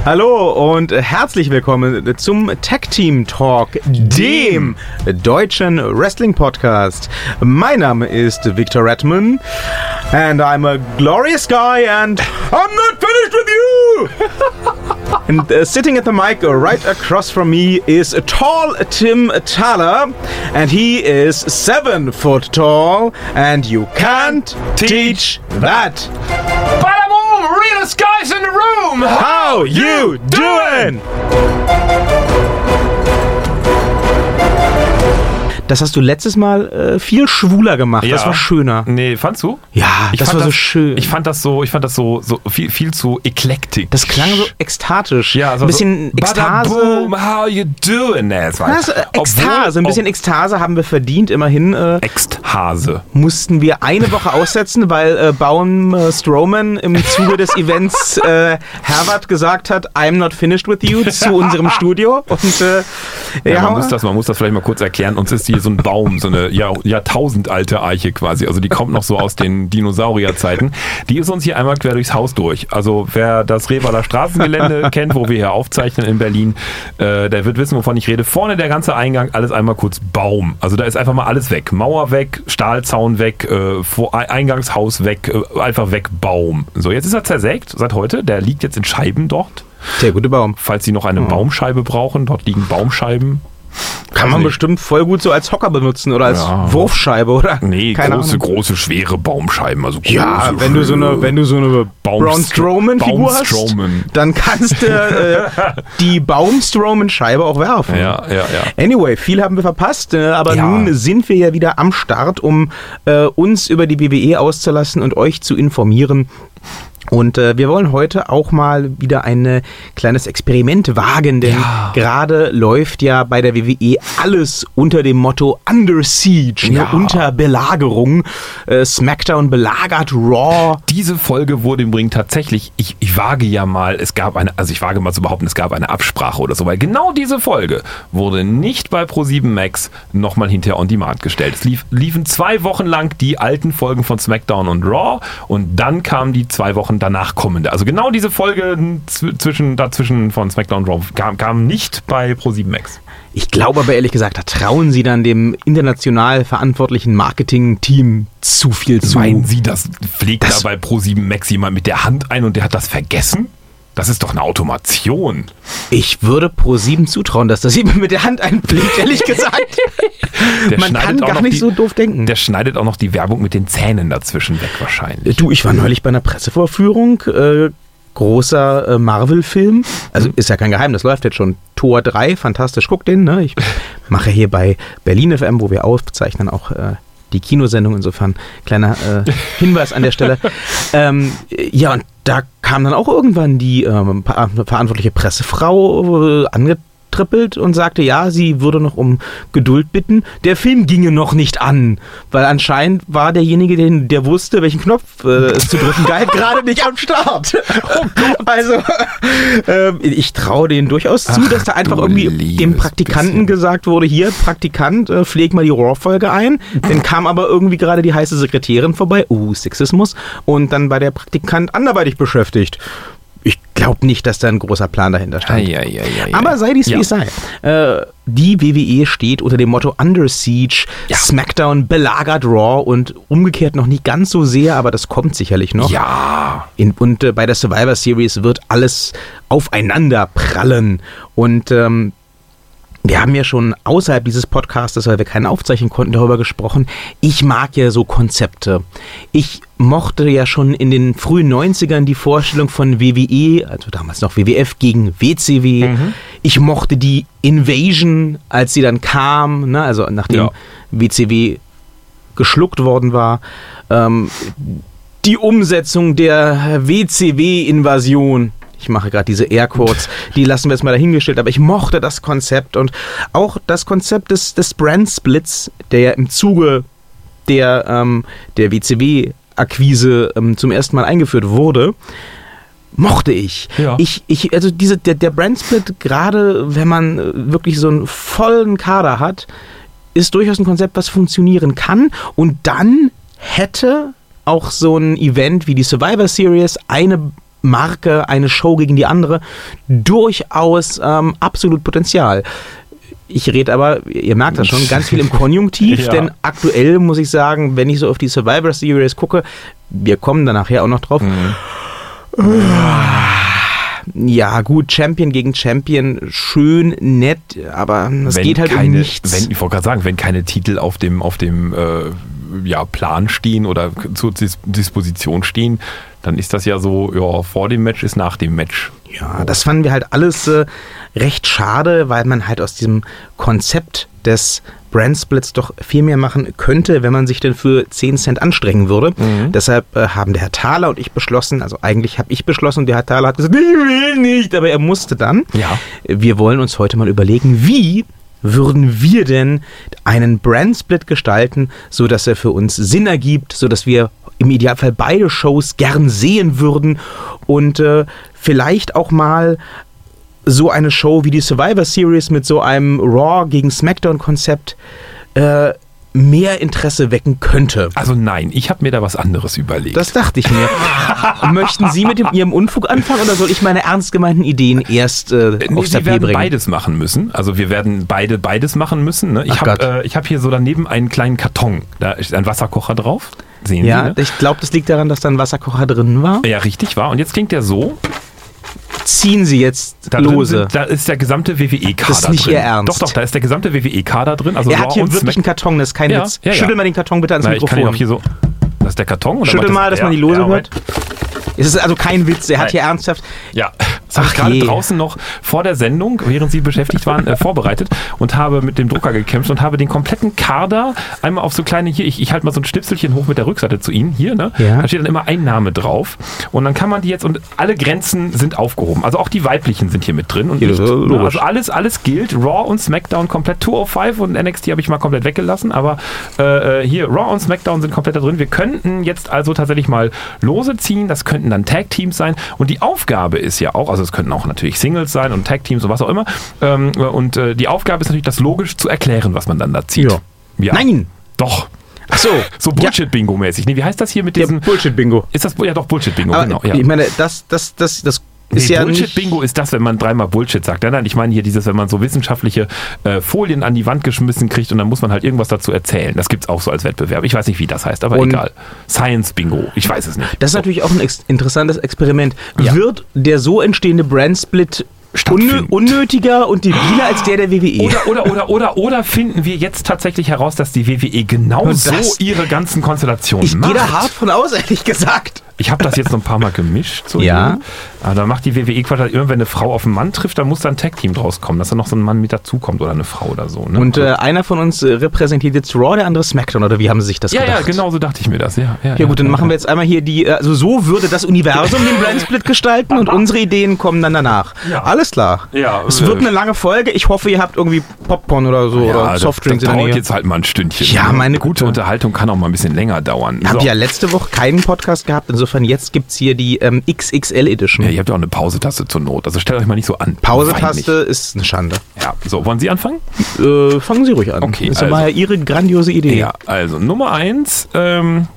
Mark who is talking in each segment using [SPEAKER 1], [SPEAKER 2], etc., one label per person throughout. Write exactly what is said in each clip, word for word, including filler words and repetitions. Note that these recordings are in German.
[SPEAKER 1] Hallo und herzlich willkommen zum Tag Team Talk, dem deutschen Wrestling Podcast. Mein Name ist Victor Redman and I'm a glorious guy and I'm not finished with you! And uh, sitting at the mic right across from me is a tall Tim Thaler, and he is seven foot tall, and you can't teach that.
[SPEAKER 2] Bada boom! Realest guys in the room!
[SPEAKER 1] How you doing? Das hast du letztes Mal äh, viel schwuler gemacht.
[SPEAKER 2] Ja.
[SPEAKER 1] Das war schöner.
[SPEAKER 2] Nee, fandst du?
[SPEAKER 1] Ja,
[SPEAKER 2] ich
[SPEAKER 1] das war
[SPEAKER 2] das,
[SPEAKER 1] so schön.
[SPEAKER 2] Ich fand das so, ich fand das so, so viel, viel zu eklektisch.
[SPEAKER 1] Das klang so ekstatisch.
[SPEAKER 2] Ja, also
[SPEAKER 1] ein bisschen
[SPEAKER 2] so,
[SPEAKER 1] Ekstase.
[SPEAKER 2] Boom, how you doing? Nee, es war
[SPEAKER 1] Das, äh, Ekstase, ein bisschen Ekstase haben wir verdient. Immerhin äh,
[SPEAKER 2] Ekstase.
[SPEAKER 1] mussten wir eine Woche aussetzen, weil äh, Baum äh, Strowman im Zuge des Events äh, Herbert gesagt hat, I'm not finished with you zu unserem Studio. Und äh,
[SPEAKER 2] ja,
[SPEAKER 1] ja,
[SPEAKER 2] man muss das, man muss das vielleicht mal kurz erklären. Uns ist hier so ein Baum, so eine Jahr, jahrtausendalte Eiche quasi. Also die kommt noch so aus den Dinosaurierzeiten. Die ist uns hier einmal quer durchs Haus durch. Also wer das Revaler Straßengelände kennt, wo wir hier aufzeichnen in Berlin, äh, der wird wissen, wovon ich rede. Vorne der ganze Eingang, alles einmal kurz Baum. Also da ist einfach mal alles weg. Mauer weg, Stahlzaun weg, äh, Vor- Eingangshaus weg, äh, einfach weg, Baum. So, jetzt ist er zersägt seit heute. Der liegt jetzt in Scheiben dort.
[SPEAKER 1] Der gute Baum.
[SPEAKER 2] Falls Sie noch eine
[SPEAKER 1] Oh.
[SPEAKER 2] Baumscheibe brauchen, dort liegen Baumscheiben.
[SPEAKER 1] Kann man bestimmt voll gut so als Hocker benutzen oder als
[SPEAKER 2] Ja.
[SPEAKER 1] Wurfscheibe, oder?
[SPEAKER 2] Nee,
[SPEAKER 1] Keine
[SPEAKER 2] große,
[SPEAKER 1] Ahnung.
[SPEAKER 2] große, schwere Baumscheiben. Also große,
[SPEAKER 1] Ja, wenn du so eine, wenn du so eine
[SPEAKER 2] Baum-
[SPEAKER 1] Braun Strowman-Figur hast,
[SPEAKER 2] Baumstrowman.
[SPEAKER 1] dann kannst du äh, die Baum-Strowman-Scheibe auch werfen.
[SPEAKER 2] Ja, ja, ja.
[SPEAKER 1] Anyway, viel haben wir verpasst, äh, aber
[SPEAKER 2] Ja.
[SPEAKER 1] nun sind wir ja wieder am Start, um äh, uns über die W W E auszulassen und euch zu informieren. Und äh, wir wollen heute auch mal wieder ein äh, kleines Experiment wagen, denn
[SPEAKER 2] Ja.
[SPEAKER 1] gerade läuft ja bei der W W E alles unter dem Motto Under Siege, ne?
[SPEAKER 2] Ja.
[SPEAKER 1] Unter Belagerung. Äh, SmackDown belagert Raw.
[SPEAKER 2] Diese Folge wurde im Ring tatsächlich, ich, ich wage ja mal, es gab eine, also ich wage mal zu behaupten, es gab eine Absprache oder so, weil genau diese Folge wurde nicht bei ProSieben Max nochmal hinterher on demand gestellt. Es lief, liefen zwei Wochen lang die alten Folgen von SmackDown und Raw und dann kamen die zwei Wochen danach kommende. Also genau diese Folge zwischen, dazwischen von SmackDown und Raw kam, kam nicht bei ProSieben Max.
[SPEAKER 1] Ich glaube aber ehrlich gesagt, da trauen sie dann dem international verantwortlichen Marketing-Team zu viel zu.
[SPEAKER 2] Meinen Sie, das pflegt
[SPEAKER 1] Das-
[SPEAKER 2] da bei ProSieben Max jemand mit der Hand ein und der hat das vergessen? Das ist doch eine Automation.
[SPEAKER 1] Ich würde ProSieben zutrauen, dass das jemand mit der Hand einblinkt, ehrlich gesagt.
[SPEAKER 2] Der
[SPEAKER 1] Man
[SPEAKER 2] schneidet
[SPEAKER 1] kann
[SPEAKER 2] auch
[SPEAKER 1] gar
[SPEAKER 2] noch
[SPEAKER 1] nicht
[SPEAKER 2] die-
[SPEAKER 1] so doof denken.
[SPEAKER 2] Der schneidet auch noch die Werbung mit den Zähnen dazwischen weg wahrscheinlich.
[SPEAKER 1] Du, ich war neulich bei einer Pressevorführung, äh, großer äh, Marvel-Film. Also ist ja kein Geheimnis, läuft jetzt schon. Tor drei, fantastisch, guck den. Ne? Ich mache hier bei Berlin F M, wo wir aufzeichnen, auch äh, die Kinosendung. Insofern kleiner äh, Hinweis an der Stelle. Ähm, ja, und da kam dann auch irgendwann die ähm, pa- verantwortliche Pressefrau äh, angetrippelt und sagte, ja, sie würde noch um Geduld bitten. Der Film ginge noch nicht an, weil anscheinend war derjenige, den, der wusste, welchen Knopf äh, es zu drücken galt, gerade nicht am Start. Also, äh, ich traue denen durchaus zu,
[SPEAKER 2] Ach,
[SPEAKER 1] dass da einfach
[SPEAKER 2] du
[SPEAKER 1] irgendwie
[SPEAKER 2] liebes
[SPEAKER 1] dem Praktikanten
[SPEAKER 2] bisschen.
[SPEAKER 1] gesagt wurde, hier, Praktikant, äh, pfleg mal die Raw-Folge ein. Dann kam aber irgendwie gerade die heiße Sekretärin vorbei, uh, Sexismus, und dann war der Praktikant anderweitig beschäftigt. Ich glaube nicht, dass da ein großer Plan dahinter stand.
[SPEAKER 2] Ei, ei, ei, ei,
[SPEAKER 1] Aber sei dies wie
[SPEAKER 2] ja.
[SPEAKER 1] es sei. Äh, die W W E steht unter dem Motto Under Siege,
[SPEAKER 2] Ja.
[SPEAKER 1] SmackDown belagert Raw und umgekehrt noch nicht ganz so sehr, aber das kommt sicherlich noch.
[SPEAKER 2] Ja.
[SPEAKER 1] In, und äh, bei der Survivor Series wird alles aufeinander prallen. Und ähm, wir haben ja schon außerhalb dieses Podcastes, weil wir keinen aufzeichnen konnten, darüber gesprochen. Ich mag ja so Konzepte. Ich mochte ja schon in den frühen neunzigern die Vorstellung von W W E, also damals noch W W F gegen W C W.
[SPEAKER 2] Mhm.
[SPEAKER 1] Ich mochte die Invasion, als sie dann kam, ne, also nachdem
[SPEAKER 2] Ja.
[SPEAKER 1] W C W geschluckt worden war. Ähm, die Umsetzung der W C W-Invasion. Ich mache gerade diese Airquotes, die lassen wir jetzt mal dahingestellt, aber ich mochte das Konzept und auch das Konzept des, des Brand-Splits, der ja im Zuge der, ähm, der W C W-Akquise ähm, zum ersten Mal eingeführt wurde, mochte ich.
[SPEAKER 2] Ja.
[SPEAKER 1] Ich, ich also diese, der, der Brand-Split, gerade wenn man äh, wirklich so einen vollen Kader hat, ist durchaus ein Konzept, was funktionieren kann und dann hätte auch so ein Event wie die Survivor Series eine Marke, eine Show gegen die andere, durchaus ähm, absolut Potenzial. Ich rede aber, ihr merkt das schon, ganz viel im Konjunktiv, ja. Denn aktuell muss ich sagen, wenn ich so auf die Survivor Series gucke, wir kommen da nachher auch noch drauf, mhm. ja gut, Champion gegen Champion, schön, nett, aber es geht halt
[SPEAKER 2] keine,
[SPEAKER 1] um nichts.
[SPEAKER 2] Wenn, ich wollte gerade sagen, wenn keine Titel auf dem, auf dem äh, ja, Plan stehen oder zur Dis- Disposition stehen, dann ist das ja so, ja, vor dem Match ist nach dem Match.
[SPEAKER 1] Ja, das fanden wir halt alles äh, recht schade, weil man halt aus diesem Konzept des Brandsplits doch viel mehr machen könnte, wenn man sich denn für zehn Cent anstrengen würde. Mhm. Deshalb äh, haben der Herr Thaler und ich beschlossen, also eigentlich habe ich beschlossen und der Herr Thaler hat gesagt, ich will nicht, aber er musste dann.
[SPEAKER 2] Ja.
[SPEAKER 1] Wir wollen uns heute mal überlegen, wie würden wir denn einen Brandsplit gestalten, sodass er für uns Sinn ergibt, sodass wir im Idealfall beide Shows gern sehen würden und äh, vielleicht auch mal so eine Show wie die Survivor Series mit so einem Raw gegen SmackDown Konzept äh, mehr Interesse wecken könnte.
[SPEAKER 2] Also nein, ich habe mir da was anderes überlegt.
[SPEAKER 1] Das dachte ich mir. Möchten Sie mit dem, Ihrem Unfug anfangen oder soll ich meine ernst gemeinten Ideen erst äh,
[SPEAKER 2] nee,
[SPEAKER 1] aufs
[SPEAKER 2] Sie
[SPEAKER 1] Tapet
[SPEAKER 2] werden
[SPEAKER 1] bringen?
[SPEAKER 2] beides machen müssen. Also wir werden beide beides machen müssen. Ne? Ich
[SPEAKER 1] Ach
[SPEAKER 2] habe
[SPEAKER 1] Gott.
[SPEAKER 2] äh, ich hab hier so daneben einen kleinen Karton. Da ist ein Wasserkocher drauf. Sehen
[SPEAKER 1] Ja,
[SPEAKER 2] Sie, ne?
[SPEAKER 1] ich glaube, das liegt daran, dass da ein Wasserkocher drin war.
[SPEAKER 2] Ja, richtig war. Und jetzt klingt der so.
[SPEAKER 1] Ziehen Sie jetzt
[SPEAKER 2] Da, drin
[SPEAKER 1] lose.
[SPEAKER 2] sind, da ist der gesamte W W E-Kader
[SPEAKER 1] Das ist nicht
[SPEAKER 2] drin.
[SPEAKER 1] Ihr Ernst.
[SPEAKER 2] Doch, doch, da ist der gesamte W W E-Kader drin. Also
[SPEAKER 1] Er
[SPEAKER 2] Raw
[SPEAKER 1] hat hier
[SPEAKER 2] und
[SPEAKER 1] wirklich
[SPEAKER 2] Smack-
[SPEAKER 1] einen Karton, das ist kein
[SPEAKER 2] Ja,
[SPEAKER 1] Witz.
[SPEAKER 2] ja, ja.
[SPEAKER 1] Schüttel mal den Karton bitte ans
[SPEAKER 2] Na, ich kann
[SPEAKER 1] Mikrofon.
[SPEAKER 2] ihn auch hier so. Das ist der Karton. Oder
[SPEAKER 1] Schüttel
[SPEAKER 2] macht
[SPEAKER 1] mal, dass man die Lose
[SPEAKER 2] ja,
[SPEAKER 1] hört. Es ist also kein Witz, er hat
[SPEAKER 2] Nein.
[SPEAKER 1] hier ernsthaft...
[SPEAKER 2] Ja, das habe ich
[SPEAKER 1] Ach
[SPEAKER 2] gerade
[SPEAKER 1] je.
[SPEAKER 2] draußen noch vor der Sendung, während Sie beschäftigt waren, äh, vorbereitet und habe mit dem Drucker gekämpft und habe den kompletten Kader einmal auf so kleine, hier, ich, ich halte mal so ein Schnipselchen hoch mit der Rückseite zu Ihnen, hier, ne?
[SPEAKER 1] Ja.
[SPEAKER 2] Da steht dann immer ein Name drauf und dann kann man die jetzt, und alle Grenzen sind aufgehoben, also auch die weiblichen sind hier mit drin und
[SPEAKER 1] Ja,
[SPEAKER 2] nicht,
[SPEAKER 1] das ist
[SPEAKER 2] ne?
[SPEAKER 1] logisch.
[SPEAKER 2] Also alles, alles gilt, Raw und SmackDown komplett, zweihundertfünf und N X T habe ich mal komplett weggelassen, aber äh, hier, Raw und SmackDown sind komplett da drin. Wir könnten jetzt also tatsächlich mal Lose ziehen, das könnten dann Tag-Teams sein und die Aufgabe ist ja auch, also es könnten auch natürlich Singles sein und Tag-Teams und was auch immer. Ähm, und äh, die Aufgabe ist natürlich, das logisch zu erklären, was man dann da zieht.
[SPEAKER 1] Ja.
[SPEAKER 2] Ja.
[SPEAKER 1] Nein!
[SPEAKER 2] Doch.
[SPEAKER 1] Ach so.
[SPEAKER 2] So Bullshit-Bingo-mäßig. Nee, wie heißt das hier mit
[SPEAKER 1] Ja,
[SPEAKER 2] diesem...
[SPEAKER 1] Bullshit-Bingo.
[SPEAKER 2] Ist das... Ja, doch, Bullshit-Bingo,
[SPEAKER 1] Aber
[SPEAKER 2] genau. Ja.
[SPEAKER 1] ich meine, das, das, das, das
[SPEAKER 2] Nee,
[SPEAKER 1] ist ja nicht...
[SPEAKER 2] Bullshit-Bingo ist das, wenn man dreimal Bullshit sagt. Nein, nein, ich meine hier dieses, wenn man so wissenschaftliche äh, Folien an die Wand geschmissen kriegt und dann muss man halt irgendwas dazu erzählen. Das gibt's auch so als Wettbewerb. Ich weiß nicht, wie das heißt, aber
[SPEAKER 1] Und-
[SPEAKER 2] egal. Science-Bingo. Ich weiß es nicht.
[SPEAKER 1] Das ist
[SPEAKER 2] So.
[SPEAKER 1] natürlich auch ein ex- interessantes Experiment.
[SPEAKER 2] Ja.
[SPEAKER 1] Wird der so entstehende Brandsplit unnö-
[SPEAKER 2] Stattfinden.
[SPEAKER 1] unnötiger und debiler als der der W W E?
[SPEAKER 2] Oder, oder, oder, oder, oder finden wir jetzt tatsächlich heraus, dass die W W E genau
[SPEAKER 1] Und
[SPEAKER 2] so
[SPEAKER 1] das-
[SPEAKER 2] ihre ganzen Konstellationen
[SPEAKER 1] Ich
[SPEAKER 2] macht?
[SPEAKER 1] gehe da hart von aus, ehrlich gesagt.
[SPEAKER 2] Ich habe das jetzt noch ein paar Mal gemischt. So
[SPEAKER 1] Ja.
[SPEAKER 2] hier. Aber da macht die W W E Quatsch, immer wenn eine Frau auf einen Mann trifft, dann muss da ein Tag-Team draus kommen, dass da noch so ein Mann mit dazukommt oder eine Frau oder so. Ne?
[SPEAKER 1] Und äh, einer von uns äh, repräsentiert jetzt Raw, der andere SmackDown, oder wie haben sie sich das
[SPEAKER 2] ja,
[SPEAKER 1] gedacht?
[SPEAKER 2] ja, genau so dachte ich mir das. Ja, ja,
[SPEAKER 1] Ja gut, dann machen wir jetzt einmal hier die, äh, also so würde das Universum den Brandsplit gestalten und unsere Ideen kommen dann danach.
[SPEAKER 2] Ja.
[SPEAKER 1] Alles klar.
[SPEAKER 2] Ja,
[SPEAKER 1] Es
[SPEAKER 2] äh,
[SPEAKER 1] wird eine lange Folge. Ich hoffe, ihr habt irgendwie Popcorn oder so
[SPEAKER 2] Ja,
[SPEAKER 1] oder
[SPEAKER 2] das,
[SPEAKER 1] Softdrinks
[SPEAKER 2] das
[SPEAKER 1] in der
[SPEAKER 2] dauert
[SPEAKER 1] Nähe.
[SPEAKER 2] jetzt halt mal ein Stündchen.
[SPEAKER 1] Ja,
[SPEAKER 2] ne?
[SPEAKER 1] meine
[SPEAKER 2] Gute
[SPEAKER 1] Güte.
[SPEAKER 2] Unterhaltung kann auch mal ein bisschen länger dauern.
[SPEAKER 1] Habt
[SPEAKER 2] So.
[SPEAKER 1] ihr ja letzte Woche keinen Podcast gehabt, insofern jetzt gibt es hier die ähm, X X L Edition.
[SPEAKER 2] Ja, ihr habt ja auch eine Pause-Taste zur Not. Also stellt euch mal nicht so an.
[SPEAKER 1] Pause-Taste ist eine Schande.
[SPEAKER 2] Peinlich. Ja, so, wollen Sie anfangen?
[SPEAKER 1] Äh, fangen Sie ruhig an.
[SPEAKER 2] Okay,
[SPEAKER 1] Das
[SPEAKER 2] also.
[SPEAKER 1] war ja Ihre grandiose Idee.
[SPEAKER 2] Ja, also Nummer eins. Ähm,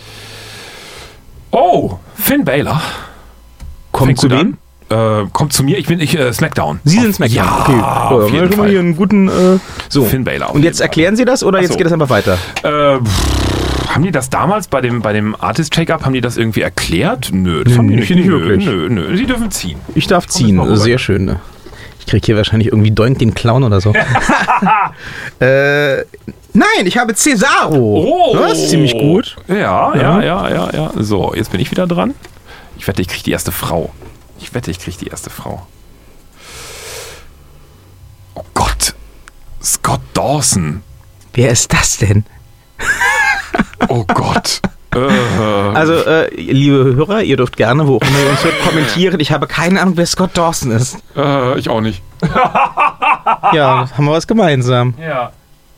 [SPEAKER 2] oh, Finn Balor.
[SPEAKER 1] Kommt
[SPEAKER 2] Fängt
[SPEAKER 1] zu
[SPEAKER 2] gut
[SPEAKER 1] wem?
[SPEAKER 2] an. Äh, kommt zu mir. Ich bin ich äh, SmackDown.
[SPEAKER 1] Sie sind SmackDown.
[SPEAKER 2] Ja,
[SPEAKER 1] okay.
[SPEAKER 2] auf
[SPEAKER 1] Oh,
[SPEAKER 2] jeden
[SPEAKER 1] schon mal
[SPEAKER 2] Fall.
[SPEAKER 1] hier einen guten. Äh, so.
[SPEAKER 2] Finn Balor. auf
[SPEAKER 1] Und jetzt
[SPEAKER 2] jeden
[SPEAKER 1] erklären Sie das oder
[SPEAKER 2] Ach
[SPEAKER 1] jetzt
[SPEAKER 2] so.
[SPEAKER 1] geht es einfach weiter?
[SPEAKER 2] Fall. Äh, pff, haben die das damals bei dem, bei dem Artist Check-Up, haben die das irgendwie erklärt? Nö, das
[SPEAKER 1] Nö,
[SPEAKER 2] haben die
[SPEAKER 1] nicht
[SPEAKER 2] nicht. Nö,
[SPEAKER 1] wirklich.
[SPEAKER 2] Nö, nö, sie dürfen ziehen.
[SPEAKER 1] Ich darf
[SPEAKER 2] Komm, jetzt mal
[SPEAKER 1] ziehen.
[SPEAKER 2] rüber.
[SPEAKER 1] Sehr schön. Ne? Ich krieg hier wahrscheinlich irgendwie Doink den Clown oder so. äh, nein, ich habe Cesaro.
[SPEAKER 2] Oh.
[SPEAKER 1] Das ist ziemlich gut.
[SPEAKER 2] Ja,
[SPEAKER 1] Ja.
[SPEAKER 2] ja, ja, ja, ja. So, jetzt bin ich wieder dran. Ich wette, ich kriege die erste Frau. Ich wette, ich kriege die erste Frau. Oh Gott. Scott Dawson.
[SPEAKER 1] Wer ist das denn?
[SPEAKER 2] Oh Gott. äh,
[SPEAKER 1] Also, äh, liebe Hörer, ihr dürft gerne, wo auch immer ihr uns hört, kommentieren. Ich habe keine Ahnung, wer Scott Dawson ist.
[SPEAKER 2] äh, ich auch nicht.
[SPEAKER 1] Ja, haben wir was gemeinsam.
[SPEAKER 2] Ja.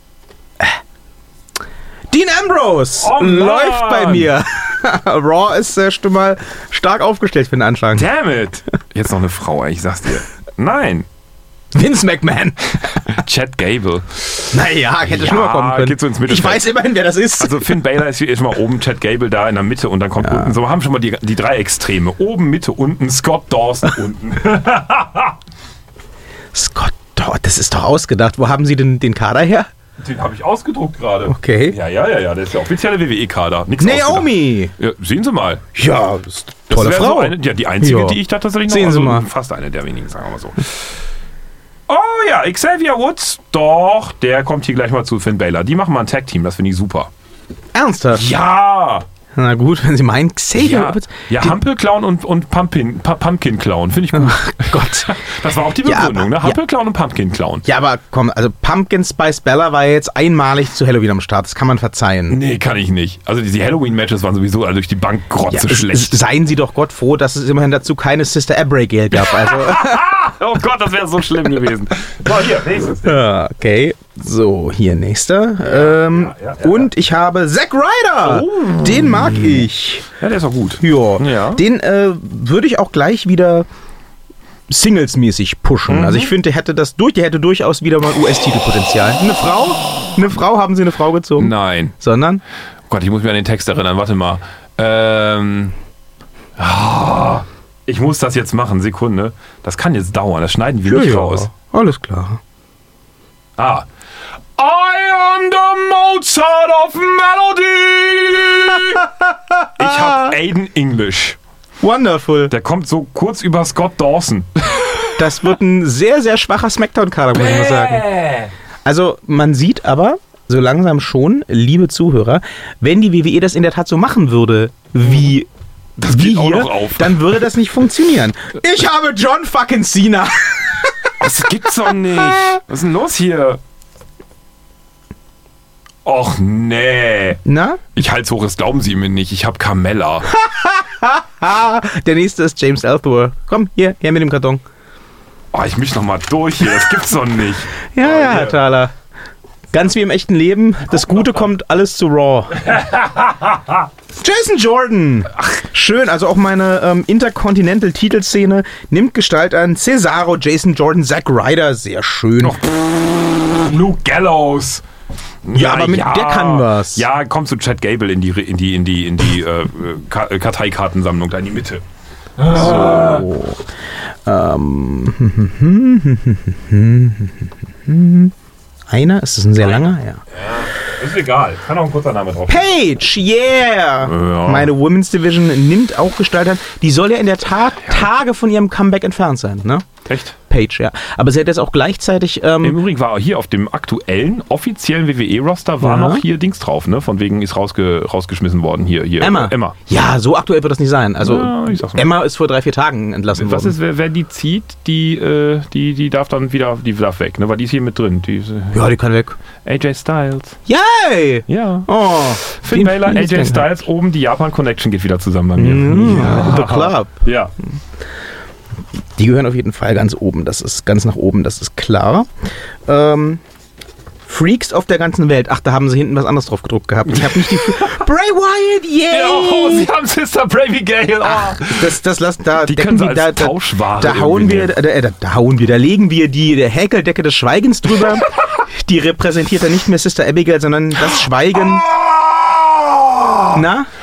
[SPEAKER 1] Dean Ambrose
[SPEAKER 2] Oh Mann.
[SPEAKER 1] läuft bei mir. Raw ist äh, schon mal stark aufgestellt für den Anschlag.
[SPEAKER 2] Damn it. Jetzt noch eine Frau, ey, ich sag's dir. Nein.
[SPEAKER 1] Vince McMahon.
[SPEAKER 2] Chad Gable.
[SPEAKER 1] Naja, hätte
[SPEAKER 2] Ja,
[SPEAKER 1] schon mal kommen können.
[SPEAKER 2] geht so ins Mittelfeld.
[SPEAKER 1] Ich weiß immerhin, wer das ist.
[SPEAKER 2] Also Finn Balor ist hier schon mal oben, Chad Gable da in der Mitte und dann kommt
[SPEAKER 1] Ja.
[SPEAKER 2] unten. So haben schon mal die, die drei Extreme. Oben, Mitte, unten. Scott Dawson unten.
[SPEAKER 1] Scott, oh, das ist doch ausgedacht. Wo haben Sie denn den Kader her?
[SPEAKER 2] Den habe ich ausgedruckt gerade.
[SPEAKER 1] Okay.
[SPEAKER 2] Ja, ja, ja, ja. Der ist der offizielle W W E-Kader. Nix
[SPEAKER 1] Naomi!
[SPEAKER 2] ausgedacht. Ja, sehen Sie mal.
[SPEAKER 1] Ja, das ist
[SPEAKER 2] Das
[SPEAKER 1] tolle
[SPEAKER 2] wäre
[SPEAKER 1] Frau.
[SPEAKER 2] So eine, ja, die einzige,
[SPEAKER 1] Ja.
[SPEAKER 2] die ich da tatsächlich noch...
[SPEAKER 1] Sehen Sie mal.
[SPEAKER 2] Fast eine der wenigen, sagen wir mal so. Oh ja, Xavier Woods. Doch, der kommt hier gleich mal zu Finn Balor. Die machen mal ein Tag-Team, das finde ich super.
[SPEAKER 1] Ernsthaft?
[SPEAKER 2] Ja!
[SPEAKER 1] Na gut, wenn Sie meinen, Xavier
[SPEAKER 2] Ja,
[SPEAKER 1] Woods-
[SPEAKER 2] ja
[SPEAKER 1] den-
[SPEAKER 2] Hampel-Clown und, und Pumpkin, Pu- Pumpkin-Clown, finde ich gut.
[SPEAKER 1] Gott.
[SPEAKER 2] Das war auch die
[SPEAKER 1] Ja,
[SPEAKER 2] Begründung,
[SPEAKER 1] aber-
[SPEAKER 2] ne? Hampel-Clown und Pumpkin-Clown.
[SPEAKER 1] Ja, aber komm, also Pumpkin Spice Bella war jetzt einmalig zu Halloween am Start. Das kann man verzeihen.
[SPEAKER 2] Nee, kann ich nicht. Also diese Halloween-Matches waren sowieso alle durch die Bank grotze
[SPEAKER 1] Ja, es-
[SPEAKER 2] schlecht.
[SPEAKER 1] es- seien Sie doch Gott froh, dass es immerhin dazu keine Sister Abigail gab. Also,
[SPEAKER 2] Oh Gott, das wäre so schlimm gewesen. So, hier, nächstes.
[SPEAKER 1] ja, okay. So, hier nächster. Ähm,
[SPEAKER 2] ja, ja, ja,
[SPEAKER 1] und ich habe Zack Ryder.
[SPEAKER 2] Oh.
[SPEAKER 1] Den mag ich.
[SPEAKER 2] Ja, der ist auch gut.
[SPEAKER 1] Ja.
[SPEAKER 2] Ja.
[SPEAKER 1] Den äh, würde ich auch gleich wieder Singles-mäßig pushen.
[SPEAKER 2] Mhm.
[SPEAKER 1] Also ich finde, der hätte das durch, der hätte durchaus wieder mal U S-Titelpotenzial. Eine Frau? Eine Frau? Haben Sie eine Frau gezogen?
[SPEAKER 2] Nein.
[SPEAKER 1] Sondern?
[SPEAKER 2] Oh Gott, ich muss mich an den Text erinnern. Warte mal. Ähm. ah, ich muss das jetzt machen. Sekunde. Das kann jetzt dauern. Das schneiden wir nicht raus.
[SPEAKER 1] Alles klar.
[SPEAKER 2] Ah. I am the Mozart of Melody. Ich habe Aiden English.
[SPEAKER 1] Wonderful.
[SPEAKER 2] Der kommt so kurz über Scott Dawson.
[SPEAKER 1] Das wird ein sehr, sehr schwacher Smackdown-Kader, muss ich mal sagen. Also man sieht aber so langsam schon, liebe Zuhörer, wenn die W W E das in der Tat so machen würde, wie,
[SPEAKER 2] Das
[SPEAKER 1] wie
[SPEAKER 2] geht auch
[SPEAKER 1] hier,
[SPEAKER 2] noch auf.
[SPEAKER 1] dann würde das nicht funktionieren. Ich habe John fucking Cena.
[SPEAKER 2] Das gibt's doch nicht. Was ist denn los hier? Och nee.
[SPEAKER 1] Na?
[SPEAKER 2] Ich halt's hoch, das glauben Sie mir nicht. Ich hab Carmella.
[SPEAKER 1] Ah, der nächste ist James Ellsworth. Komm, hier, her mit dem Karton.
[SPEAKER 2] Oh, ich misch noch mal durch hier. Das gibt's doch nicht.
[SPEAKER 1] Ja,
[SPEAKER 2] Oh,
[SPEAKER 1] ja,
[SPEAKER 2] hier.
[SPEAKER 1] Herr Thaler. Ganz wie im echten Leben, das Gute kommt alles zu Raw. Jason Jordan. Schön, also auch meine ähm, Intercontinental-Titelszene nimmt Gestalt an. Cesaro, Jason Jordan, Zack Ryder, sehr schön.
[SPEAKER 2] Noch Luke Gallows.
[SPEAKER 1] Ja, aber mit der kann was.
[SPEAKER 2] Ja, komm zu Chad Gable in die in die in die in die äh, Ka- äh, Karteikartensammlung da in die Mitte.
[SPEAKER 1] So. Ähm. Einer? Ist das ein sehr langer? Ja.
[SPEAKER 2] Ist egal. Kann auch ein kurzer Name drauf.
[SPEAKER 1] Paige, yeah!
[SPEAKER 2] Ja.
[SPEAKER 1] Meine Women's Division nimmt auch Gestalt an. Die soll ja in der Tat Tage von ihrem Comeback entfernt sein, ne?
[SPEAKER 2] Echt?
[SPEAKER 1] Paige, ja. Aber sie hat jetzt auch gleichzeitig. Ähm,
[SPEAKER 2] Im Übrigen war hier auf dem aktuellen offiziellen W W E-Roster war
[SPEAKER 1] Ja.
[SPEAKER 2] noch hier Dings drauf, ne? Von wegen ist rausge rausgeschmissen worden hier. hier
[SPEAKER 1] Emma.
[SPEAKER 2] Äh, Emma.
[SPEAKER 1] Ja, so aktuell wird das nicht sein. Also
[SPEAKER 2] Ja, ich sag's mal.
[SPEAKER 1] Emma ist vor drei, vier Tagen entlassen
[SPEAKER 2] Was
[SPEAKER 1] worden.
[SPEAKER 2] ist, wer, wer die zieht, die, äh, die, die darf dann wieder, die darf weg, ne? Weil die ist hier mit drin. Die ist, äh,
[SPEAKER 1] Ja, die kann weg.
[SPEAKER 2] A J Styles.
[SPEAKER 1] Yay!
[SPEAKER 2] Ja.
[SPEAKER 1] Oh.
[SPEAKER 2] Finn
[SPEAKER 1] den-
[SPEAKER 2] Balor,
[SPEAKER 1] den
[SPEAKER 2] A
[SPEAKER 1] ist
[SPEAKER 2] J
[SPEAKER 1] der-
[SPEAKER 2] Styles, oben die Japan Connection geht wieder zusammen bei mir.
[SPEAKER 1] Mm, The Club.
[SPEAKER 2] Ja.
[SPEAKER 1] Die gehören auf jeden Fall ganz oben. Das ist ganz nach oben, das ist klar. Ähm, Freaks auf der ganzen Welt. Ach, da haben sie hinten was anderes drauf gedruckt gehabt. Ich habe nicht die. Bray Wyatt, yay!
[SPEAKER 2] Oh, sie haben Sister Bravey Gale. Oh.
[SPEAKER 1] Das, das lassen da.
[SPEAKER 2] Die
[SPEAKER 1] decken
[SPEAKER 2] können sie
[SPEAKER 1] wir-
[SPEAKER 2] als
[SPEAKER 1] da, da,
[SPEAKER 2] Tauschware
[SPEAKER 1] da hauen
[SPEAKER 2] irgendwie
[SPEAKER 1] wir, da, da, da hauen wir, da legen wir die der Häkeldecke des Schweigens drüber. Die repräsentiert dann nicht mehr Sister Abigail, sondern das Schweigen. Na?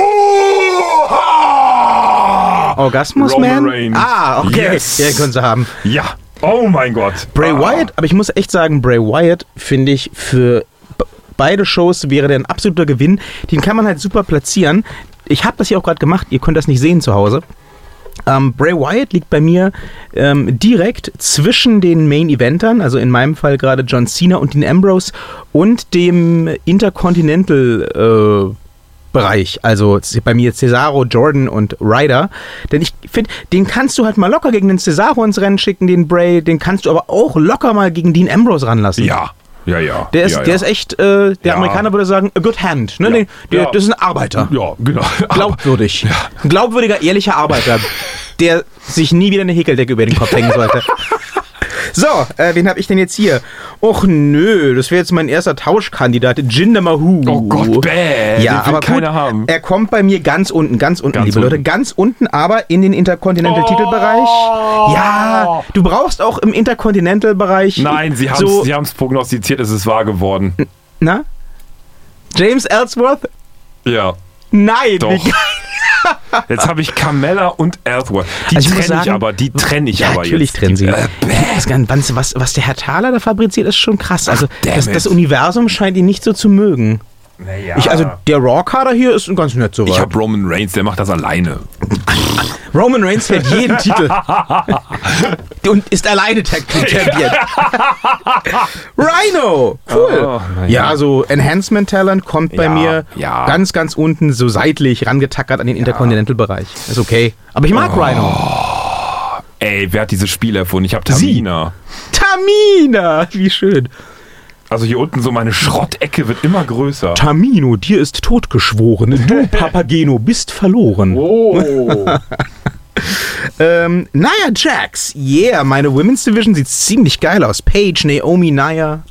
[SPEAKER 1] Orgasmus
[SPEAKER 2] Roman
[SPEAKER 1] Man?
[SPEAKER 2] Reigns.
[SPEAKER 1] Ah, okay.
[SPEAKER 2] Yes.
[SPEAKER 1] Ja, können sie haben.
[SPEAKER 2] Ja. Oh mein Gott.
[SPEAKER 1] Bray
[SPEAKER 2] Ah.
[SPEAKER 1] Wyatt, aber ich muss echt sagen, Bray Wyatt finde ich für b- beide Shows wäre der ein absoluter Gewinn. Den kann man halt super platzieren. Ich habe das hier auch gerade gemacht, ihr könnt das nicht sehen zu Hause. Ähm, Bray Wyatt liegt bei mir ähm, direkt zwischen den Main-Eventern, also in meinem Fall gerade John Cena und Dean Ambrose und dem Intercontinental äh, Bereich, also bei mir Cesaro, Jordan und Ryder, denn ich finde, den kannst du halt mal locker gegen den Cesaro ins Rennen schicken, den Bray, den kannst du aber auch locker mal gegen Dean Ambrose ranlassen.
[SPEAKER 2] Ja. Ja, ja.
[SPEAKER 1] Der ist,
[SPEAKER 2] ja, ja.
[SPEAKER 1] der ist echt, äh, der
[SPEAKER 2] Ja.
[SPEAKER 1] Amerikaner würde sagen, a good hand. Ne?
[SPEAKER 2] Ja.
[SPEAKER 1] Der, der,
[SPEAKER 2] Ja.
[SPEAKER 1] Das ist ein Arbeiter.
[SPEAKER 2] Ja, genau.
[SPEAKER 1] Glaubwürdig. Ein glaubwürdiger, ehrlicher Arbeiter, der sich nie wieder eine Häkeldecke über den Kopf hängen sollte. So, äh, wen habe ich denn jetzt hier? Och nö, das wäre jetzt mein erster Tauschkandidat, Jinder Mahal.
[SPEAKER 2] Oh Gott, bäh,
[SPEAKER 1] ja,
[SPEAKER 2] den will
[SPEAKER 1] aber
[SPEAKER 2] keiner
[SPEAKER 1] gut,
[SPEAKER 2] haben.
[SPEAKER 1] Er kommt bei mir ganz unten, ganz unten,
[SPEAKER 2] Ganz
[SPEAKER 1] liebe
[SPEAKER 2] unten.
[SPEAKER 1] Leute, ganz unten, aber in den Intercontinental-Titelbereich.
[SPEAKER 2] Oh.
[SPEAKER 1] Ja, du brauchst auch im Intercontinental-Bereich.
[SPEAKER 2] Nein, sie haben es
[SPEAKER 1] so,
[SPEAKER 2] sie haben's prognostiziert, es ist wahr geworden.
[SPEAKER 1] Na? James Ellsworth?
[SPEAKER 2] Ja,
[SPEAKER 1] Nein,
[SPEAKER 2] doch.
[SPEAKER 1] wie geil.
[SPEAKER 2] Jetzt habe ich Carmella und Ellsworth. Die
[SPEAKER 1] Also ich muss
[SPEAKER 2] trenne ich
[SPEAKER 1] sagen-
[SPEAKER 2] aber, die trenne ich
[SPEAKER 1] Ja,
[SPEAKER 2] aber
[SPEAKER 1] natürlich
[SPEAKER 2] jetzt.
[SPEAKER 1] trennen sie.
[SPEAKER 2] Die, äh,
[SPEAKER 1] Das kann- was, was, was der Herr Thaler da fabriziert, ist schon krass. Also
[SPEAKER 2] damn
[SPEAKER 1] das,
[SPEAKER 2] it.
[SPEAKER 1] das Universum scheint ihn nicht so zu mögen.
[SPEAKER 2] naja.
[SPEAKER 1] Ich, also der Raw-Kader hier ist ganz nett soweit.
[SPEAKER 2] Ich habe Roman Reigns, der macht das alleine.
[SPEAKER 1] Roman Reigns fährt jeden Titel und ist alleine Tag Team Champion. Rhino, cool.
[SPEAKER 2] Oh, na ja.
[SPEAKER 1] ja, so Enhancement Talent kommt bei
[SPEAKER 2] Ja,
[SPEAKER 1] mir
[SPEAKER 2] ja.
[SPEAKER 1] ganz, ganz unten so seitlich rangetackert an den Intercontinental-Bereich. Ist okay. Aber ich mag
[SPEAKER 2] Oh.
[SPEAKER 1] Rhino.
[SPEAKER 2] Ey, wer hat dieses Spiel erfunden? Ich habe
[SPEAKER 1] Sie.
[SPEAKER 2] Tamina.
[SPEAKER 1] Tamina, wie schön.
[SPEAKER 2] Also hier unten so meine Schrottecke wird immer größer.
[SPEAKER 1] Tamino, dir ist totgeschworen. Du, Papageno, bist verloren.
[SPEAKER 2] Oh.
[SPEAKER 1] Ähm, Nia Jax, yeah, meine Women's Division sieht ziemlich geil aus. Paige, Naomi, Nia.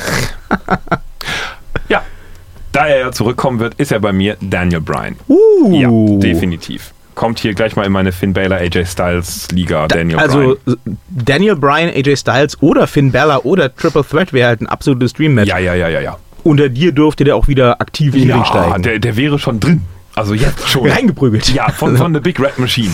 [SPEAKER 2] Ja, da er ja zurückkommen wird, ist er bei mir Daniel Bryan.
[SPEAKER 1] Uh.
[SPEAKER 2] Ja, definitiv. Kommt hier gleich mal in meine Finn Balor, A J Styles Liga, Daniel
[SPEAKER 1] Also
[SPEAKER 2] Bryan.
[SPEAKER 1] Daniel Bryan, A J Styles oder Finn Balor oder Triple Threat wäre halt ein absolutes Dream-Match.
[SPEAKER 2] Ja, ja, ja, ja, ja.
[SPEAKER 1] Unter dir dürfte der auch wieder aktiv in den Ring
[SPEAKER 2] Ja,
[SPEAKER 1] steigen.
[SPEAKER 2] der, der wäre schon drin. Also jetzt schon.
[SPEAKER 1] Reingeprügelt.
[SPEAKER 2] Ja, von, von The Big Red Machine.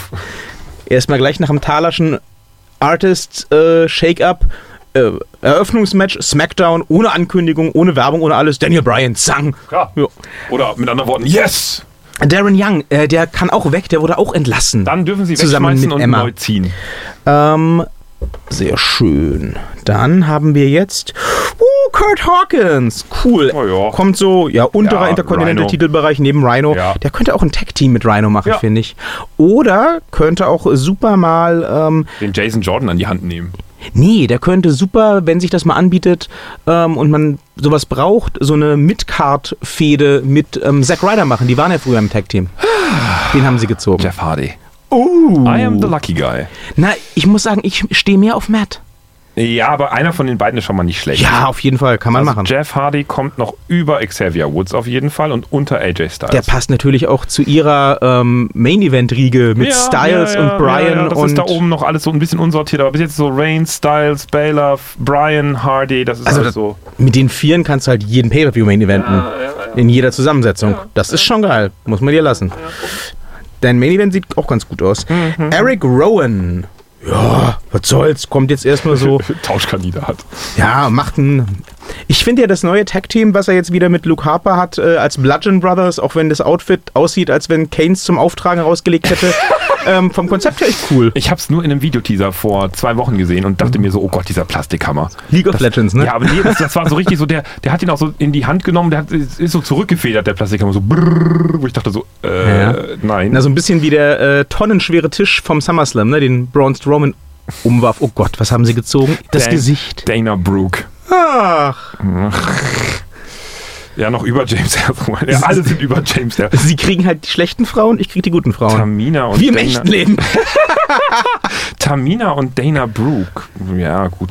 [SPEAKER 1] Erstmal gleich nach dem Thalerschen Artist äh, Shake-Up. Äh, Eröffnungsmatch, Smackdown, ohne Ankündigung, ohne Werbung, ohne alles. Daniel Bryan, zang.
[SPEAKER 2] Ja.
[SPEAKER 1] Ja.
[SPEAKER 2] Oder mit anderen Worten, yes!
[SPEAKER 1] Darren Young, äh, der kann auch weg, der wurde auch entlassen.
[SPEAKER 2] Dann dürfen sie
[SPEAKER 1] Zusammen
[SPEAKER 2] wegschmeißen
[SPEAKER 1] mit
[SPEAKER 2] und
[SPEAKER 1] Emma.
[SPEAKER 2] neu ziehen.
[SPEAKER 1] Ähm, sehr schön. Dann haben wir jetzt uh, Kurt Hawkins. Cool.
[SPEAKER 2] Oh ja.
[SPEAKER 1] Kommt so, ja, unterer
[SPEAKER 2] Ja,
[SPEAKER 1] Intercontinental-Titelbereich neben Rhino.
[SPEAKER 2] Ja.
[SPEAKER 1] Der könnte auch ein Tag-Team mit Rhino machen,
[SPEAKER 2] Ja.
[SPEAKER 1] finde ich. Oder könnte auch super mal, ähm,
[SPEAKER 2] Den Jason Jordan an die Hand nehmen.
[SPEAKER 1] nee, der könnte super, wenn sich das mal anbietet ähm, und man sowas braucht, so eine Mid-Card-Fehde mit ähm, Zack Ryder machen. Die waren ja früher im Tag-Team. Den haben sie gezogen.
[SPEAKER 2] Jeff Hardy.
[SPEAKER 1] Oh.
[SPEAKER 2] I am the lucky guy.
[SPEAKER 1] Na, ich muss sagen, ich stehe mehr auf Matt.
[SPEAKER 2] Ja, aber einer von den beiden ist schon mal nicht schlecht.
[SPEAKER 1] Ja, auf jeden Fall, kann man
[SPEAKER 2] also
[SPEAKER 1] machen.
[SPEAKER 2] Jeff Hardy kommt noch über Xavier Woods auf jeden Fall und unter A J Styles.
[SPEAKER 1] Der passt natürlich auch zu ihrer ähm, Main-Event-Riege mit
[SPEAKER 2] Ja,
[SPEAKER 1] Styles
[SPEAKER 2] ja, ja,
[SPEAKER 1] und Bryan.
[SPEAKER 2] Ja, ja, das
[SPEAKER 1] und
[SPEAKER 2] ist da oben noch alles so ein bisschen unsortiert, aber bis jetzt so Reigns, Styles, Baylor, Bryan, Hardy, das ist
[SPEAKER 1] Also
[SPEAKER 2] alles
[SPEAKER 1] das,
[SPEAKER 2] so.
[SPEAKER 1] mit den Vieren kannst du halt jeden Pay-Per-View Main-Eventen. In jeder Zusammensetzung. Das ist schon geil. Muss man dir lassen. Dein Main-Event sieht auch ganz gut aus.
[SPEAKER 2] Mhm.
[SPEAKER 1] Eric Rowan. Ja, was soll's. Kommt jetzt erstmal so.
[SPEAKER 2] Tauschkandidat.
[SPEAKER 1] Ja, macht ein. Ich finde ja das neue Tag-Team, was er jetzt wieder mit Luke Harper hat, äh, als Bludgeon Brothers, auch wenn das Outfit aussieht, als wenn Keynes zum Auftragen rausgelegt hätte, ähm, vom Konzept her echt cool.
[SPEAKER 2] Ich habe es nur in einem Videoteaser vor zwei Wochen gesehen und dachte mir so, oh Gott, dieser Plastikhammer.
[SPEAKER 1] League of Legends, ne?
[SPEAKER 2] Ja, aber nee, das, das war so richtig so, der, der hat ihn auch so in die Hand genommen, der hat, ist so zurückgefedert, der Plastikhammer, so brrr, wo ich dachte so, äh,
[SPEAKER 1] Ja.
[SPEAKER 2] nein.
[SPEAKER 1] Na, so ein bisschen wie der äh, tonnenschwere Tisch vom SummerSlam, ne? Den Braun Strowman umwarf. Oh Gott, was haben sie gezogen? Das
[SPEAKER 2] Dan-
[SPEAKER 1] Gesicht.
[SPEAKER 2] Dana Brooke.
[SPEAKER 1] Ach,
[SPEAKER 2] Ja, noch über James Ellsworth. Ja, alle sind über James Ellsworth.
[SPEAKER 1] sie kriegen halt die schlechten Frauen, ich krieg die guten Frauen.
[SPEAKER 2] Tamina und
[SPEAKER 1] Wie im
[SPEAKER 2] Dana,
[SPEAKER 1] echten Leben.
[SPEAKER 2] Tamina und Dana Brooke. Ja, gut.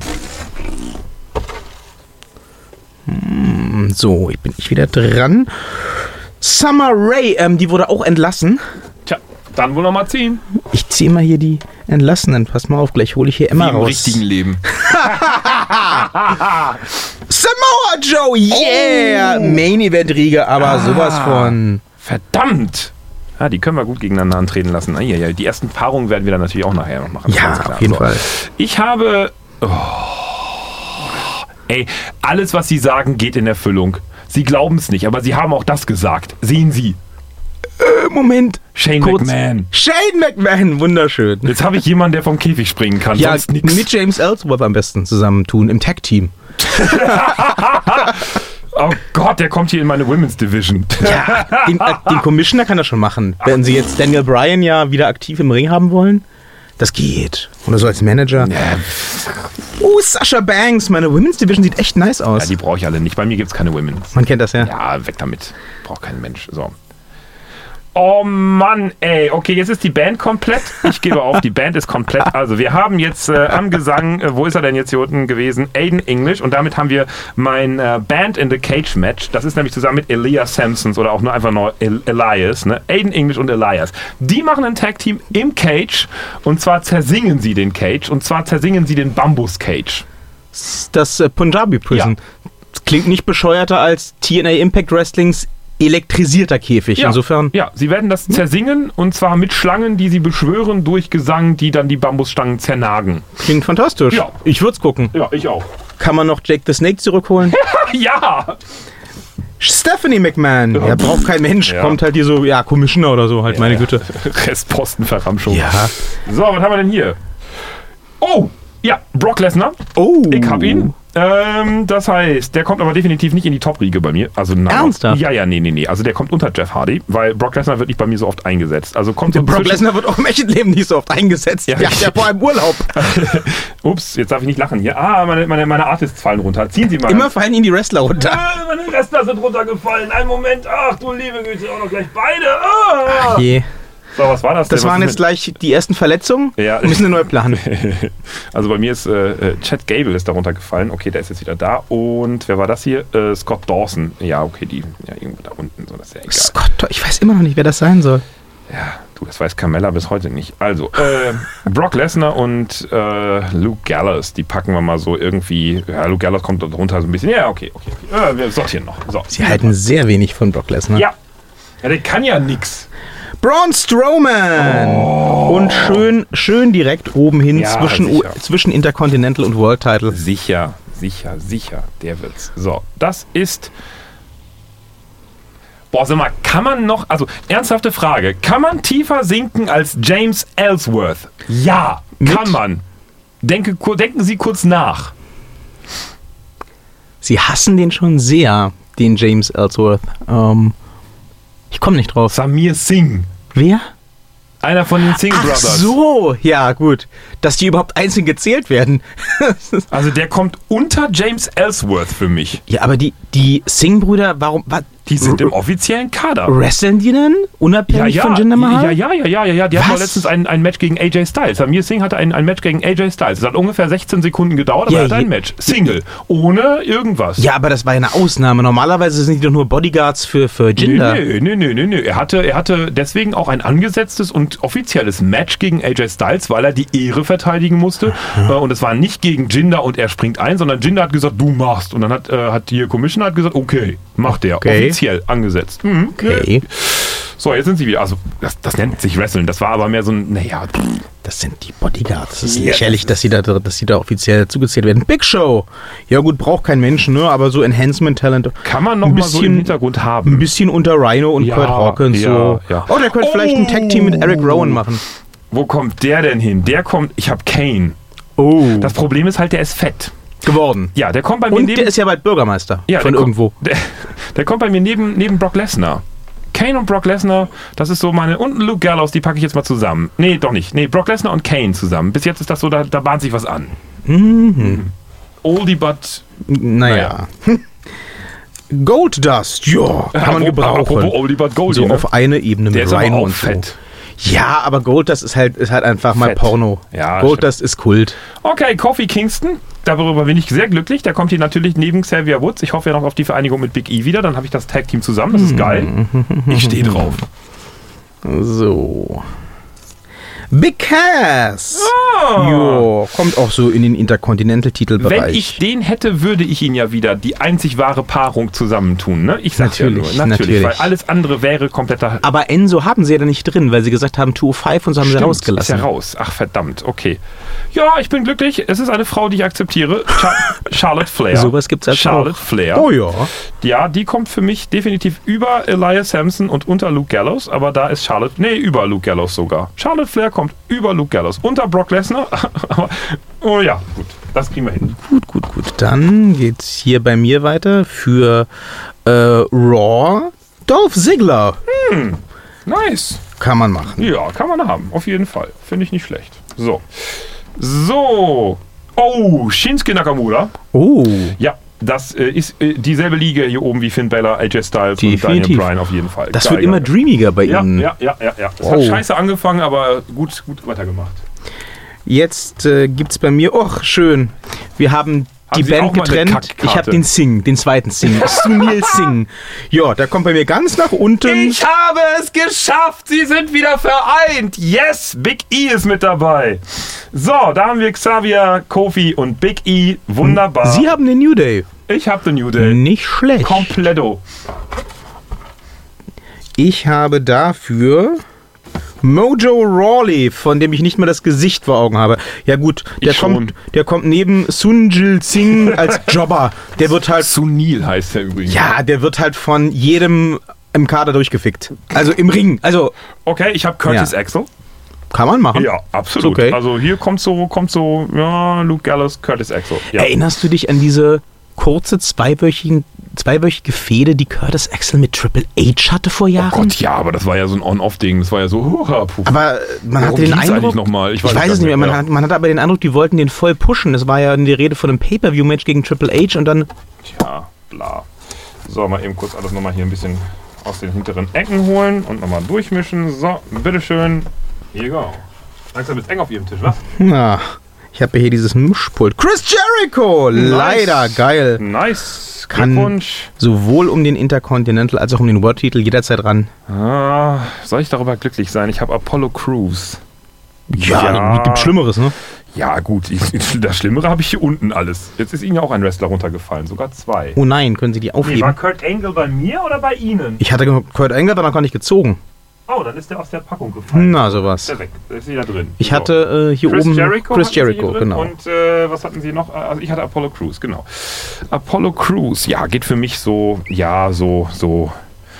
[SPEAKER 1] So, ich bin ich wieder dran. Summer Rae, ähm, die wurde auch entlassen.
[SPEAKER 2] Tja, dann wohl noch mal ziehen.
[SPEAKER 1] Ich ziehe mal hier die Entlassenen. Pass mal auf, gleich hole ich hier Emma
[SPEAKER 2] Wie im
[SPEAKER 1] raus.
[SPEAKER 2] richtigen Leben.
[SPEAKER 1] Samoa Joe, yeah! Main Event Riege, aber
[SPEAKER 2] Ah.
[SPEAKER 1] sowas von.
[SPEAKER 2] Verdammt! Ja, die können wir gut gegeneinander antreten lassen. Eieiei, die ersten Paarungen werden wir dann natürlich auch nachher noch machen.
[SPEAKER 1] Ja,
[SPEAKER 2] ganz klar.
[SPEAKER 1] auf jeden
[SPEAKER 2] So.
[SPEAKER 1] Fall.
[SPEAKER 2] Ich habe... Oh, ey, alles, was Sie sagen, geht in Erfüllung. Sie glauben es nicht, aber Sie haben auch das gesagt. Sehen Sie.
[SPEAKER 1] Äh, Moment.
[SPEAKER 2] Shane
[SPEAKER 1] Kurz.
[SPEAKER 2] McMahon.
[SPEAKER 1] Shane McMahon, wunderschön.
[SPEAKER 2] Jetzt habe ich jemanden, der vom Käfig springen kann.
[SPEAKER 1] Ja,
[SPEAKER 2] sonst nix.
[SPEAKER 1] mit James Ellsworth am besten zusammentun im Tag-Team.
[SPEAKER 2] Oh Gott, der kommt hier in meine Women's Division.
[SPEAKER 1] Ja, den, äh, den Commissioner kann er schon machen. Wenn sie jetzt Daniel Bryan ja wieder aktiv im Ring haben wollen, das geht. Oder so als Manager.
[SPEAKER 2] Ja,
[SPEAKER 1] Oh, Sasha Banks, meine Women's Division sieht echt nice aus.
[SPEAKER 2] ja, die brauche ich alle nicht. Bei mir gibt es keine Women's.
[SPEAKER 1] Man kennt das ja.
[SPEAKER 2] Ja, weg damit. Braucht kein Mensch. So. Oh Mann, ey. Okay, jetzt ist die Band komplett. Ich gebe auf, die Band ist komplett. Also wir haben jetzt äh, am Gesang, äh, wo ist er denn jetzt hier unten gewesen? Aiden English. Und damit haben wir mein äh, Band in the Cage Match. Das ist nämlich zusammen mit Elias Sampsons oder auch nur einfach nur El- Elias. Ne? Aiden English und Elias. Die machen ein Tag-Team im Cage. Und zwar zersingen sie den Cage. Und zwar zersingen sie den Bambus-Cage.
[SPEAKER 1] Das äh, Punjabi Prison. Ja. Das klingt nicht bescheuerter als T N A Impact Wrestlings elektrisierter Käfig,
[SPEAKER 2] ja,
[SPEAKER 1] insofern.
[SPEAKER 2] Ja, sie werden das zersingen und zwar mit Schlangen, die sie beschwören durch Gesang, die dann die Bambusstangen zernagen.
[SPEAKER 1] Klingt fantastisch.
[SPEAKER 2] Ja.
[SPEAKER 1] Ich würde es gucken.
[SPEAKER 2] Ja, ich auch.
[SPEAKER 1] Kann man noch Jake the Snake zurückholen?
[SPEAKER 2] Ja!
[SPEAKER 1] Stephanie McMahon.
[SPEAKER 2] Ja.
[SPEAKER 1] Er braucht kein Mensch. Ja. Kommt halt hier so, ja, Commissioner oder so, halt, ja, meine Güte.
[SPEAKER 2] Restpostenverramschung.
[SPEAKER 1] Ja.
[SPEAKER 2] So, was haben wir denn hier? Oh! Ja, Brock Lesnar.
[SPEAKER 1] Oh!
[SPEAKER 2] Ich hab ihn. Ähm, das heißt, der kommt aber definitiv nicht in die Top-Riege bei mir. Also, na,
[SPEAKER 1] ernsthaft?
[SPEAKER 2] Ja, ja, nee, nee, nee. Also der kommt unter Jeff Hardy, weil Brock Lesnar wird nicht bei mir so oft eingesetzt. Also kommt so
[SPEAKER 1] Brock Lesnar wird auch im echten Leben nicht so oft eingesetzt.
[SPEAKER 2] Ja,
[SPEAKER 1] ja, ja vor allem Urlaub.
[SPEAKER 2] Ups, jetzt darf ich nicht lachen hier. Ah, meine, meine, meine Artists fallen runter. Ziehen Sie mal.
[SPEAKER 1] Immer fallen Ihnen die Wrestler runter.
[SPEAKER 2] Ah, meine Wrestler sind runtergefallen. Einen Moment. Ach du liebe Güte, auch noch gleich beide. Ah.
[SPEAKER 1] Ach je.
[SPEAKER 2] So, was war das denn?
[SPEAKER 1] Das waren jetzt gleich die ersten Verletzungen.
[SPEAKER 2] Ja.
[SPEAKER 1] Wir müssen eine neue planen.
[SPEAKER 2] Also bei mir ist äh, Chad Gable ist darunter gefallen. Okay, der ist jetzt wieder da. Und wer war das hier? Äh, Scott Dawson. Ja, okay, die ja irgendwo da unten. So, das ist ja egal.
[SPEAKER 1] Scott, ich weiß immer noch nicht, wer das sein soll.
[SPEAKER 2] Ja, du, das weiß Carmella bis heute nicht. Also, äh, Brock Lesnar und äh, Luke Gallows, die packen wir mal so irgendwie. Ja, Luke Gallows kommt darunter so ein bisschen. Ja, okay, okay, okay. Äh, wir sortieren noch. So.
[SPEAKER 1] Sie halten sehr wenig von Brock Lesnar.
[SPEAKER 2] Ja. Ja, der kann ja nix.
[SPEAKER 1] Braun Strowman!
[SPEAKER 2] Oh.
[SPEAKER 1] Und schön, schön direkt oben hin
[SPEAKER 2] Ja,
[SPEAKER 1] zwischen, U- zwischen Intercontinental und World Title.
[SPEAKER 2] Sicher, sicher, sicher, der wird's. So, das ist... Boah, sag mal, kann man noch... Also, ernsthafte Frage. Kann man tiefer sinken als James Ellsworth? Ja,
[SPEAKER 1] Mit?
[SPEAKER 2] kann man. Denke, denken Sie kurz nach.
[SPEAKER 1] Sie hassen den schon sehr, den James Ellsworth. Ähm, ich komme nicht drauf.
[SPEAKER 2] Samir Singh.
[SPEAKER 1] Wer?
[SPEAKER 2] Einer von den Singh
[SPEAKER 1] Ach
[SPEAKER 2] Brothers.
[SPEAKER 1] so, ja gut. Dass die überhaupt einzeln gezählt werden.
[SPEAKER 2] Also der kommt unter James Ellsworth für mich.
[SPEAKER 1] Ja, aber die, die Singh-Brüder, warum... Was,
[SPEAKER 2] Die sind im offiziellen Kader.
[SPEAKER 1] wresteln die denn? Unabhängig
[SPEAKER 2] ja, ja,
[SPEAKER 1] von Jinder Mahal?
[SPEAKER 2] Ja, ja, ja, ja, ja, ja. Die hatten
[SPEAKER 1] Was?
[SPEAKER 2] doch letztens ein, ein Match gegen A J Styles. Samir Singh hatte ein, ein Match gegen A J Styles. Es hat ungefähr sechzehn Sekunden gedauert, aber
[SPEAKER 1] Ja,
[SPEAKER 2] er hatte ein
[SPEAKER 1] je-
[SPEAKER 2] Match. Single. Ohne irgendwas.
[SPEAKER 1] Ja, aber das war ja eine Ausnahme. Normalerweise sind die doch nur Bodyguards für, für Jinder.
[SPEAKER 2] Nee, nee, nee, nee, nee. Er hatte, er hatte deswegen auch ein angesetztes und offizielles Match gegen A J Styles, weil er die Ehre verteidigen musste. Mhm. Und es war nicht gegen Jinder und er springt ein, sondern Jinder hat gesagt, du machst. Und dann hat, äh, hat die Commissioner hat gesagt, okay, macht der.
[SPEAKER 1] Okay.
[SPEAKER 2] Offiziell angesetzt. Mhm.
[SPEAKER 1] Okay.
[SPEAKER 2] So, jetzt sind sie wieder. Also, das, das nennt sich Wrestling. Das war aber mehr so ein, naja,
[SPEAKER 1] Das sind die Bodyguards. Das ist
[SPEAKER 2] Ja,
[SPEAKER 1] lächerlich,
[SPEAKER 2] das
[SPEAKER 1] dass sie da, dass sie da offiziell zugezählt werden. Big Show. Ja gut, braucht kein Mensch, ne? Aber so Enhancement-Talent.
[SPEAKER 2] kann man noch
[SPEAKER 1] Ein
[SPEAKER 2] mal so im
[SPEAKER 1] bisschen-
[SPEAKER 2] Hintergrund haben.
[SPEAKER 1] Ein bisschen unter Rhino und
[SPEAKER 2] Ja,
[SPEAKER 1] Kurt Hawkins.
[SPEAKER 2] ja,
[SPEAKER 1] so.
[SPEAKER 2] ja.
[SPEAKER 1] Oh, der könnte vielleicht ein Tag-Team mit Eric Rowan machen.
[SPEAKER 2] Wo kommt der denn hin? Der kommt, ich habe Kane.
[SPEAKER 1] Oh.
[SPEAKER 2] Das Problem ist halt, der ist fett.
[SPEAKER 1] geworden.
[SPEAKER 2] Ja, der kommt bei mir
[SPEAKER 1] Und
[SPEAKER 2] neben...
[SPEAKER 1] der ist ja bald Bürgermeister
[SPEAKER 2] ja,
[SPEAKER 1] von
[SPEAKER 2] der
[SPEAKER 1] irgendwo.
[SPEAKER 2] Kommt, der, der kommt bei mir neben, neben Brock Lesnar. Kane und Brock Lesnar, das ist so meine... Und Luke Gallows, die packe ich jetzt mal zusammen. Nee, doch nicht. Nee, Brock Lesnar und Kane zusammen. Bis jetzt ist das so, da, da bahnt sich was an.
[SPEAKER 1] Mhm.
[SPEAKER 2] Oldie but...
[SPEAKER 1] Naja. Gold Dust, ja, kann man gebrauchen.
[SPEAKER 2] Apropos Oldie but Goldie,
[SPEAKER 1] So
[SPEAKER 2] ne?
[SPEAKER 1] auf eine Ebene
[SPEAKER 2] Der
[SPEAKER 1] mit
[SPEAKER 2] ist aber
[SPEAKER 1] Rhino
[SPEAKER 2] auch
[SPEAKER 1] und so.
[SPEAKER 2] fett.
[SPEAKER 1] Ja, aber Gold Dust ist halt, ist halt einfach mal
[SPEAKER 2] Fett.
[SPEAKER 1] Porno.
[SPEAKER 2] Ja,
[SPEAKER 1] Gold
[SPEAKER 2] stimmt.
[SPEAKER 1] Dust ist Kult.
[SPEAKER 2] Okay, Kofi Kingston. Darüber bin ich sehr glücklich. Der kommt hier natürlich neben Xavier Woods. Ich hoffe ja noch auf die Vereinigung mit Big E wieder. Dann habe ich das Tag-Team zusammen. Das ist geil. Ich stehe drauf.
[SPEAKER 1] So. Big Cass.
[SPEAKER 2] Ah.
[SPEAKER 1] Jo, kommt auch so in den Intercontinental-Titelbereich.
[SPEAKER 2] Wenn ich den hätte, würde ich ihn ja wieder die einzig wahre Paarung zusammentun. Ne? Ich sag's
[SPEAKER 1] Natürlich,
[SPEAKER 2] ja nur. Natürlich,
[SPEAKER 1] natürlich.
[SPEAKER 2] weil alles andere wäre kompletter...
[SPEAKER 1] Aber Enzo haben sie ja da nicht drin, weil sie gesagt haben zweihundertfünf und so haben sie
[SPEAKER 2] Stimmt,
[SPEAKER 1] rausgelassen.
[SPEAKER 2] Ist ja raus. Ach, verdammt. Okay. Ja, ich bin glücklich. Es ist eine Frau, die ich akzeptiere. Char Charlotte Flair.
[SPEAKER 1] Sowas gibt's als
[SPEAKER 2] Charlotte
[SPEAKER 1] auch.
[SPEAKER 2] Flair.
[SPEAKER 1] Oh ja.
[SPEAKER 2] Ja, die kommt für mich definitiv über Elias Sampson und unter Luke Gallows, aber da ist Charlotte, nee, über Luke Gallows sogar. Charlotte Flair kommt über Luke Gallows, unter Brock Lesnar, aber, oh ja, gut, das kriegen wir hin.
[SPEAKER 1] Gut, gut, gut. Dann geht's hier bei mir weiter für äh, Raw. Dolph Ziggler.
[SPEAKER 2] Hm, nice.
[SPEAKER 1] Kann man machen.
[SPEAKER 2] Ja, kann man haben, auf jeden Fall. Finde ich nicht schlecht. So. So. Oh, Shinsuke Nakamura.
[SPEAKER 1] Oh.
[SPEAKER 2] Ja, das äh, ist äh, dieselbe Liga hier oben wie Finn Balor, A J Styles
[SPEAKER 1] Definitiv.
[SPEAKER 2] und Daniel Bryan auf jeden Fall.
[SPEAKER 1] Das
[SPEAKER 2] Geil,
[SPEAKER 1] wird immer
[SPEAKER 2] geil.
[SPEAKER 1] dreamiger bei
[SPEAKER 2] Ja,
[SPEAKER 1] Ihnen.
[SPEAKER 2] ja, ja, ja, ja. Das
[SPEAKER 1] Wow.
[SPEAKER 2] hat scheiße angefangen, aber gut, gut weitergemacht.
[SPEAKER 1] Jetzt äh, gibt's bei mir, och, schön. Wir haben die
[SPEAKER 2] Haben Sie auch
[SPEAKER 1] Band
[SPEAKER 2] mal eine
[SPEAKER 1] getrennt.
[SPEAKER 2] Kackkarte?
[SPEAKER 1] Ich habe den Singh, den zweiten Singh. Sunil Singh. Ja, der kommt bei mir ganz nach unten.
[SPEAKER 2] Ich habe es geschafft! Sie sind wieder vereint! Yes! Big E ist mit dabei. So, da haben wir Xavier, Kofi und Big E. Wunderbar.
[SPEAKER 1] Sie haben den New Day.
[SPEAKER 2] Ich habe den New Day.
[SPEAKER 1] Nicht schlecht.
[SPEAKER 2] Kompletto.
[SPEAKER 1] Ich habe dafür Mojo Rawley, von dem ich nicht mal das Gesicht vor Augen habe. Ja gut, der,
[SPEAKER 2] Ich schon.
[SPEAKER 1] kommt, der kommt neben Sunjil Singh als Jobber. Der wird halt,
[SPEAKER 2] Sunil heißt er übrigens.
[SPEAKER 1] ja, der wird halt von jedem im Kader durchgefickt. Also im Ring. Also
[SPEAKER 2] Okay, ich habe Curtis
[SPEAKER 1] Ja.
[SPEAKER 2] Axel.
[SPEAKER 1] kann man machen.
[SPEAKER 2] Ja, absolut.
[SPEAKER 1] Ist okay.
[SPEAKER 2] Also hier kommt so, kommt so, ja, Luke Gallows, Curtis Axel. Ja.
[SPEAKER 1] Erinnerst du dich an diese kurze zweiwöchigen, zweiwöchige Fehde, die Curtis Axel mit Triple H hatte vor
[SPEAKER 2] Oh
[SPEAKER 1] Jahren?
[SPEAKER 2] Gott, ja, aber das war ja so ein On-Off-Ding. Das war ja so, hurra, puh.
[SPEAKER 1] Aber man
[SPEAKER 2] Warum
[SPEAKER 1] hatte den
[SPEAKER 2] ging's eigentlich
[SPEAKER 1] Eindruck,
[SPEAKER 2] noch mal? Ich
[SPEAKER 1] ich
[SPEAKER 2] weiß
[SPEAKER 1] weiß,
[SPEAKER 2] es
[SPEAKER 1] es nicht mehr, man,
[SPEAKER 2] ja.
[SPEAKER 1] hat, man hatte aber den Eindruck, die wollten den voll pushen. Es war ja in der Rede von einem Pay-Per-View-Match gegen Triple H und dann,
[SPEAKER 2] Tja, bla. So, mal eben kurz alles nochmal hier ein bisschen aus den hinteren Ecken holen und nochmal durchmischen. So, bitteschön. Here you go. Langsam ist eng auf Ihrem Tisch, was?
[SPEAKER 1] na, ich habe hier dieses Mischpult. Chris Jericho, leider, geil.
[SPEAKER 2] Nice.
[SPEAKER 1] Kann-
[SPEAKER 2] Glückwunsch.
[SPEAKER 1] Sowohl um den Intercontinental als auch um den World-Titel jederzeit ran.
[SPEAKER 2] Ah, soll ich darüber glücklich sein? Ich habe Apollo Crews.
[SPEAKER 1] Ja,
[SPEAKER 2] Ja.
[SPEAKER 1] gibt Schlimmeres, ne?
[SPEAKER 2] Ja, gut, ich, das Schlimmere habe ich hier unten alles. Jetzt ist Ihnen ja auch ein Wrestler runtergefallen, sogar zwei.
[SPEAKER 1] Oh nein, können Sie die
[SPEAKER 2] Nee,
[SPEAKER 1] aufheben?
[SPEAKER 2] war Kurt Angle bei mir oder bei Ihnen?
[SPEAKER 1] Ich hatte gehört, Kurt Angle, aber dann gar nicht gezogen.
[SPEAKER 2] Oh, dann ist der aus der Packung gefallen.
[SPEAKER 1] Na,
[SPEAKER 2] Ist
[SPEAKER 1] sowas.
[SPEAKER 2] der weg, der ist wieder drin.
[SPEAKER 1] Ich
[SPEAKER 2] So.
[SPEAKER 1] hatte äh, hier
[SPEAKER 2] Chris
[SPEAKER 1] oben
[SPEAKER 2] Jericho,
[SPEAKER 1] Chris
[SPEAKER 2] hatten Sie hier
[SPEAKER 1] Jericho,
[SPEAKER 2] drin.
[SPEAKER 1] genau.
[SPEAKER 2] Und äh, was hatten Sie noch? Also ich hatte Apollo Crews, genau. Apollo Crews, ja, geht für mich so, ja, so, so,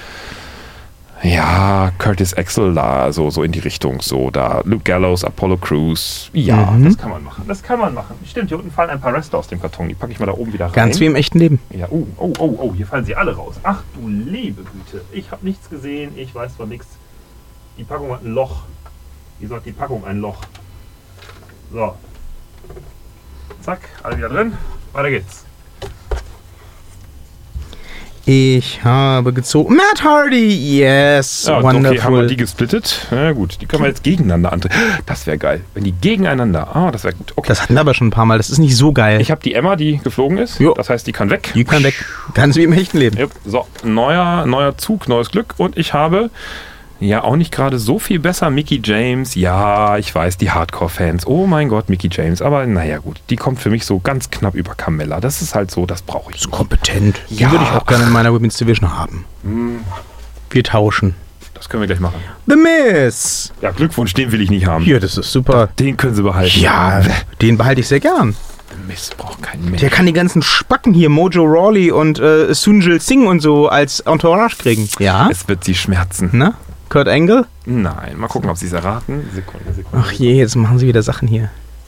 [SPEAKER 2] ja, Curtis Axel da, so, so in die Richtung, so da, Luke Gallows, Apollo Crews, ja,
[SPEAKER 1] Mhm.
[SPEAKER 2] das kann man machen, das kann man machen. Stimmt, hier unten fallen ein paar Wrestler aus dem Karton, die packe ich mal da oben wieder rein.
[SPEAKER 1] Ganz wie im echten Leben.
[SPEAKER 2] Ja, oh, oh, oh, oh, hier fallen sie alle raus. Ach du liebe Güte, ich habe nichts gesehen, ich weiß von nichts. Die Packung hat ein Loch. Wieso hat die Packung ein Loch? So. Zack, alle wieder drin. Weiter geht's.
[SPEAKER 1] Ich habe gezogen. Matt Hardy, yes,
[SPEAKER 2] Ja,
[SPEAKER 1] wonderful.
[SPEAKER 2] okay, haben wir die gesplittet. Na gut, die können wir jetzt gegeneinander antreten. Das wäre geil. Wenn die gegeneinander. Ah, das wäre gut. Okay.
[SPEAKER 1] Das hatten wir aber schon ein paar Mal, das ist nicht so geil.
[SPEAKER 2] Ich habe die Emma, die geflogen ist.
[SPEAKER 1] Jo.
[SPEAKER 2] Das heißt, die kann weg.
[SPEAKER 1] die kann weg. Ganz wie im echten Leben.
[SPEAKER 2] Yep. So, neuer, neuer Zug, neues Glück. Und ich habe ja auch nicht gerade so viel besser Mickie James. Ja, ich weiß, die Hardcore-Fans. Oh mein Gott, Mickie James. Aber naja, gut, die kommt für mich so ganz knapp über Carmella. Das ist halt so, das brauche ich.
[SPEAKER 1] So kompetent. Die
[SPEAKER 2] Ja.
[SPEAKER 1] würde ich auch gerne in meiner Women's Division haben. Wir tauschen.
[SPEAKER 2] Das können wir gleich machen.
[SPEAKER 1] The Miz.
[SPEAKER 2] Ja, Glückwunsch, den will ich nicht haben.
[SPEAKER 1] Hier, das ist super.
[SPEAKER 2] Den können sie behalten.
[SPEAKER 1] Ja, den behalte ich sehr gern.
[SPEAKER 2] Mist, braucht keinen Mensch.
[SPEAKER 1] Der kann die ganzen Spacken hier, Mojo Rawley und äh, Sunjil Singh und so, als Entourage kriegen. Ja?
[SPEAKER 2] Es wird sie schmerzen.
[SPEAKER 1] Na? Kurt Angle?
[SPEAKER 2] Nein, mal gucken, ob sie es erraten. Sekunde, Sekunde.
[SPEAKER 1] Ach je, jetzt machen sie wieder Sachen hier.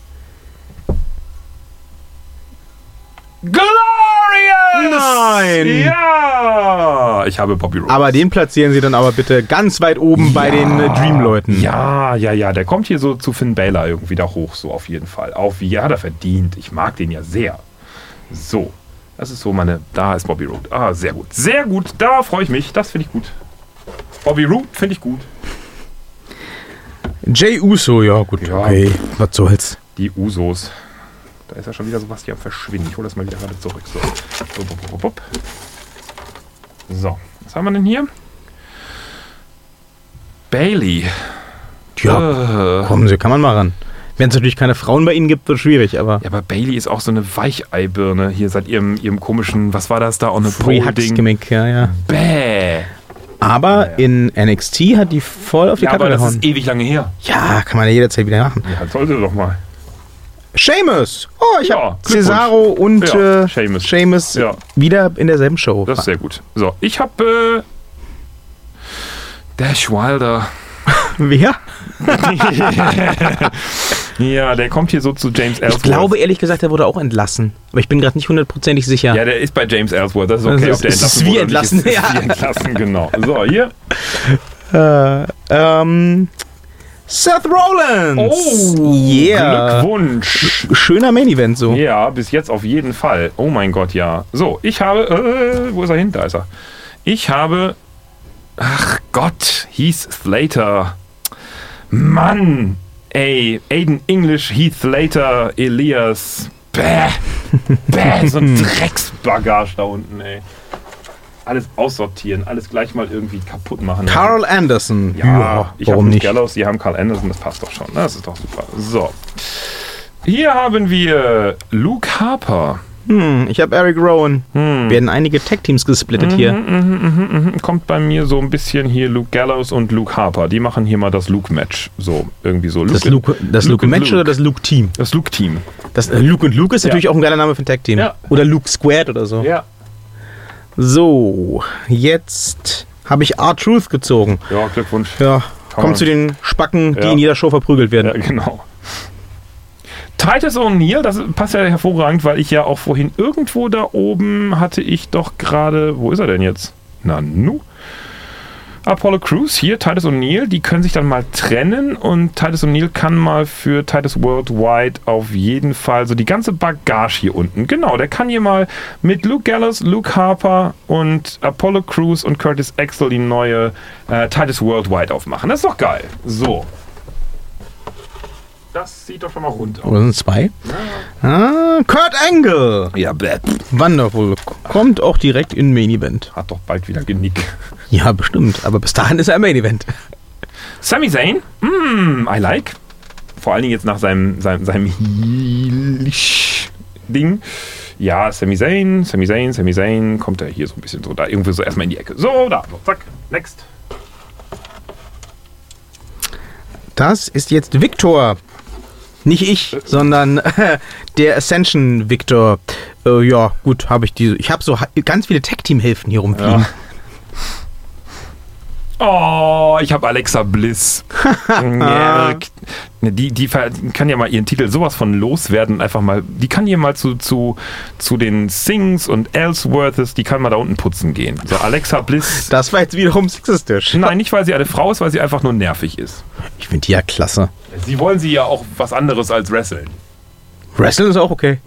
[SPEAKER 2] Glorious!
[SPEAKER 1] Nein!
[SPEAKER 2] Ja! Ich habe Bobby Roode.
[SPEAKER 1] Aber den platzieren sie dann aber bitte ganz weit oben bei den äh, Dream-Leuten.
[SPEAKER 2] Ja, ja, ja. Der kommt hier so zu Finn Balor irgendwie da hoch, so auf jeden Fall. Auf wie, ja, hat er verdient. Ich mag den ja sehr. So. Das ist so meine, da ist Bobby Roode. Ah, sehr gut. Sehr gut, da freue ich mich. Das finde ich gut. Bobby Roode finde ich gut.
[SPEAKER 1] Jey Uso, ja gut,
[SPEAKER 2] Ja.
[SPEAKER 1] okay, was soll's.
[SPEAKER 2] Die Usos. Da ist ja schon wieder sowas hier am Verschwinden. Ich hole das mal wieder gerade zurück. So. So, bup, bup, bup. So, was haben wir denn hier? Bailey.
[SPEAKER 1] Ja,
[SPEAKER 2] Äh.
[SPEAKER 1] kommen Sie, kann man mal ran. Wenn es natürlich keine Frauen bei Ihnen gibt, wird schwierig, aber
[SPEAKER 2] Ja, aber Bailey ist auch so eine Weicheibirne hier seit ihrem, ihrem komischen, was war das da, on a
[SPEAKER 1] Free
[SPEAKER 2] Pole
[SPEAKER 1] Hugs
[SPEAKER 2] Ding.
[SPEAKER 1] Gimmick, ja, ja.
[SPEAKER 2] Bäh.
[SPEAKER 1] Aber
[SPEAKER 2] Ja, ja.
[SPEAKER 1] in N X T hat die voll auf die
[SPEAKER 2] Ja,
[SPEAKER 1] Karte
[SPEAKER 2] aber das
[SPEAKER 1] gehauen.
[SPEAKER 2] ist ewig lange her.
[SPEAKER 1] Ja, kann man ja jederzeit wieder machen.
[SPEAKER 2] Ja, sollte doch mal.
[SPEAKER 1] Sheamus! Oh, ich
[SPEAKER 2] Ja,
[SPEAKER 1] habe
[SPEAKER 2] Glückwunsch.
[SPEAKER 1] Cesaro und
[SPEAKER 2] Ja,
[SPEAKER 1] äh,
[SPEAKER 2] Sheamus.
[SPEAKER 1] Sheamus
[SPEAKER 2] Ja.
[SPEAKER 1] wieder in derselben Show.
[SPEAKER 2] Das ist sehr gut. So, ich habe äh, Dash Wilder.
[SPEAKER 1] Wer?
[SPEAKER 2] Ja, der kommt hier so zu James Ellsworth.
[SPEAKER 1] Ich glaube ehrlich gesagt, er wurde auch entlassen. Aber ich bin gerade nicht hundertprozentig sicher.
[SPEAKER 2] Ja, der ist bei James Ellsworth. Das ist okay,
[SPEAKER 1] Das
[SPEAKER 2] ob der
[SPEAKER 1] ist-
[SPEAKER 2] entlassen
[SPEAKER 1] ist wie
[SPEAKER 2] wurde oder
[SPEAKER 1] entlassen,
[SPEAKER 2] nicht. Ist,
[SPEAKER 1] ja.
[SPEAKER 2] ist wie entlassen, genau. So, hier.
[SPEAKER 1] Äh, ähm, Seth Rollins!
[SPEAKER 2] Oh,
[SPEAKER 1] yeah.
[SPEAKER 2] Glückwunsch!
[SPEAKER 1] Schöner Main-Event so.
[SPEAKER 2] Ja, bis jetzt auf jeden Fall. Oh mein Gott, ja. So, ich habe... Äh, wo ist er hin? Da ist er. Ich habe... Ach Gott, Heath Slater. Mann! Ey, Aiden English, Heath Slater, Elias. Bäh! Bäh, so ein Drecksbagage da unten, ey. Alles aussortieren, alles gleich mal irgendwie kaputt machen.
[SPEAKER 1] Carl Anderson.
[SPEAKER 2] Ja,
[SPEAKER 1] ja
[SPEAKER 2] ich habe
[SPEAKER 1] Luke
[SPEAKER 2] nicht Gallows, die haben Carl Anderson, das passt doch schon. Das ist doch super. So. Hier haben wir Luke Harper.
[SPEAKER 1] Hm, ich habe Eric Rowan.
[SPEAKER 2] Hm.
[SPEAKER 1] Werden einige Tag-Teams gesplittet
[SPEAKER 2] Mhm,
[SPEAKER 1] hier.
[SPEAKER 2] mhm, mhm, mhm. Kommt bei mir so ein bisschen hier Luke Gallows und Luke Harper. Die machen hier mal das Luke-Match. So, irgendwie so.
[SPEAKER 1] Das Luke, das
[SPEAKER 2] Luke
[SPEAKER 1] Luke-Match
[SPEAKER 2] Luke.
[SPEAKER 1] oder das Luke-Team?
[SPEAKER 2] Das Luke-Team.
[SPEAKER 1] Das äh, Luke und Luke ist
[SPEAKER 2] Ja.
[SPEAKER 1] natürlich auch ein geiler Name für ein Tag-Team.
[SPEAKER 2] Ja.
[SPEAKER 1] Oder Luke Squared oder so.
[SPEAKER 2] Ja.
[SPEAKER 1] So, jetzt habe ich R-Truth gezogen.
[SPEAKER 2] Ja, Glückwunsch.
[SPEAKER 1] Ja,
[SPEAKER 2] Kann
[SPEAKER 1] kommt
[SPEAKER 2] man-
[SPEAKER 1] zu den Spacken, die
[SPEAKER 2] Ja.
[SPEAKER 1] in jeder Show verprügelt werden.
[SPEAKER 2] Ja, genau. Titus O'Neil, das passt ja hervorragend, weil ich ja auch vorhin irgendwo da oben hatte ich doch gerade, wo ist er denn jetzt? Na nu? Apollo Crews, hier, Titus O'Neil, die können sich dann mal trennen und Titus O'Neil kann mal für Titus Worldwide auf jeden Fall so die ganze Bagage hier unten, genau, der kann hier mal mit Luke Gallows, Luke Harper und Apollo Crews und Curtis Axel die neue äh, Titus Worldwide aufmachen. Das ist doch geil. So. Das sieht doch schon mal rund aus.
[SPEAKER 1] Oder sind es zwei? Ah, Kurt Angle.
[SPEAKER 2] Ja, bläh.
[SPEAKER 1] Wonderful. Kommt auch direkt in Main Event.
[SPEAKER 2] Hat doch bald wieder Genick.
[SPEAKER 1] Ja, bestimmt. Aber bis dahin ist er im Main Event.
[SPEAKER 2] Sami Zayn, mm, I like. Vor allen Dingen jetzt nach seinem, seinem, seinem Heel-Ding. Ja, Sami Zayn, Sami Zayn, Sami Zayn. Kommt er hier so ein bisschen so da irgendwie so erstmal in die Ecke. So, da, so, zack, next.
[SPEAKER 1] Das ist jetzt Victor. Nicht ich, sondern äh, der Ascension Victor. Äh, ja, gut, habe ich diese. Ich habe so ha- ganz viele Tag-Team-Hilfen hier rumfliegen.
[SPEAKER 2] Ja. Oh, ich habe Alexa Bliss. Ja, die, die ver- kann ja mal ihren Titel sowas von loswerden. Einfach mal, die kann hier mal zu, zu, zu den Sings und Ellsworths, die kann mal da unten putzen gehen. So, Alexa Bliss.
[SPEAKER 1] Das war jetzt wiederum sexistisch.
[SPEAKER 2] Nein, nicht weil sie eine Frau ist, weil sie einfach nur nervig ist.
[SPEAKER 1] Ich finde die ja klasse.
[SPEAKER 2] Sie wollen sie ja auch was anderes als wresteln.
[SPEAKER 1] Wrestling ist auch okay.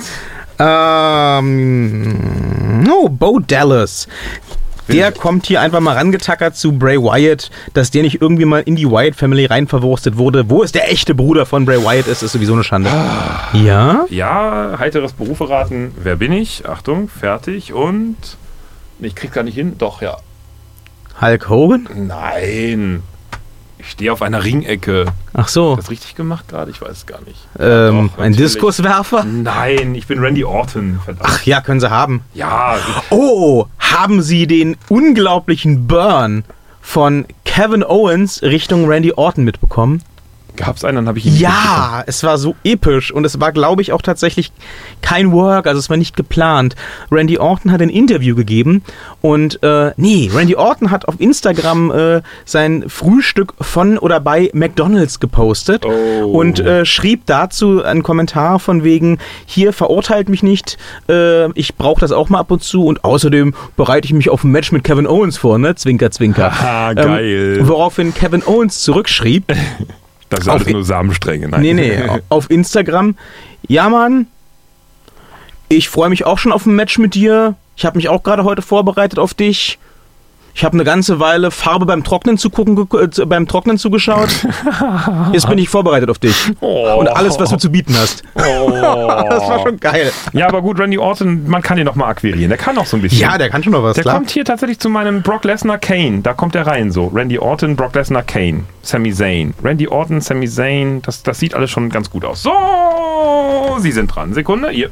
[SPEAKER 1] ähm, oh, Bo Dallas. Der kommt hier einfach mal rangetackert zu Bray Wyatt, dass der nicht irgendwie mal in die Wyatt Family reinverwurstet wurde. Wo es der echte Bruder von Bray Wyatt ist, ist sowieso eine Schande. Ja?
[SPEAKER 2] Ja, heiteres Berufe raten. Wer bin ich? Achtung, fertig und... Ich krieg gar nicht hin. Doch, ja.
[SPEAKER 1] Hulk Hogan?
[SPEAKER 2] Nein. Ich stehe auf einer Ringecke.
[SPEAKER 1] Ach so.
[SPEAKER 2] Das richtig gemacht gerade? Ich weiß es gar nicht.
[SPEAKER 1] Ähm,
[SPEAKER 2] Doch,
[SPEAKER 1] ein
[SPEAKER 2] natürlich.
[SPEAKER 1] Diskuswerfer?
[SPEAKER 2] Nein, ich bin Randy Orton. Verdammt.
[SPEAKER 1] Ach ja, können sie haben.
[SPEAKER 2] Ja,
[SPEAKER 1] Oh, haben sie den unglaublichen Burn von Kevin Owens Richtung Randy Orton mitbekommen?
[SPEAKER 2] gab's einen, dann habe ich ihn nicht mitbekommen.
[SPEAKER 1] Ja, es war so episch und es war, glaube ich, auch tatsächlich kein Work, also es war nicht geplant. Randy Orton hat ein Interview gegeben und, äh, nee, Randy Orton hat auf Instagram äh, sein Frühstück von oder bei McDonald's gepostet
[SPEAKER 2] Oh.
[SPEAKER 1] und äh, schrieb dazu einen Kommentar von wegen, hier verurteilt mich nicht, äh, ich brauche das auch mal ab und zu und außerdem bereite ich mich auf ein Match mit Kevin Owens vor, ne, Zwinker, Zwinker.
[SPEAKER 2] Haha, geil.
[SPEAKER 1] Ähm, woraufhin Kevin Owens zurückschrieb,
[SPEAKER 2] Das ist
[SPEAKER 1] auf
[SPEAKER 2] alles
[SPEAKER 1] I-
[SPEAKER 2] nur Samenstränge. Nein.
[SPEAKER 1] Nee, nee, auf Instagram. Ja, Mann, ich freue mich auch schon auf ein Match mit dir. Ich habe mich auch gerade heute vorbereitet auf dich. Ich habe eine ganze Weile Farbe beim Trocknen zugucken, ge- äh, beim Trocknen zugeschaut. Jetzt bin ich vorbereitet auf dich.
[SPEAKER 2] Oh.
[SPEAKER 1] Und alles, was du zu bieten hast.
[SPEAKER 2] Oh.
[SPEAKER 1] Das war schon geil.
[SPEAKER 2] Ja, aber gut, Randy Orton, man kann ihn noch mal akquirieren. Der kann auch so ein bisschen.
[SPEAKER 1] Ja, der kann schon noch was,
[SPEAKER 2] Der
[SPEAKER 1] klar.
[SPEAKER 2] kommt hier tatsächlich zu meinem Brock Lesnar Kane. Da kommt er rein so. Randy Orton, Brock Lesnar Kane. Sami Zayn. Randy Orton, Sami Zayn. Das, das sieht alles schon ganz gut aus. So, Sie sind dran. Sekunde, hier.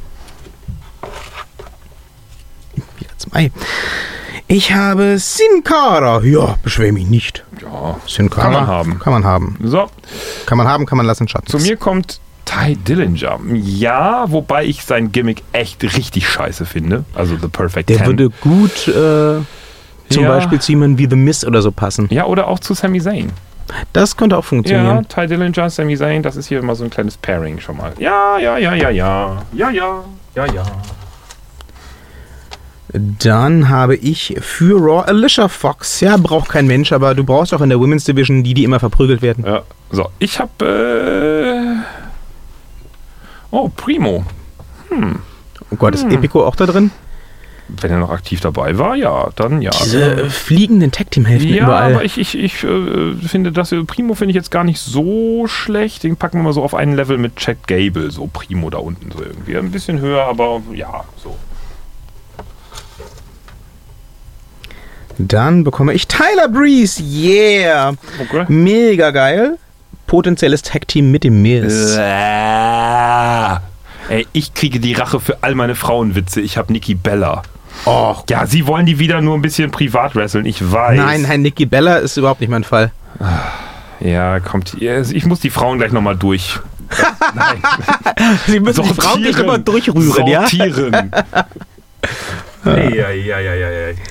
[SPEAKER 1] Wieder zwei. Ich habe Sin Cara. Ja, beschwer mich nicht.
[SPEAKER 2] Ja,
[SPEAKER 1] Sin Cara.
[SPEAKER 2] kann man haben.
[SPEAKER 1] Kann man haben.
[SPEAKER 2] So,
[SPEAKER 1] Kann man haben, kann man lassen, Schatz.
[SPEAKER 2] zu mir kommt Ty Dillinger. Ja, wobei ich sein Gimmick echt richtig scheiße finde. Also The Perfect
[SPEAKER 1] Der
[SPEAKER 2] Ten.
[SPEAKER 1] würde gut äh, zum
[SPEAKER 2] Ja.
[SPEAKER 1] Beispiel zu jemandem wie The Miz oder so passen.
[SPEAKER 2] Ja, oder auch zu Sami Zayn.
[SPEAKER 1] Das könnte auch
[SPEAKER 2] Ja,
[SPEAKER 1] funktionieren.
[SPEAKER 2] Ty Dillinger, Sami Zayn, das ist hier immer so ein kleines Pairing schon mal. Ja, ja, ja, ja, ja. Ja, ja, ja, ja.
[SPEAKER 1] Dann habe ich für Raw Alicia Fox. Ja, braucht kein Mensch, aber du brauchst auch in der Women's Division die, die immer verprügelt werden.
[SPEAKER 2] Ja, so. Ich habe... Äh oh, Primo. Hm.
[SPEAKER 1] Oh Gott, ist
[SPEAKER 2] Hm.
[SPEAKER 1] Epico auch da drin?
[SPEAKER 2] Wenn er noch aktiv dabei war, ja, dann ja.
[SPEAKER 1] Diese fliegenden Tag-Team-Hälften
[SPEAKER 2] Ja,
[SPEAKER 1] überall.
[SPEAKER 2] aber ich, ich, ich äh, finde, das Primo finde ich jetzt gar nicht so schlecht. Den packen wir mal so auf einen Level mit Chad Gable, so Primo da unten so irgendwie. Ein bisschen höher, aber ja, so.
[SPEAKER 1] Dann bekomme ich Tyler Breeze. Yeah.
[SPEAKER 2] Okay.
[SPEAKER 1] Mega geil. Potenzielles Tag-Team mit dem Miz.
[SPEAKER 2] Äh, ey, ich kriege die Rache für all meine Frauenwitze. Ich habe Nikki Bella.
[SPEAKER 1] Och.
[SPEAKER 2] Ja, sie wollen die wieder nur ein bisschen privat wresteln, ich weiß.
[SPEAKER 1] Nein, nein, Nikki Bella ist überhaupt nicht mein Fall.
[SPEAKER 2] Ja, kommt. Ich muss die Frauen gleich nochmal durch. Nein.
[SPEAKER 1] Sie müssen die Frauen nicht immer durchrühren, ja?
[SPEAKER 2] Sortieren. Ei, ei, ei, ei, ei.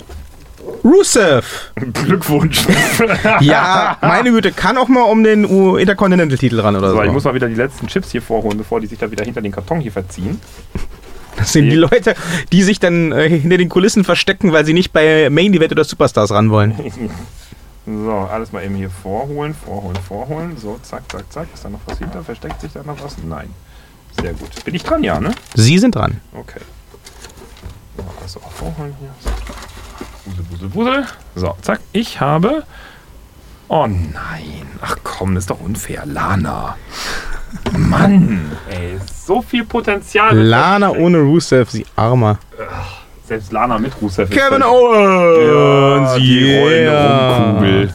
[SPEAKER 1] Rusev.
[SPEAKER 2] Glückwunsch.
[SPEAKER 1] Ja, meine Güte, kann auch mal um den Intercontinental-Titel ran oder so.
[SPEAKER 2] So, ich muss mal wieder die letzten Chips hier vorholen, bevor die sich da wieder hinter den Karton hier verziehen.
[SPEAKER 1] Das sind die Leute, die sich dann äh, hinter den Kulissen verstecken, weil sie nicht bei Main Event oder Superstars ran wollen.
[SPEAKER 2] So, alles mal eben hier vorholen, vorholen, vorholen. So, zack, zack, zack. Ist da noch was hinter? Versteckt sich da noch was? Nein. Sehr gut. Bin ich dran, ja, ne?
[SPEAKER 1] Sie sind dran.
[SPEAKER 2] Okay. So, also auch vorholen hier. So. Wusel, wusel, wusel. So, zack. Ich habe... Oh nein. Ach komm, das ist doch unfair. Lana. Mann. Ey, so viel Potenzial.
[SPEAKER 1] Lana ohne Rusev, sie armer.
[SPEAKER 2] Selbst Lana mit Rusev.
[SPEAKER 1] Kevin
[SPEAKER 2] Owens.
[SPEAKER 1] Owens.
[SPEAKER 2] Ja, die
[SPEAKER 1] yeah.
[SPEAKER 2] rollende Rumkugel.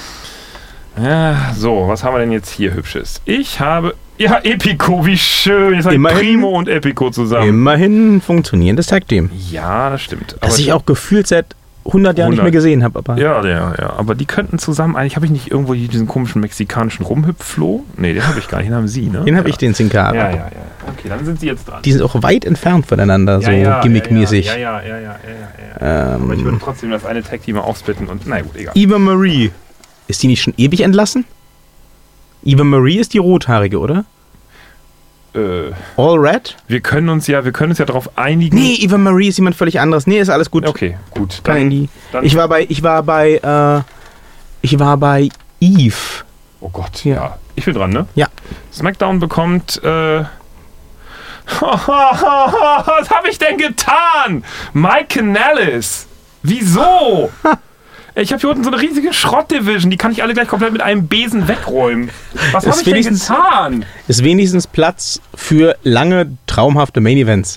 [SPEAKER 2] Ja, so, was haben wir denn jetzt hier Hübsches? Ich habe... Ja, Epico, wie schön. Jetzt haben
[SPEAKER 1] Immerhin-
[SPEAKER 2] Primo und Epico zusammen.
[SPEAKER 1] Immerhin ein funktionierendes Tag-Team.
[SPEAKER 2] Ja, das stimmt.
[SPEAKER 1] Das ich auch gefühlt seit hundert Jahren nicht mehr
[SPEAKER 2] hundert.
[SPEAKER 1] gesehen habe. Aber
[SPEAKER 2] Ja, ja, ja. Aber die könnten zusammen... Eigentlich habe ich nicht irgendwo hier diesen komischen mexikanischen Rumhüpfloh? Nee, den habe ich gar nicht. Den haben Sie, ne?
[SPEAKER 1] den habe
[SPEAKER 2] ja.
[SPEAKER 1] ich, den Sin Cara.
[SPEAKER 2] Ja, ja, ja. Okay, dann sind Sie jetzt dran.
[SPEAKER 1] Die sind auch weit entfernt voneinander, so gimmickmäßig.
[SPEAKER 2] Ja, ja, ja, ja, ja, ja, ja, ja. Aber ich würde
[SPEAKER 1] Ähm,
[SPEAKER 2] trotzdem das eine Tag-Team mal aufsplitten und... Na gut, egal.
[SPEAKER 1] Eva Marie. Ist die nicht schon ewig entlassen? Eva Marie ist die Rothaarige, oder?
[SPEAKER 2] Äh,
[SPEAKER 1] All Red?
[SPEAKER 2] wir können uns ja, wir können uns ja darauf einigen...
[SPEAKER 1] Nee, Eva Marie ist jemand völlig anderes. Nee, ist alles gut.
[SPEAKER 2] Okay, gut.
[SPEAKER 1] Kann in die.
[SPEAKER 2] dann-
[SPEAKER 1] Ich war bei, ich war bei, äh, ich war bei Eve.
[SPEAKER 2] Oh Gott, ja.
[SPEAKER 1] Ja.
[SPEAKER 2] Ich bin dran, ne?
[SPEAKER 1] Ja.
[SPEAKER 2] SmackDown bekommt, äh... Was habe ich denn getan? Mike Kanellis. Wieso? Ich habe hier unten so eine riesige Schrott-Division. Die kann ich alle gleich komplett mit einem Besen wegräumen. Was
[SPEAKER 1] Ist
[SPEAKER 2] habe ich denn
[SPEAKER 1] wenigstens-
[SPEAKER 2] getan?
[SPEAKER 1] Ist wenigstens Platz für lange, traumhafte Main Events.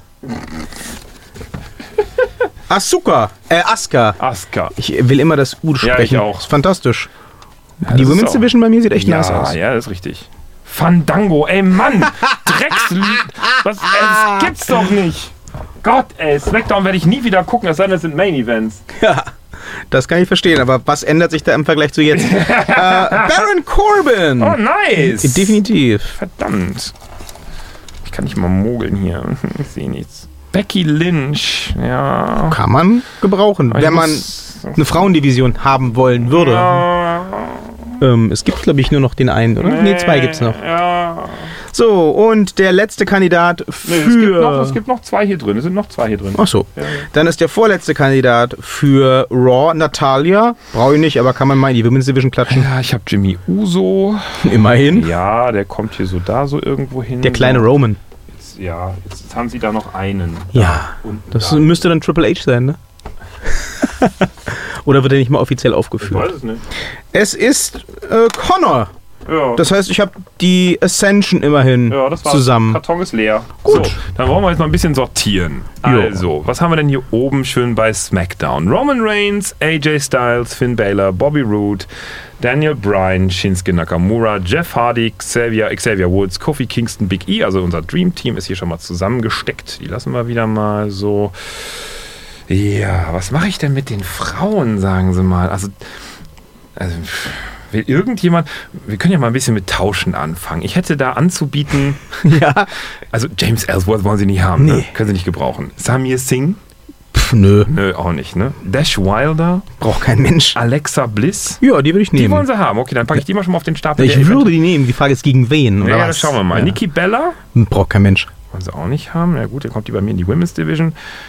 [SPEAKER 1] Asuka. Äh, Asuka.
[SPEAKER 2] Asuka.
[SPEAKER 1] Ich will immer das U
[SPEAKER 2] Ja,
[SPEAKER 1] sprechen.
[SPEAKER 2] ich auch.
[SPEAKER 1] Ist fantastisch.
[SPEAKER 2] Ja,
[SPEAKER 1] Die
[SPEAKER 2] das ist
[SPEAKER 1] Women's
[SPEAKER 2] auch-
[SPEAKER 1] Division bei mir sieht echt
[SPEAKER 2] ja,
[SPEAKER 1] nice aus.
[SPEAKER 2] Ja, das ist richtig. Fandango, ey Mann! Drecks... Was, ey, das gibt's doch nicht! Gott, ey, SmackDown werde ich nie wieder gucken, es sei denn, es sind Main Events.
[SPEAKER 1] Ja, das kann ich verstehen, aber was ändert sich da im Vergleich zu jetzt? äh, Baron Corbin!
[SPEAKER 2] Oh, nice!
[SPEAKER 1] Definitiv.
[SPEAKER 2] Verdammt. Ich kann nicht mal mogeln hier. Ich sehe nichts. Becky Lynch, ja.
[SPEAKER 1] Kann man gebrauchen,
[SPEAKER 2] Ich
[SPEAKER 1] wenn man
[SPEAKER 2] muss-
[SPEAKER 1] eine Frauendivision haben wollen würde.
[SPEAKER 2] Ja.
[SPEAKER 1] Ähm, es gibt, glaube ich, nur noch den einen, oder? Nee, zwei gibt's noch.
[SPEAKER 2] Ja.
[SPEAKER 1] So, und der letzte Kandidat
[SPEAKER 2] Nee, es, gibt noch,
[SPEAKER 1] für...
[SPEAKER 2] es gibt noch zwei hier drin. Es sind noch zwei hier drin.
[SPEAKER 1] Ach so.
[SPEAKER 2] Ja, ja.
[SPEAKER 1] Dann ist der vorletzte Kandidat für Raw Natalia. Brauche ich nicht, aber kann man mal in die Women's Division klatschen.
[SPEAKER 2] Ja, ich habe Jimmy Uso.
[SPEAKER 1] Immerhin.
[SPEAKER 2] Ja, der kommt hier so da so irgendwo hin.
[SPEAKER 1] Der kleine Roman.
[SPEAKER 2] Jetzt, ja, jetzt, jetzt haben sie da noch einen.
[SPEAKER 1] Ja,
[SPEAKER 2] Da unten
[SPEAKER 1] das
[SPEAKER 2] da.
[SPEAKER 1] müsste dann Triple H sein, ne? Oder wird er nicht mal offiziell
[SPEAKER 2] Ich
[SPEAKER 1] aufgeführt?
[SPEAKER 2] weiß es nicht.
[SPEAKER 1] Es ist äh, Connor.
[SPEAKER 2] Ja.
[SPEAKER 1] Das heißt, ich habe die Ascension immerhin
[SPEAKER 2] Ja, das war's.
[SPEAKER 1] zusammen.
[SPEAKER 2] Karton ist leer.
[SPEAKER 1] Gut.
[SPEAKER 2] So, dann wollen wir jetzt mal ein bisschen sortieren.
[SPEAKER 1] Jo.
[SPEAKER 2] Also, was haben wir denn hier oben schön bei SmackDown? Roman Reigns, A J Styles, Finn Balor, Bobby Roode, Daniel Bryan, Shinsuke Nakamura, Jeff Hardy, Xavier, Xavier Woods, Kofi Kingston, Big E. Also unser Dream Team ist hier schon mal zusammengesteckt. Die lassen wir wieder mal so. Ja, was mache ich denn mit den Frauen, sagen Sie mal? Also, also will irgendjemand, wir können ja mal ein bisschen mit Tauschen anfangen. Ich hätte da anzubieten,
[SPEAKER 1] Ja.
[SPEAKER 2] also James Ellsworth wollen Sie nicht haben, ne?
[SPEAKER 1] Nee.
[SPEAKER 2] Können Sie nicht gebrauchen. Samir Singh?
[SPEAKER 1] Pff, nö.
[SPEAKER 2] Nö, auch nicht, ne? Dash Wilder?
[SPEAKER 1] Braucht kein Mensch.
[SPEAKER 2] Alexa Bliss?
[SPEAKER 1] Ja, die würde ich
[SPEAKER 2] Die
[SPEAKER 1] nehmen.
[SPEAKER 2] wollen Sie haben. Okay, dann packe ich die mal schon mal auf den Stapel.
[SPEAKER 1] Ich
[SPEAKER 2] der
[SPEAKER 1] würde die nehmen. Die Frage ist gegen wen, oder
[SPEAKER 2] Ja, ja,
[SPEAKER 1] was?
[SPEAKER 2] das schauen wir mal.
[SPEAKER 1] Ja.
[SPEAKER 2] Nikki Bella?
[SPEAKER 1] Braucht kein Mensch.
[SPEAKER 2] Wollen Sie auch nicht haben. Na gut, dann kommt die bei mir in die Women's Division.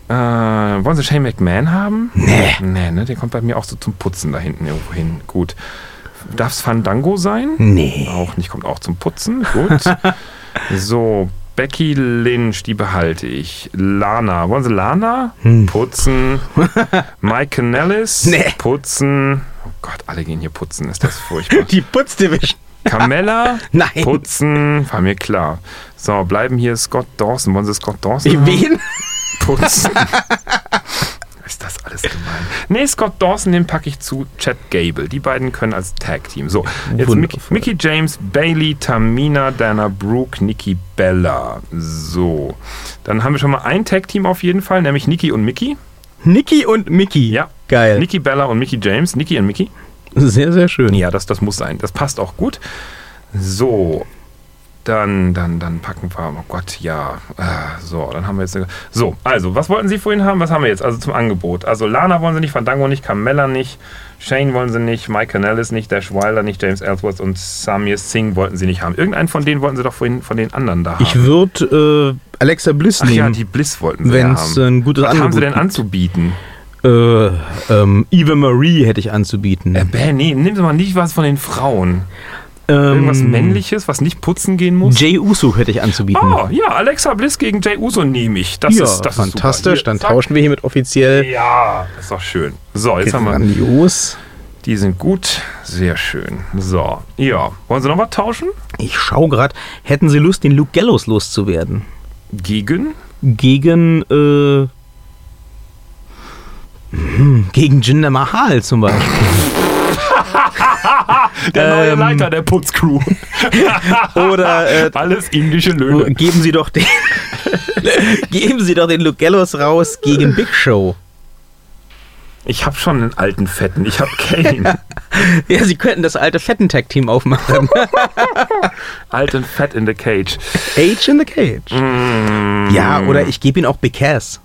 [SPEAKER 2] Äh, wollen Sie Shane McMahon haben?
[SPEAKER 1] Nee.
[SPEAKER 2] Nee, ne? Der kommt bei mir auch so zum Putzen da hinten irgendwo hin. Gut. Darf es Fandango sein?
[SPEAKER 1] Nee.
[SPEAKER 2] Auch nicht, kommt auch zum Putzen. Gut. So, Becky Lynch, die behalte ich. Lana, wollen Sie Lana?
[SPEAKER 1] Hm.
[SPEAKER 2] Putzen. Mike Kanellis?
[SPEAKER 1] Nee.
[SPEAKER 2] Putzen. Oh Gott, alle gehen hier putzen, ist das furchtbar.
[SPEAKER 1] Die Putzdivision.
[SPEAKER 2] Carmella?
[SPEAKER 1] Nein.
[SPEAKER 2] Putzen, war mir klar. So, bleiben hier Scott Dawson. Wollen Sie Scott Dawson haben?
[SPEAKER 1] Wen?
[SPEAKER 2] Putzen. Ist das alles gemein? Nee, Scott Dawson, den packe ich zu Chad Gable. Die beiden können als Tag-Team. So, jetzt Mickey, Mickey James, Bailey, Tamina, Dana Brooke, Nikki Bella. So, dann haben wir schon mal ein Tag-Team auf jeden Fall, nämlich Nikki und Mickey.
[SPEAKER 1] Nikki und Mickey.
[SPEAKER 2] Ja.
[SPEAKER 1] Geil.
[SPEAKER 2] Nikki Bella und Mickey James. Nikki und Mickey.
[SPEAKER 1] Sehr, sehr schön.
[SPEAKER 2] Ja, das, das muss sein. Das passt auch gut. So, dann, dann, dann packen wir, oh Gott, ja. So, dann haben wir jetzt, so, also, was wollten Sie vorhin haben? Was haben wir jetzt? Also zum Angebot. Also Lana wollen Sie nicht, Fandango nicht, Carmella nicht, Shane wollen Sie nicht, Mike Kanellis nicht, Dash Wilder nicht, James Ellsworth und Samir Singh wollten Sie nicht haben. Irgendeinen von denen wollten Sie doch vorhin von den anderen da haben.
[SPEAKER 1] Ich würde äh, Alexa Bliss
[SPEAKER 2] Ach
[SPEAKER 1] nehmen.
[SPEAKER 2] ja, die Bliss wollten Sie
[SPEAKER 1] wenn
[SPEAKER 2] ja
[SPEAKER 1] es
[SPEAKER 2] haben.
[SPEAKER 1] ein gutes
[SPEAKER 2] Was
[SPEAKER 1] Angebot
[SPEAKER 2] haben Sie denn
[SPEAKER 1] gibt.
[SPEAKER 2] anzubieten?
[SPEAKER 1] Äh, ähm, Eva Marie hätte ich anzubieten.
[SPEAKER 2] Äh, bäh, nee, nehmen Sie mal nicht was von den Frauen.
[SPEAKER 1] Ähm,
[SPEAKER 2] Irgendwas Männliches, was nicht putzen gehen muss?
[SPEAKER 1] Jey Uso hätte ich anzubieten.
[SPEAKER 2] Oh, ja, Alexa Bliss gegen Jey Uso nehme ich. Das
[SPEAKER 1] ja,
[SPEAKER 2] ist das
[SPEAKER 1] fantastisch.
[SPEAKER 2] Ist super.
[SPEAKER 1] Dann
[SPEAKER 2] Hier,
[SPEAKER 1] tauschen wir hiermit offiziell.
[SPEAKER 2] Ja, ist doch schön. So, jetzt haben wir.
[SPEAKER 1] Grandios.
[SPEAKER 2] Die sind gut. Sehr schön. So, ja. Wollen Sie noch was tauschen?
[SPEAKER 1] Ich schaue gerade, hätten Sie Lust, den Luke Gallows loszuwerden?
[SPEAKER 2] Gegen?
[SPEAKER 1] Gegen, äh, hm, gegen Jinder Mahal zum Beispiel.
[SPEAKER 2] Der neue
[SPEAKER 1] Ähm,
[SPEAKER 2] Leiter der Putzcrew.
[SPEAKER 1] Oder äh,
[SPEAKER 2] Alles indische Löhne.
[SPEAKER 1] geben Sie doch den geben Sie doch den Luke Gallows raus gegen Big Show.
[SPEAKER 2] Ich habe schon einen alten Fetten. Ich habe Kane.
[SPEAKER 1] Ja, Sie könnten das alte Fetten-Tag-Team aufmachen.
[SPEAKER 2] Alten Fett in the Cage.
[SPEAKER 1] Age in the Cage.
[SPEAKER 2] Mm.
[SPEAKER 1] Ja, oder ich gebe ihn auch Big Cass.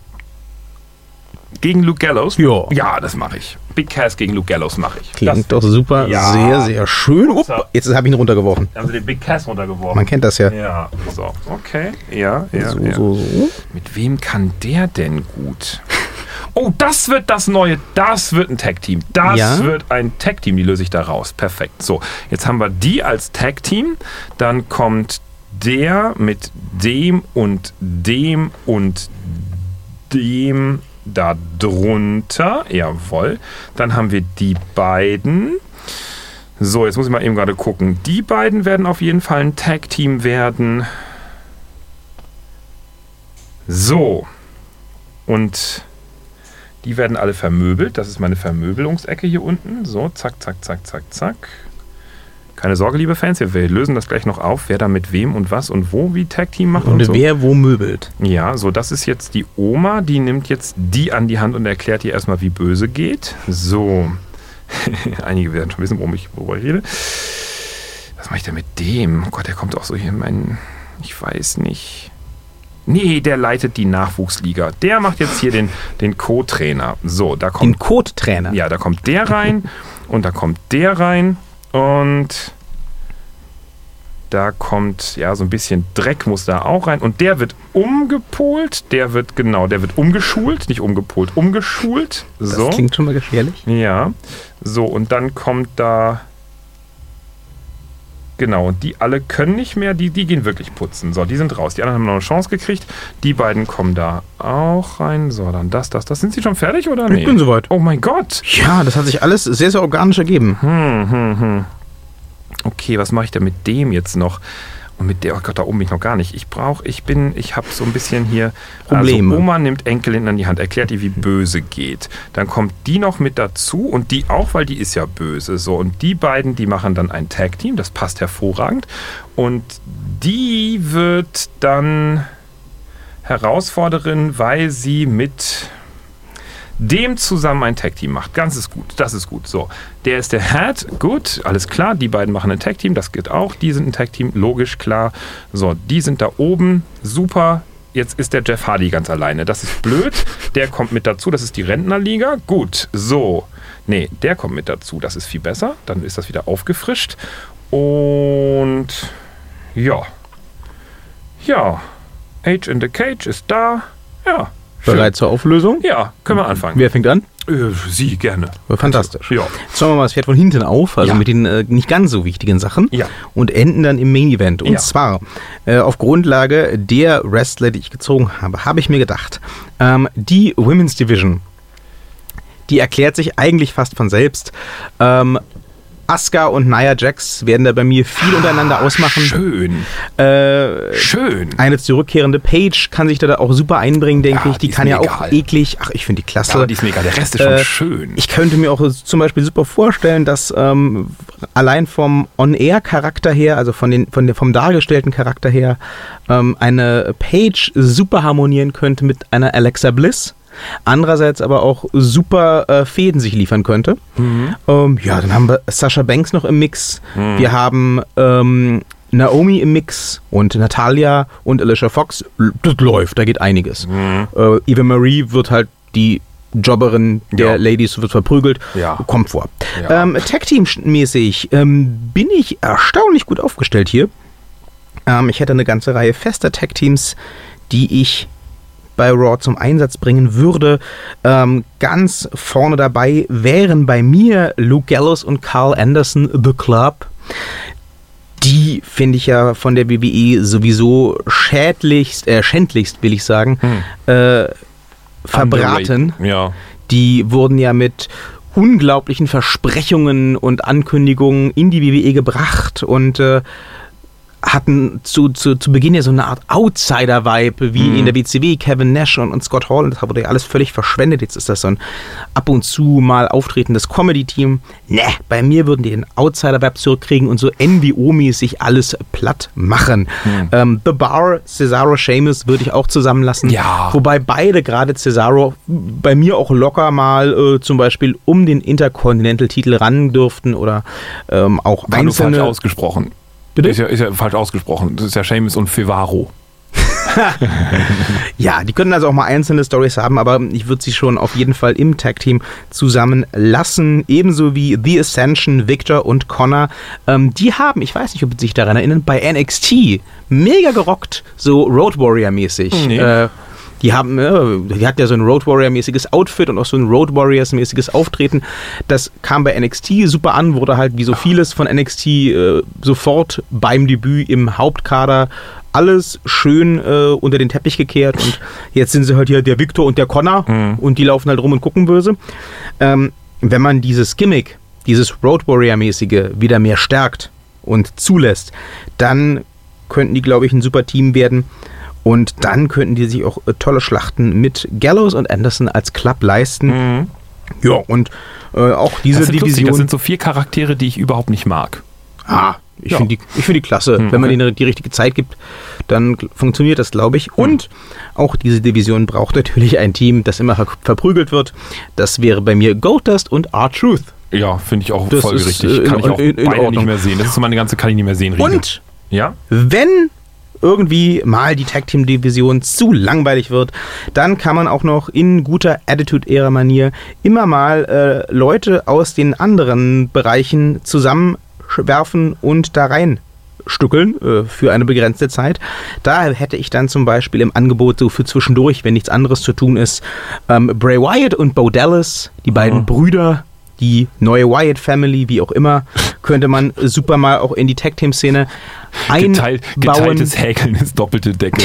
[SPEAKER 2] Gegen Luke Gallows?
[SPEAKER 1] Ja.
[SPEAKER 2] Ja, das mache ich. Big Cass gegen Luke Gallows mache ich.
[SPEAKER 1] Klingt doch super.
[SPEAKER 2] Ja.
[SPEAKER 1] Sehr, sehr schön. Upp, jetzt habe ich ihn runtergeworfen.
[SPEAKER 2] Da haben sie den Big Cass runtergeworfen.
[SPEAKER 1] Man kennt das ja.
[SPEAKER 2] Ja, so. Okay. Ja, ja,
[SPEAKER 1] so,
[SPEAKER 2] ja.
[SPEAKER 1] so, so.
[SPEAKER 2] Mit wem kann der denn gut? Oh, das wird das neue, das wird ein Tag-Team. Das
[SPEAKER 1] Ja?
[SPEAKER 2] wird ein Tag-Team, die löse ich da raus. Perfekt. So, jetzt haben wir die als Tag-Team. Dann kommt der mit dem und dem und dem da drunter. Jawohl. Dann haben wir die beiden. So, jetzt muss ich mal eben gerade gucken. Die beiden werden auf jeden Fall ein Tag-Team werden. So. Und die werden alle vermöbelt. Das ist meine Vermöbelungsecke hier unten. So, zack, zack, zack, zack, zack. Keine Sorge, liebe Fans, wir lösen das gleich noch auf, wer da mit wem und was und wo wie Tag-Team macht und,
[SPEAKER 1] Und
[SPEAKER 2] so.
[SPEAKER 1] wer wo möbelt.
[SPEAKER 2] Ja, so, das ist jetzt die Oma, die nimmt jetzt die an die Hand und erklärt ihr erstmal, wie böse geht. So. Einige werden schon wissen, worum ich, worüber ich rede. Was mache ich denn mit dem? Oh Gott, der kommt auch so hier in meinen, ich weiß nicht. Nee, der leitet die Nachwuchsliga. Der macht jetzt hier den, den Co-Trainer. So, da kommt.
[SPEAKER 1] Den Code-Trainer.
[SPEAKER 2] Ja, da kommt der rein und da kommt der rein und da kommt, ja, so ein bisschen Dreck muss da auch rein und der wird umgepolt, der wird, genau, der wird umgeschult, nicht umgepolt, umgeschult. So.
[SPEAKER 1] Das klingt schon mal gefährlich.
[SPEAKER 2] Ja, so und dann kommt da, genau, und die alle können nicht mehr, die, die gehen wirklich putzen. So, die sind raus. Die anderen haben noch eine Chance gekriegt. Die beiden kommen da auch rein. So, dann das, das, das. Sind sie schon fertig oder nee?
[SPEAKER 1] Ich bin soweit.
[SPEAKER 2] Oh mein Gott.
[SPEAKER 1] Ja, das hat sich alles sehr, sehr organisch ergeben.
[SPEAKER 2] Hm, hm, hm. Okay, was mache ich denn mit dem jetzt noch? Und mit der, oh Gott, da oben bin ich noch gar nicht. Ich brauche, ich bin, ich habe so ein bisschen hier
[SPEAKER 1] Probleme.
[SPEAKER 2] Also Oma nimmt Enkelin an die Hand, erklärt ihr, wie böse geht. Dann kommt die noch mit dazu und die auch, weil die ist ja böse. So, und die beiden, die machen dann ein Tag-Team, das passt hervorragend. Und die wird dann Herausforderin, weil sie mit dem zusammen ein Tag-Team macht. Ganz ist gut, das ist gut. So, der ist der Head, gut, alles klar, die beiden machen ein Tag-Team, das geht auch, die sind ein Tag-Team, logisch, klar. So, die sind da oben, super, jetzt ist der Jeff Hardy ganz alleine, das ist blöd, der kommt mit dazu, das ist die Rentnerliga, gut, so, nee, der kommt mit dazu, das ist viel besser, dann ist das wieder aufgefrischt und ja, ja, Age in the Cage ist da, ja,
[SPEAKER 1] Bereit zur Auflösung?
[SPEAKER 2] Ja, können wir anfangen.
[SPEAKER 1] Wer fängt an?
[SPEAKER 2] Äh, Sie, gerne.
[SPEAKER 1] Fantastisch.
[SPEAKER 2] Ja.
[SPEAKER 1] Jetzt schauen wir mal das Pferd von hinten auf, also
[SPEAKER 2] Ja.
[SPEAKER 1] mit den äh, nicht ganz so wichtigen Sachen.
[SPEAKER 2] Ja.
[SPEAKER 1] Und enden dann im Main Event. Und
[SPEAKER 2] Ja.
[SPEAKER 1] zwar, äh, auf Grundlage der Wrestler, die ich gezogen habe, habe ich mir gedacht, ähm, die Women's Division, die erklärt sich eigentlich fast von selbst. Ähm, Asuka und Nia Jax werden da bei mir viel untereinander ausmachen.
[SPEAKER 2] Schön.
[SPEAKER 1] Äh,
[SPEAKER 2] Schön.
[SPEAKER 1] Eine zurückkehrende Paige kann sich da auch super einbringen, denke
[SPEAKER 2] Ja,
[SPEAKER 1] ich. Die,
[SPEAKER 2] die ist
[SPEAKER 1] kann ja
[SPEAKER 2] mir
[SPEAKER 1] auch
[SPEAKER 2] egal.
[SPEAKER 1] eklig. Ach, ich finde die klasse.
[SPEAKER 2] Aber die ist mega. Der Rest ist schon
[SPEAKER 1] Äh,
[SPEAKER 2] schön.
[SPEAKER 1] Ich könnte mir auch zum Beispiel super vorstellen, dass ähm, allein vom On-Air-Charakter her, also von den, von der, vom dargestellten Charakter her, ähm, eine Paige super harmonieren könnte mit einer Alexa Bliss. Andererseits aber auch super äh, Fäden sich liefern könnte.
[SPEAKER 2] Mhm.
[SPEAKER 1] Ähm, ja, dann haben wir Sasha Banks noch im Mix.
[SPEAKER 2] Mhm.
[SPEAKER 1] Wir haben ähm, Naomi im Mix und Natalia und Alicia Fox. Das läuft, da geht einiges.
[SPEAKER 2] Mhm.
[SPEAKER 1] Äh, Eva Marie wird halt die Jobberin der
[SPEAKER 2] Ja.
[SPEAKER 1] Ladies, wird verprügelt.
[SPEAKER 2] Ja.
[SPEAKER 1] Kommt vor.
[SPEAKER 2] Ja.
[SPEAKER 1] Ähm, Tag-Team-mäßig ähm, bin ich erstaunlich gut aufgestellt hier. Ähm, ich hätte eine ganze Reihe fester Tag-Teams, die ich bei Raw zum Einsatz bringen würde. Ähm, ganz vorne dabei wären bei mir Luke Gallows und Carl Anderson, The Club. Die finde ich ja von der W W E sowieso schädlichst, äh, schändlichst, will ich sagen,
[SPEAKER 2] Hm.
[SPEAKER 1] äh, verbraten.
[SPEAKER 2] Underrated. Ja.
[SPEAKER 1] Die wurden ja mit unglaublichen Versprechungen und Ankündigungen in die W W E gebracht und äh, hatten zu, zu, zu Beginn ja so eine Art Outsider-Vibe, wie
[SPEAKER 2] Mhm.
[SPEAKER 1] in der W C W, Kevin Nash und, und Scott Hall. Und das wurde ja alles völlig verschwendet. Jetzt ist das so ein ab und zu mal auftretendes Comedy-Team. Ne, bei mir würden die den Outsider-Vibe zurückkriegen und so N W O-mäßig alles platt machen.
[SPEAKER 2] Mhm.
[SPEAKER 1] Ähm, The Bar, Cesaro, Sheamus würde ich auch zusammenlassen.
[SPEAKER 2] Ja.
[SPEAKER 1] Wobei beide, gerade Cesaro, bei mir auch locker mal äh, zum Beispiel um den Intercontinental-Titel ran dürften oder ähm, auch
[SPEAKER 2] War nur falsch
[SPEAKER 1] einzelne...
[SPEAKER 2] ausgesprochen.
[SPEAKER 1] Bitte?
[SPEAKER 2] Ist ja, ist ja falsch ausgesprochen. Das ist ja Sheamus und Fevaro.
[SPEAKER 1] Ja, die können also auch mal einzelne Storys haben, aber ich würde sie schon auf jeden Fall im Tag-Team zusammenlassen. Ebenso wie The Ascension, Victor und Connor. Ähm, die haben, ich weiß nicht, ob Sie sich daran erinnern, bei N X T mega gerockt, so Road Warrior-mäßig.
[SPEAKER 2] Nee.
[SPEAKER 1] Äh, die haben, äh, die hat ja so ein Road Warrior-mäßiges Outfit und auch so ein Road Warriors-mäßiges Auftreten. Das kam bei N X T super an, wurde halt wie so vieles von N X T äh, sofort beim Debüt im Hauptkader alles schön äh, unter den Teppich gekehrt und jetzt sind sie halt hier der Victor und der Connor
[SPEAKER 2] Mhm.
[SPEAKER 1] und die laufen halt rum und gucken böse. Ähm, wenn man dieses Gimmick, dieses Road Warrior-mäßige wieder mehr stärkt und zulässt, dann könnten die, glaube ich, ein super Team werden. Und dann könnten die sich auch äh, tolle Schlachten mit Gallows und Anderson als Club leisten.
[SPEAKER 2] Mhm.
[SPEAKER 1] Ja, und äh, auch diese
[SPEAKER 2] Das sind lustig,
[SPEAKER 1] Division.
[SPEAKER 2] das sind so vier Charaktere, die ich überhaupt nicht mag.
[SPEAKER 1] ah, ich
[SPEAKER 2] Ja.
[SPEAKER 1] finde die, ich find die klasse.
[SPEAKER 2] Hm,
[SPEAKER 1] Wenn man
[SPEAKER 2] okay.
[SPEAKER 1] denen die richtige Zeit gibt, dann gl- funktioniert das, glaube ich. Und auch diese Division braucht natürlich ein Team, das immer ver verprügelt wird. Das wäre bei mir Goldust und R-Truth.
[SPEAKER 2] Ja, finde ich auch
[SPEAKER 1] Das ist,
[SPEAKER 2] folgerichtig.
[SPEAKER 1] äh,
[SPEAKER 2] Kann
[SPEAKER 1] in-
[SPEAKER 2] ich auch
[SPEAKER 1] in- in
[SPEAKER 2] beide
[SPEAKER 1] Ordnung.
[SPEAKER 2] nicht mehr sehen. Das ist so meine ganze, kann ich nicht mehr sehen. Riege.
[SPEAKER 1] Und
[SPEAKER 2] Ja?
[SPEAKER 1] wenn irgendwie mal die Tag-Team-Division zu langweilig wird, dann kann man auch noch in guter Attitude-Ära-Manier immer mal äh, Leute aus den anderen Bereichen zusammenwerfen und da rein stückeln äh, für eine begrenzte Zeit. Da hätte ich dann zum Beispiel im Angebot so für zwischendurch, wenn nichts anderes zu tun ist, ähm, Bray Wyatt und Bo Dallas, die beiden
[SPEAKER 2] Mhm.
[SPEAKER 1] Brüder, die neue Wyatt Family, wie auch immer, könnte man super mal auch in die Tag-Team-Szene
[SPEAKER 2] Geteilt,
[SPEAKER 1] einbauen.
[SPEAKER 2] geteiltes Häkeln ist doppelte Decke.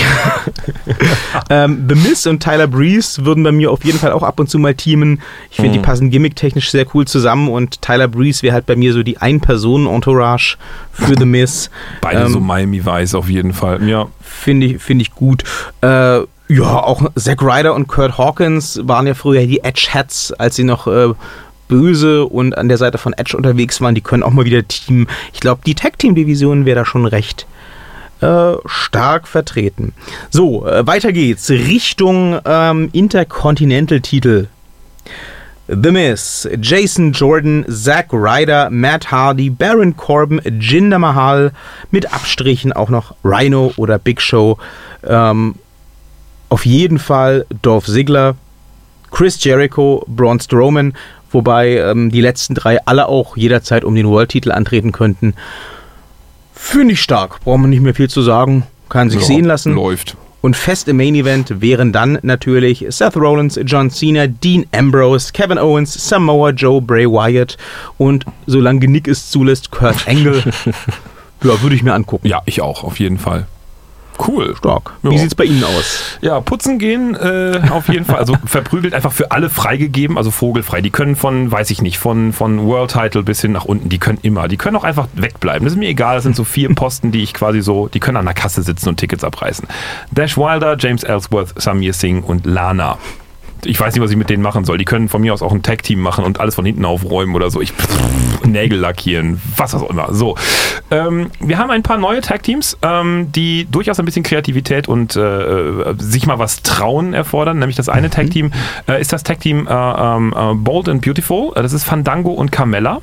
[SPEAKER 1] Ähm, The Miz und Tyler Breeze würden bei mir auf jeden Fall auch ab und zu mal teamen. Ich finde,
[SPEAKER 2] Mhm.
[SPEAKER 1] die passen gimmick-technisch sehr cool zusammen und Tyler Breeze wäre halt bei mir so die Ein-Personen-Entourage für The Miz.
[SPEAKER 2] Beide
[SPEAKER 1] Ähm,
[SPEAKER 2] so Miami Vice auf jeden Fall. Ja.
[SPEAKER 1] Finde ich, find ich gut. Äh, ja, auch Zack Ryder und Kurt Hawkins waren ja früher die Edge-Hats, als sie noch äh, böse und an der Seite von Edge unterwegs waren. Die können auch mal wieder teamen. Ich glaube, die Tag-Team-Division wäre da schon recht äh, stark vertreten. So, äh, weiter geht's. Richtung ähm, Intercontinental-Titel. The Miz, Jason Jordan, Zack Ryder, Matt Hardy, Baron Corbin, Jinder Mahal, mit Abstrichen auch noch Rhino oder Big Show. Ähm, auf jeden Fall Dolph Ziggler, Chris Jericho, Braun Strowman, wobei ähm, die letzten drei alle auch jederzeit um den World-Titel antreten könnten. Finde ich stark, braucht man nicht mehr viel zu sagen, kann sich
[SPEAKER 2] Ja,
[SPEAKER 1] sehen lassen.
[SPEAKER 2] Läuft.
[SPEAKER 1] Und fest im Main Event wären dann natürlich Seth Rollins, John Cena, Dean Ambrose, Kevin Owens, Samoa Joe, Bray Wyatt und solange Genick es zulässt, Kurt Angle. Ja, würde ich mir angucken.
[SPEAKER 2] Ja, ich auch, auf jeden Fall. Cool.
[SPEAKER 1] Stark. Wie ja. sieht's bei Ihnen aus?
[SPEAKER 2] Ja, putzen gehen äh, auf jeden Fall. Also verprügelt einfach für alle freigegeben, also vogelfrei. Die können von, weiß ich nicht, von, von World Title bis hin nach unten, die können immer. Die können auch einfach wegbleiben. Das ist mir egal. Das sind so vier Posten, die ich quasi so, die können an der Kasse sitzen und Tickets abreißen. Dash Wilder, James Ellsworth, Samir Singh und Lana. Ich weiß nicht, was ich mit denen machen soll. Die können von mir aus auch ein Tag-Team machen und alles von hinten aufräumen oder so. Ich pff, Nägel lackieren, was auch immer. So, ähm, wir haben ein paar neue Tag-Teams, ähm, die durchaus ein bisschen Kreativität und äh, sich mal was trauen erfordern. Nämlich das eine Tag-Team äh, ist das Tag-Team äh, äh, Bold and Beautiful. Das ist Fandango und Carmella.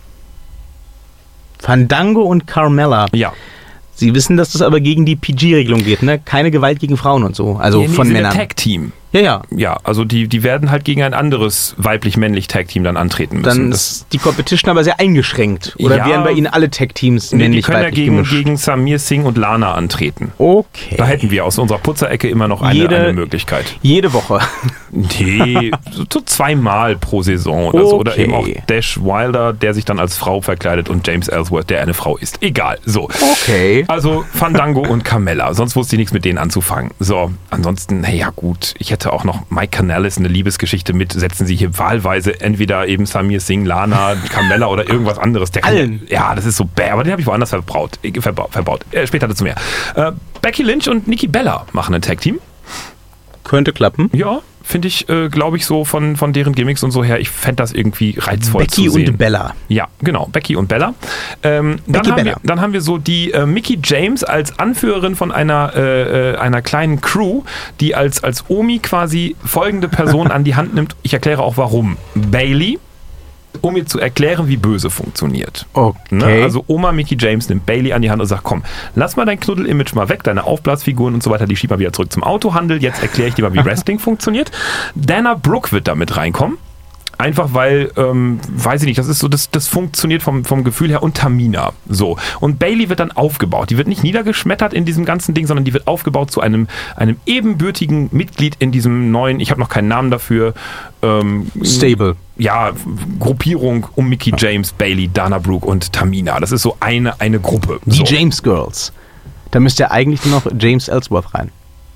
[SPEAKER 1] Fandango und Carmella?
[SPEAKER 2] Ja.
[SPEAKER 1] Sie wissen, dass das aber gegen die P G-Regelung geht, ne? Keine Gewalt gegen Frauen und so, also
[SPEAKER 2] nee, nee,
[SPEAKER 1] von
[SPEAKER 2] sie
[SPEAKER 1] Männern.
[SPEAKER 2] Sind ein Tag-Team.
[SPEAKER 1] Ja, ja.
[SPEAKER 2] Ja, also die, die werden halt gegen ein anderes weiblich-männlich Tag-Team dann antreten müssen.
[SPEAKER 1] Dann
[SPEAKER 2] das
[SPEAKER 1] ist die Competition aber sehr eingeschränkt. Oder
[SPEAKER 2] ja,
[SPEAKER 1] wären bei Ihnen alle Tag-Teams
[SPEAKER 2] nee,
[SPEAKER 1] männlich-weiblich
[SPEAKER 2] die können ja gegen,
[SPEAKER 1] gemischt?
[SPEAKER 2] gegen Samir Singh und Lana antreten.
[SPEAKER 1] Okay.
[SPEAKER 2] Da hätten wir aus unserer Putzerecke immer noch eine,
[SPEAKER 1] jede,
[SPEAKER 2] eine Möglichkeit.
[SPEAKER 1] Jede Woche?
[SPEAKER 2] Nee, so zweimal pro Saison oder
[SPEAKER 1] okay.
[SPEAKER 2] so. Oder eben auch Dash Wilder, der sich dann als Frau verkleidet und James Ellsworth, der eine Frau ist. Egal, so.
[SPEAKER 1] Okay.
[SPEAKER 2] Also Fandango und Carmella. Sonst wusste ich nichts mit denen anzufangen. So, ansonsten, naja gut, ich hätte auch noch Mike Kanellis eine Liebesgeschichte mit, setzen Sie hier wahlweise entweder eben Samir Singh, Lana, Carmella oder irgendwas anderes. Der kann,
[SPEAKER 1] Allen?
[SPEAKER 2] Ja, das ist so bäh, aber den habe ich woanders verbraut, äh, verbaut. verbaut. Äh, später dazu mehr. Äh, Becky Lynch und Nikki Bella machen ein Tag-Team.
[SPEAKER 1] Könnte klappen.
[SPEAKER 2] Ja, finde ich, äh, glaube ich, so von, von deren Gimmicks und so her, ich fände das irgendwie reizvoll
[SPEAKER 1] Becky
[SPEAKER 2] zu sehen.
[SPEAKER 1] Becky und Bella.
[SPEAKER 2] Ja, genau, Becky und Bella. Ähm,
[SPEAKER 1] Becky
[SPEAKER 2] dann, haben
[SPEAKER 1] Bella.
[SPEAKER 2] Wir, dann haben wir so die äh, Mickie James als Anführerin von einer, äh, einer kleinen Crew, die als, als Omi quasi folgende Person an die Hand nimmt. Ich erkläre auch warum. Bayley, um ihr zu erklären, wie böse funktioniert.
[SPEAKER 1] Okay.
[SPEAKER 2] Ne? Also Oma Mickie James nimmt Bayley an die Hand und sagt, komm, lass mal dein Knuddel-Image mal weg, deine Aufblasfiguren und so weiter, die schieb mal wieder zurück zum Autohandel. Jetzt erkläre ich dir mal, wie Wrestling funktioniert. Dana Brooke wird damit reinkommen. Einfach weil, ähm, weiß ich nicht, das ist so, das, das funktioniert vom, vom Gefühl her, und Tamina. So. Und Bayley wird dann aufgebaut. Die wird nicht niedergeschmettert in diesem ganzen Ding, sondern die wird aufgebaut zu einem, einem ebenbürtigen Mitglied in diesem neuen, ich habe noch keinen Namen dafür, ähm,
[SPEAKER 1] Stable.
[SPEAKER 2] Ja, Gruppierung um Mickie James, Bayley, Dana Brooke und Tamina. Das ist so eine, eine Gruppe.
[SPEAKER 1] Die
[SPEAKER 2] so.
[SPEAKER 1] James Girls. Da müsste ja eigentlich nur noch James Ellsworth rein.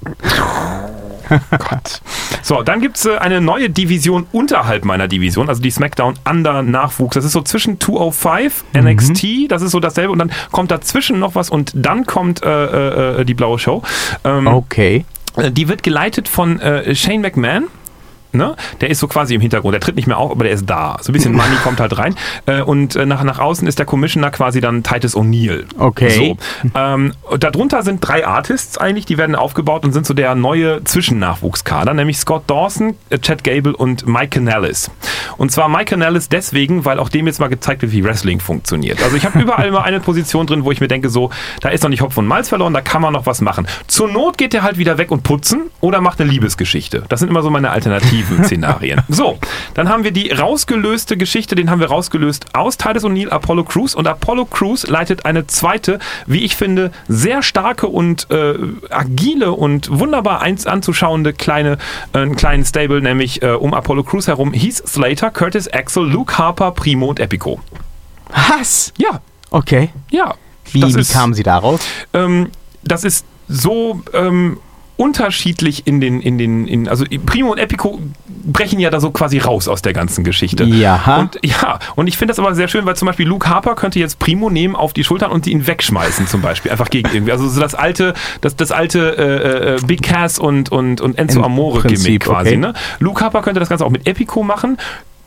[SPEAKER 2] Gott. So, dann gibt es äh, eine neue Division unterhalb meiner Division, also die SmackDown Under Nachwuchs. Das ist so zwischen zweihundertfünf, mhm. N X T, das ist so dasselbe, und dann kommt dazwischen noch was und dann kommt äh, äh, die blaue Show. Ähm,
[SPEAKER 1] okay.
[SPEAKER 2] Die wird geleitet von äh, Shane McMahon. Ne? Der ist so quasi im Hintergrund, der tritt nicht mehr auf, aber der ist da. So ein bisschen Money kommt halt rein. Äh, und äh, nach, nach außen ist der Commissioner quasi dann Titus O'Neil.
[SPEAKER 1] Okay.
[SPEAKER 2] So. Ähm, darunter sind drei Artists eigentlich, die werden aufgebaut und sind so der neue Zwischennachwuchskader, nämlich Scott Dawson, äh, Chad Gable und Mike Kanellis. Und zwar Mike Kanellis deswegen, weil auch dem jetzt mal gezeigt wird, wie Wrestling funktioniert. Also ich habe überall mal eine Position drin, wo ich mir denke, so, da ist noch nicht Hopf und Malz verloren, da kann man noch was machen. Zur Not geht der halt wieder weg und putzen oder macht eine Liebesgeschichte. Das sind immer so meine Alternativen. Szenarien. So, dann haben wir die rausgelöste Geschichte, den haben wir rausgelöst aus Titus O'Neil, Apollo Crews, und Apollo Crews leitet eine zweite, wie ich finde, sehr starke und äh, agile und wunderbar eins anzuschauende kleine, äh, einen kleinen Stable, nämlich äh, um Apollo Crews herum, Heath Slater, Curtis Axel, Luke Harper, Primo und Epico.
[SPEAKER 1] Was?
[SPEAKER 2] Ja.
[SPEAKER 1] Okay.
[SPEAKER 2] Ja.
[SPEAKER 1] Wie, wie ist, kamen Sie daraus?
[SPEAKER 2] Ähm, das ist so ähm, unterschiedlich in den, in den, in, also Primo und Epico brechen ja da so quasi raus aus der ganzen Geschichte.
[SPEAKER 1] Ja.
[SPEAKER 2] Und ja, und ich finde das aber sehr schön, weil zum Beispiel Luke Harper könnte jetzt Primo nehmen auf die Schultern und ihn wegschmeißen zum Beispiel, einfach gegen irgendwie. Also so das alte, das, das alte äh, Big Cass und, und, und Enzo Amore Gimmick quasi. Okay. Ne? Luke Harper könnte das Ganze auch mit Epico machen.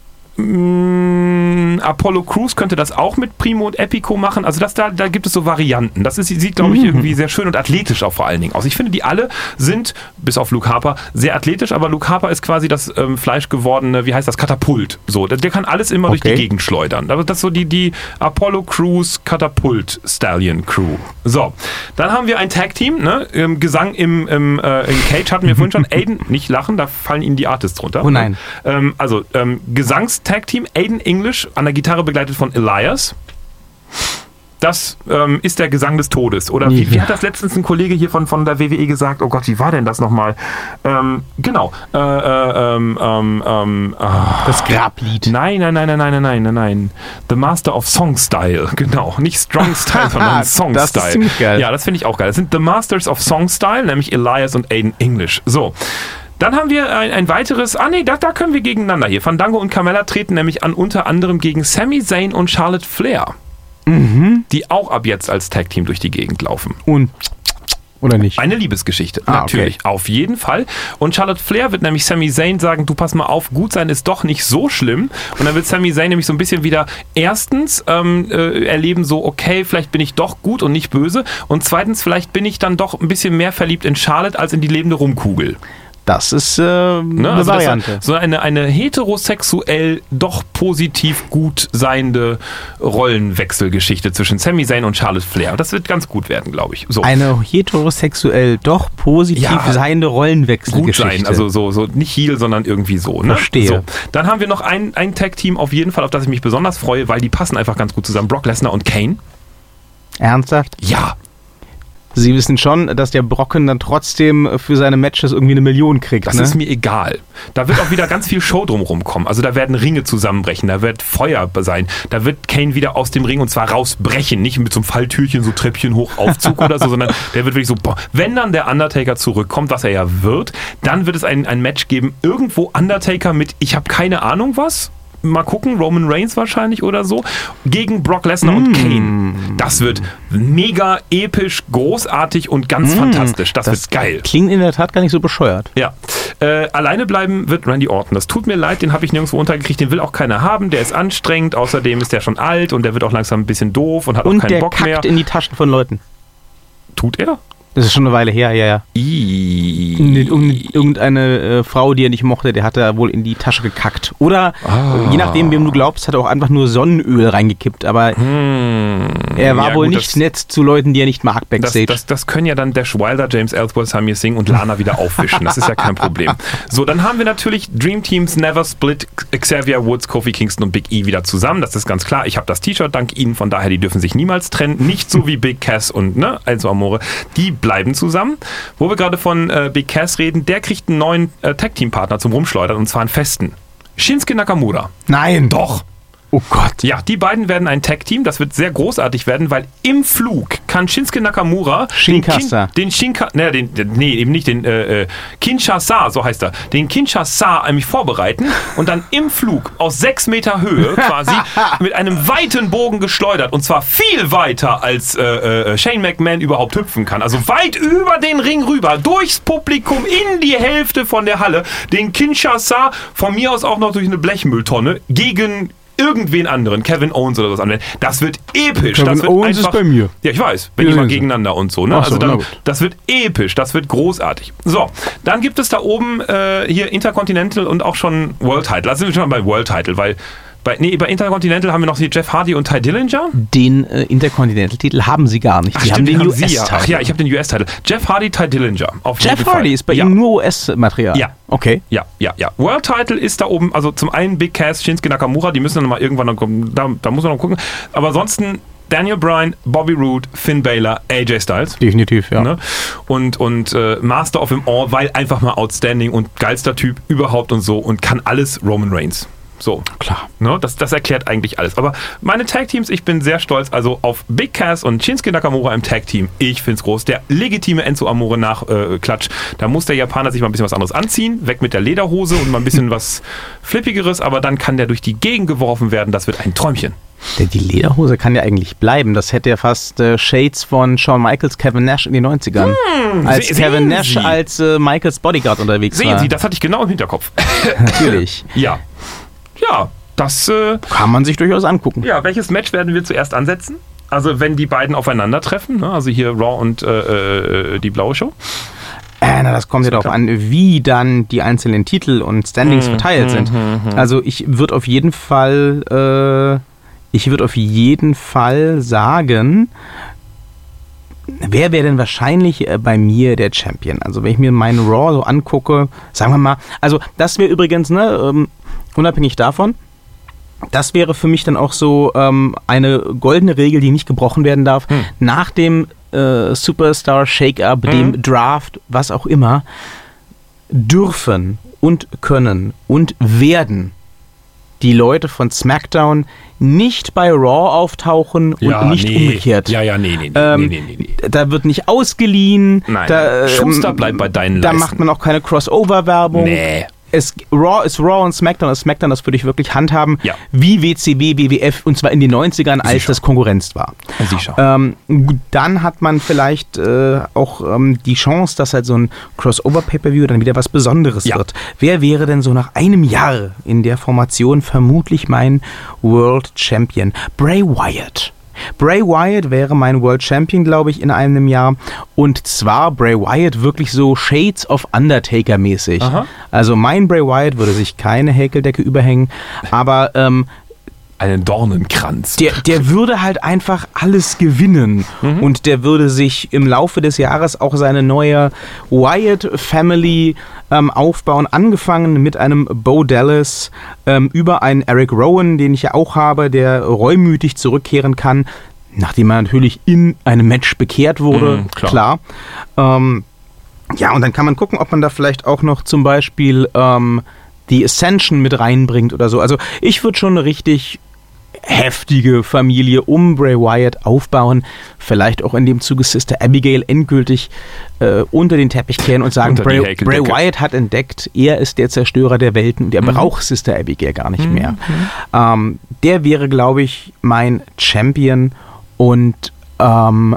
[SPEAKER 2] Apollo Crews könnte das auch mit Primo und Epico machen. Also das, da, da gibt es so Varianten. Das ist, sieht, glaube ich, irgendwie sehr schön und athletisch auch vor allen Dingen aus. Ich finde, die alle sind, bis auf Luke Harper, sehr athletisch, aber Luke Harper ist quasi das ähm, fleischgewordene, wie heißt das, Katapult. So, der, der kann alles immer okay. durch die Gegend schleudern. Das ist so die, die Apollo Crews Katapult Stallion Crew. So, dann haben wir ein Tag-Team, ne? Gesang im, im, äh, im Cage hatten wir vorhin schon. Aiden, nicht lachen, da fallen Ihnen die Artists runter.
[SPEAKER 1] Oh nein.
[SPEAKER 2] Ähm, also, ähm, Gesangs Tag Team, Aiden English, an der Gitarre begleitet von Elias. das ähm, ist der Gesang des Todes. Oder wie,
[SPEAKER 1] Ja.
[SPEAKER 2] wie hat das letztens ein Kollege hier von, von der W W E gesagt? Oh Gott, wie war denn das nochmal? Ähm, genau. Äh, äh, ähm, ähm, ähm, ah.
[SPEAKER 1] Das Grablied.
[SPEAKER 2] Nein, nein, nein, nein, nein, nein, nein, nein. The Master of Song Style. Genau. Nicht Strong Style, sondern Song
[SPEAKER 1] Das
[SPEAKER 2] Style.
[SPEAKER 1] ist ziemlich geil.
[SPEAKER 2] Ja, das finde ich auch geil. Das sind The Masters of Song Style, nämlich Elias und Aiden English. So. Dann haben wir ein, ein weiteres, ah nee, da, da können wir gegeneinander hier. Fandango und Carmella treten nämlich an unter anderem gegen Sami Zayn und Charlotte Flair.
[SPEAKER 1] Mhm.
[SPEAKER 2] Die auch ab jetzt als Tag-Team durch die Gegend laufen.
[SPEAKER 1] Und, oder nicht?
[SPEAKER 2] Eine Liebesgeschichte,
[SPEAKER 1] Ah,
[SPEAKER 2] natürlich,
[SPEAKER 1] okay.
[SPEAKER 2] auf jeden Fall. Und Charlotte Flair wird nämlich Sami Zayn sagen, du pass mal auf, gut sein ist doch nicht so schlimm. Und dann wird Sami Zayn nämlich so ein bisschen wieder erstens ähm, äh, erleben so, okay, vielleicht bin ich doch gut und nicht böse. Und zweitens, vielleicht bin ich dann doch ein bisschen mehr verliebt in Charlotte als in die lebende Rumkugel.
[SPEAKER 1] Das ist äh, eine
[SPEAKER 2] Ne? Also das
[SPEAKER 1] Variante.
[SPEAKER 2] ist so eine, eine heterosexuell doch positiv gut seiende Rollenwechselgeschichte zwischen Sami Zayn und Charlotte Flair. Das wird ganz gut werden, glaube ich. So.
[SPEAKER 1] Eine heterosexuell doch positiv
[SPEAKER 2] Ja,
[SPEAKER 1] seiende Rollenwechselgeschichte.
[SPEAKER 2] Gut sein, also so, so nicht Heel, sondern irgendwie so. Ne?
[SPEAKER 1] Verstehe.
[SPEAKER 2] So. Dann haben wir noch ein, ein Tag-Team auf jeden Fall, auf das ich mich besonders freue, weil die passen einfach ganz gut zusammen. Brock Lesnar und Kane.
[SPEAKER 1] Ernsthaft?
[SPEAKER 2] Ja.
[SPEAKER 1] Sie wissen schon, dass der Brocken dann trotzdem für seine Matches irgendwie eine Million kriegt,
[SPEAKER 2] Das
[SPEAKER 1] ne?
[SPEAKER 2] ist mir egal. Da wird auch wieder ganz viel Show drumherum kommen. Also da werden Ringe zusammenbrechen, da wird Feuer sein, da wird Kane wieder aus dem Ring und zwar rausbrechen, nicht mit so einem Falltürchen, so Treppchen hoch, Aufzug oder so, sondern der wird wirklich so, boah. Wenn dann der Undertaker zurückkommt, was er ja wird, dann wird es ein, ein Match geben, irgendwo Undertaker mit, ich habe keine Ahnung was, mal gucken, Roman Reigns wahrscheinlich oder so, gegen Brock Lesnar und Kane. Das wird mega episch, großartig und ganz fantastisch. Das, wird geil.
[SPEAKER 1] Klingt in der Tat gar nicht so bescheuert.
[SPEAKER 2] Ja. Äh, alleine bleiben wird Randy Orton. Das tut mir leid, den habe ich nirgendwo untergekriegt, den will auch keiner haben, der ist anstrengend, außerdem ist der schon alt und der wird auch langsam ein bisschen doof und hat
[SPEAKER 1] Und
[SPEAKER 2] auch keinen
[SPEAKER 1] der
[SPEAKER 2] Bock mehr.
[SPEAKER 1] kackt in die Taschen von Leuten.
[SPEAKER 2] Tut er?
[SPEAKER 1] Das ist schon eine Weile her, ja, ja.
[SPEAKER 2] I
[SPEAKER 1] Irgend- Irgendeine äh, Frau, die er nicht mochte, der hat da wohl in die Tasche gekackt. Oder,
[SPEAKER 2] Ah.
[SPEAKER 1] je nachdem, wem du glaubst, hat er auch einfach nur Sonnenöl reingekippt. Aber
[SPEAKER 2] Hm.
[SPEAKER 1] er war
[SPEAKER 2] Ja,
[SPEAKER 1] wohl
[SPEAKER 2] gut,
[SPEAKER 1] nicht
[SPEAKER 2] das-
[SPEAKER 1] nett zu Leuten, die er nicht mag,
[SPEAKER 2] Das,
[SPEAKER 1] Backstage.
[SPEAKER 2] das, das können ja dann Dash Wilder, James Ellsworth, Samir Singh und Lana wieder aufwischen. Das ist ja kein Problem. So, dann haben wir natürlich Dream Teams Never Split, Xavier Woods, Kofi Kingston und Big E wieder zusammen. Das ist ganz klar. Ich habe das T-Shirt dank ihnen, von daher, die dürfen sich niemals trennen. Nicht so wie Big Cass und ne, also Amore. Die bleiben zusammen. Wo wir gerade von äh, Big Cass reden, der kriegt einen neuen äh, Tag-Team-Partner zum Rumschleudern und zwar einen festen. Shinsuke Nakamura.
[SPEAKER 1] Nein!
[SPEAKER 2] Doch.
[SPEAKER 1] Oh Gott.
[SPEAKER 2] Ja, die beiden werden ein Tag-Team. Das wird sehr großartig werden, weil im Flug kann Shinsuke Nakamura
[SPEAKER 1] Shinkasa.
[SPEAKER 2] den, Kin, den Shinka, ne, den, den, nee, eben nicht den äh, äh, Kinshasa, so heißt er, den Kinshasa nämlich vorbereiten und dann im Flug aus sechs Meter Höhe quasi mit einem weiten Bogen geschleudert und zwar viel weiter als äh, äh, Shane McMahon überhaupt hüpfen kann. Also weit über den Ring rüber, durchs Publikum in die Hälfte von der Halle, den Kinshasa von mir aus auch noch durch eine Blechmülltonne gegen irgendwen anderen, Kevin Owens oder was anwenden. Das wird episch.
[SPEAKER 1] Kevin
[SPEAKER 2] das wird
[SPEAKER 1] Owens
[SPEAKER 2] einfach,
[SPEAKER 1] ist bei mir.
[SPEAKER 2] Ja, ich weiß. Wenn
[SPEAKER 1] Wir
[SPEAKER 2] die mal
[SPEAKER 1] sehen sie.
[SPEAKER 2] gegeneinander und so. Ne?
[SPEAKER 1] Ach so,
[SPEAKER 2] also
[SPEAKER 1] na
[SPEAKER 2] dann,
[SPEAKER 1] gut.
[SPEAKER 2] das wird episch. Das wird großartig. So, dann gibt es da oben äh, hier Intercontinental und auch schon World Title. Da sind wir schon mal bei World Title, weil bei, nee, bei Intercontinental haben wir noch hier Jeff Hardy und Ty Dillinger.
[SPEAKER 1] Den äh, Intercontinental-Titel haben sie gar nicht.
[SPEAKER 2] Ach,
[SPEAKER 1] Die haben
[SPEAKER 2] stimmt,
[SPEAKER 1] den
[SPEAKER 2] haben Sie ja. Ach
[SPEAKER 1] U S-Titel.
[SPEAKER 2] ja, ich habe den U S-Titel. Jeff Hardy, Ty Dillinger. Auf
[SPEAKER 1] Jeff
[SPEAKER 2] jeden Fall.
[SPEAKER 1] Hardy ist bei
[SPEAKER 2] ja.
[SPEAKER 1] ihm nur U S-Material.
[SPEAKER 2] Ja.
[SPEAKER 1] Okay.
[SPEAKER 2] Ja, ja, ja. World Title ist da oben, also zum einen Big Cass, Shinsuke Nakamura, die müssen dann mal irgendwann noch kommen, da, da muss man noch gucken. Aber ansonsten Daniel Bryan, Bobby Roode, Finn Balor, A J Styles.
[SPEAKER 1] Definitiv, ja.
[SPEAKER 2] Ne? Und, und äh, Master of them all, weil einfach mal outstanding und geilster Typ überhaupt und so und kann alles Roman Reigns. So.
[SPEAKER 1] Klar.
[SPEAKER 2] Ne? Das, das erklärt eigentlich alles. Aber meine Tag-Teams, ich bin sehr stolz also auf Big Cass und Shinsuke Nakamura im Tag-Team. Ich find's groß. Der legitime Enzo Amore nach äh, Klatsch. Da muss der Japaner sich mal ein bisschen was anderes anziehen. Weg mit der Lederhose und mal ein bisschen was Flippigeres. Aber dann kann der durch die Gegend geworfen werden. Das wird ein Träumchen.
[SPEAKER 1] Der, die Lederhose kann ja eigentlich bleiben. Das hätte ja fast äh, Shades von Shawn Michaels, Kevin Nash in den neunzigern. als
[SPEAKER 2] se-
[SPEAKER 1] Kevin
[SPEAKER 2] sehen
[SPEAKER 1] Nash
[SPEAKER 2] Sie.
[SPEAKER 1] als äh, Michaels Bodyguard unterwegs
[SPEAKER 2] Sehen
[SPEAKER 1] war.
[SPEAKER 2] Sie, das hatte ich genau im Hinterkopf.
[SPEAKER 1] Natürlich.
[SPEAKER 2] Ja. Ja, das... Äh,
[SPEAKER 1] Kann man sich durchaus angucken.
[SPEAKER 2] Ja, welches Match werden wir zuerst ansetzen? Also wenn die beiden aufeinandertreffen, ne? Also hier Raw und äh, äh, die blaue Show.
[SPEAKER 1] Äh, na, das kommt ja darauf an, wie dann die einzelnen Titel und Standings verteilt sind. Also ich würde auf jeden Fall, äh, ich würde auf jeden Fall sagen, wer wäre denn wahrscheinlich äh, bei mir der Champion? Also wenn ich mir meinen Raw so angucke, sagen wir mal, also das wäre übrigens, ne, ähm, unabhängig davon, das wäre für mich dann auch so ähm, eine goldene Regel, die nicht gebrochen werden darf. Hm. Nach dem äh, Superstar Shake-Up, hm. dem Draft, was auch immer, dürfen und können und werden die Leute von SmackDown nicht bei Raw auftauchen und
[SPEAKER 2] ja,
[SPEAKER 1] nicht
[SPEAKER 2] nee.
[SPEAKER 1] umgekehrt.
[SPEAKER 2] Ja, ja, nee, nee,
[SPEAKER 1] ähm,
[SPEAKER 2] nee, nee, nee.
[SPEAKER 1] Da wird nicht ausgeliehen.
[SPEAKER 2] Nein,
[SPEAKER 1] da,
[SPEAKER 2] Schuster bleibt bei deinen
[SPEAKER 1] Da
[SPEAKER 2] Leisten.
[SPEAKER 1] macht man auch keine Crossover-Werbung.
[SPEAKER 2] Nee.
[SPEAKER 1] Es, Raw ist Raw und SmackDown ist SmackDown, das würde ich wirklich handhaben,
[SPEAKER 2] ja.
[SPEAKER 1] wie W C W, W W F, und zwar in den neunzigern, als
[SPEAKER 2] Sicher.
[SPEAKER 1] das Konkurrenz war.
[SPEAKER 2] Sicher.
[SPEAKER 1] Ähm, dann hat man vielleicht äh, auch ähm, die Chance, dass halt so ein Crossover-Pay-Per-View dann wieder was Besonderes
[SPEAKER 2] ja.
[SPEAKER 1] wird. Wer wäre denn so nach einem Jahr in der Formation vermutlich mein World Champion? Bray Wyatt. Bray Wyatt wäre mein World Champion, glaube ich, in einem Jahr. Und zwar Bray Wyatt wirklich so Shades of Undertaker mäßig.
[SPEAKER 2] Aha.
[SPEAKER 1] Also mein Bray Wyatt würde sich keine Häkeldecke überhängen, aber ähm,
[SPEAKER 2] einen Dornenkranz.
[SPEAKER 1] Der, der würde halt einfach alles gewinnen. Mhm. Und der würde sich im Laufe des Jahres auch seine neue Wyatt Family ähm, aufbauen. Angefangen mit einem Bo Dallas, ähm, über einen Eric Rowan, den ich ja auch habe, der reumütig zurückkehren kann, nachdem er natürlich in einem Match bekehrt wurde. Mhm, klar. klar. Ähm, ja, und dann kann man gucken, ob man da vielleicht auch noch zum Beispiel ähm, die Ascension mit reinbringt oder so. Also ich würde schon eine richtig heftige Familie um Bray Wyatt aufbauen, vielleicht auch in dem Zuge Sister Abigail endgültig äh, unter den Teppich kehren und sagen, Bray, Bray Wyatt hat entdeckt, er ist der Zerstörer der Welten und er mhm. braucht Sister Abigail gar nicht mhm. mehr. Ähm, der wäre, glaube ich, mein Champion und ähm,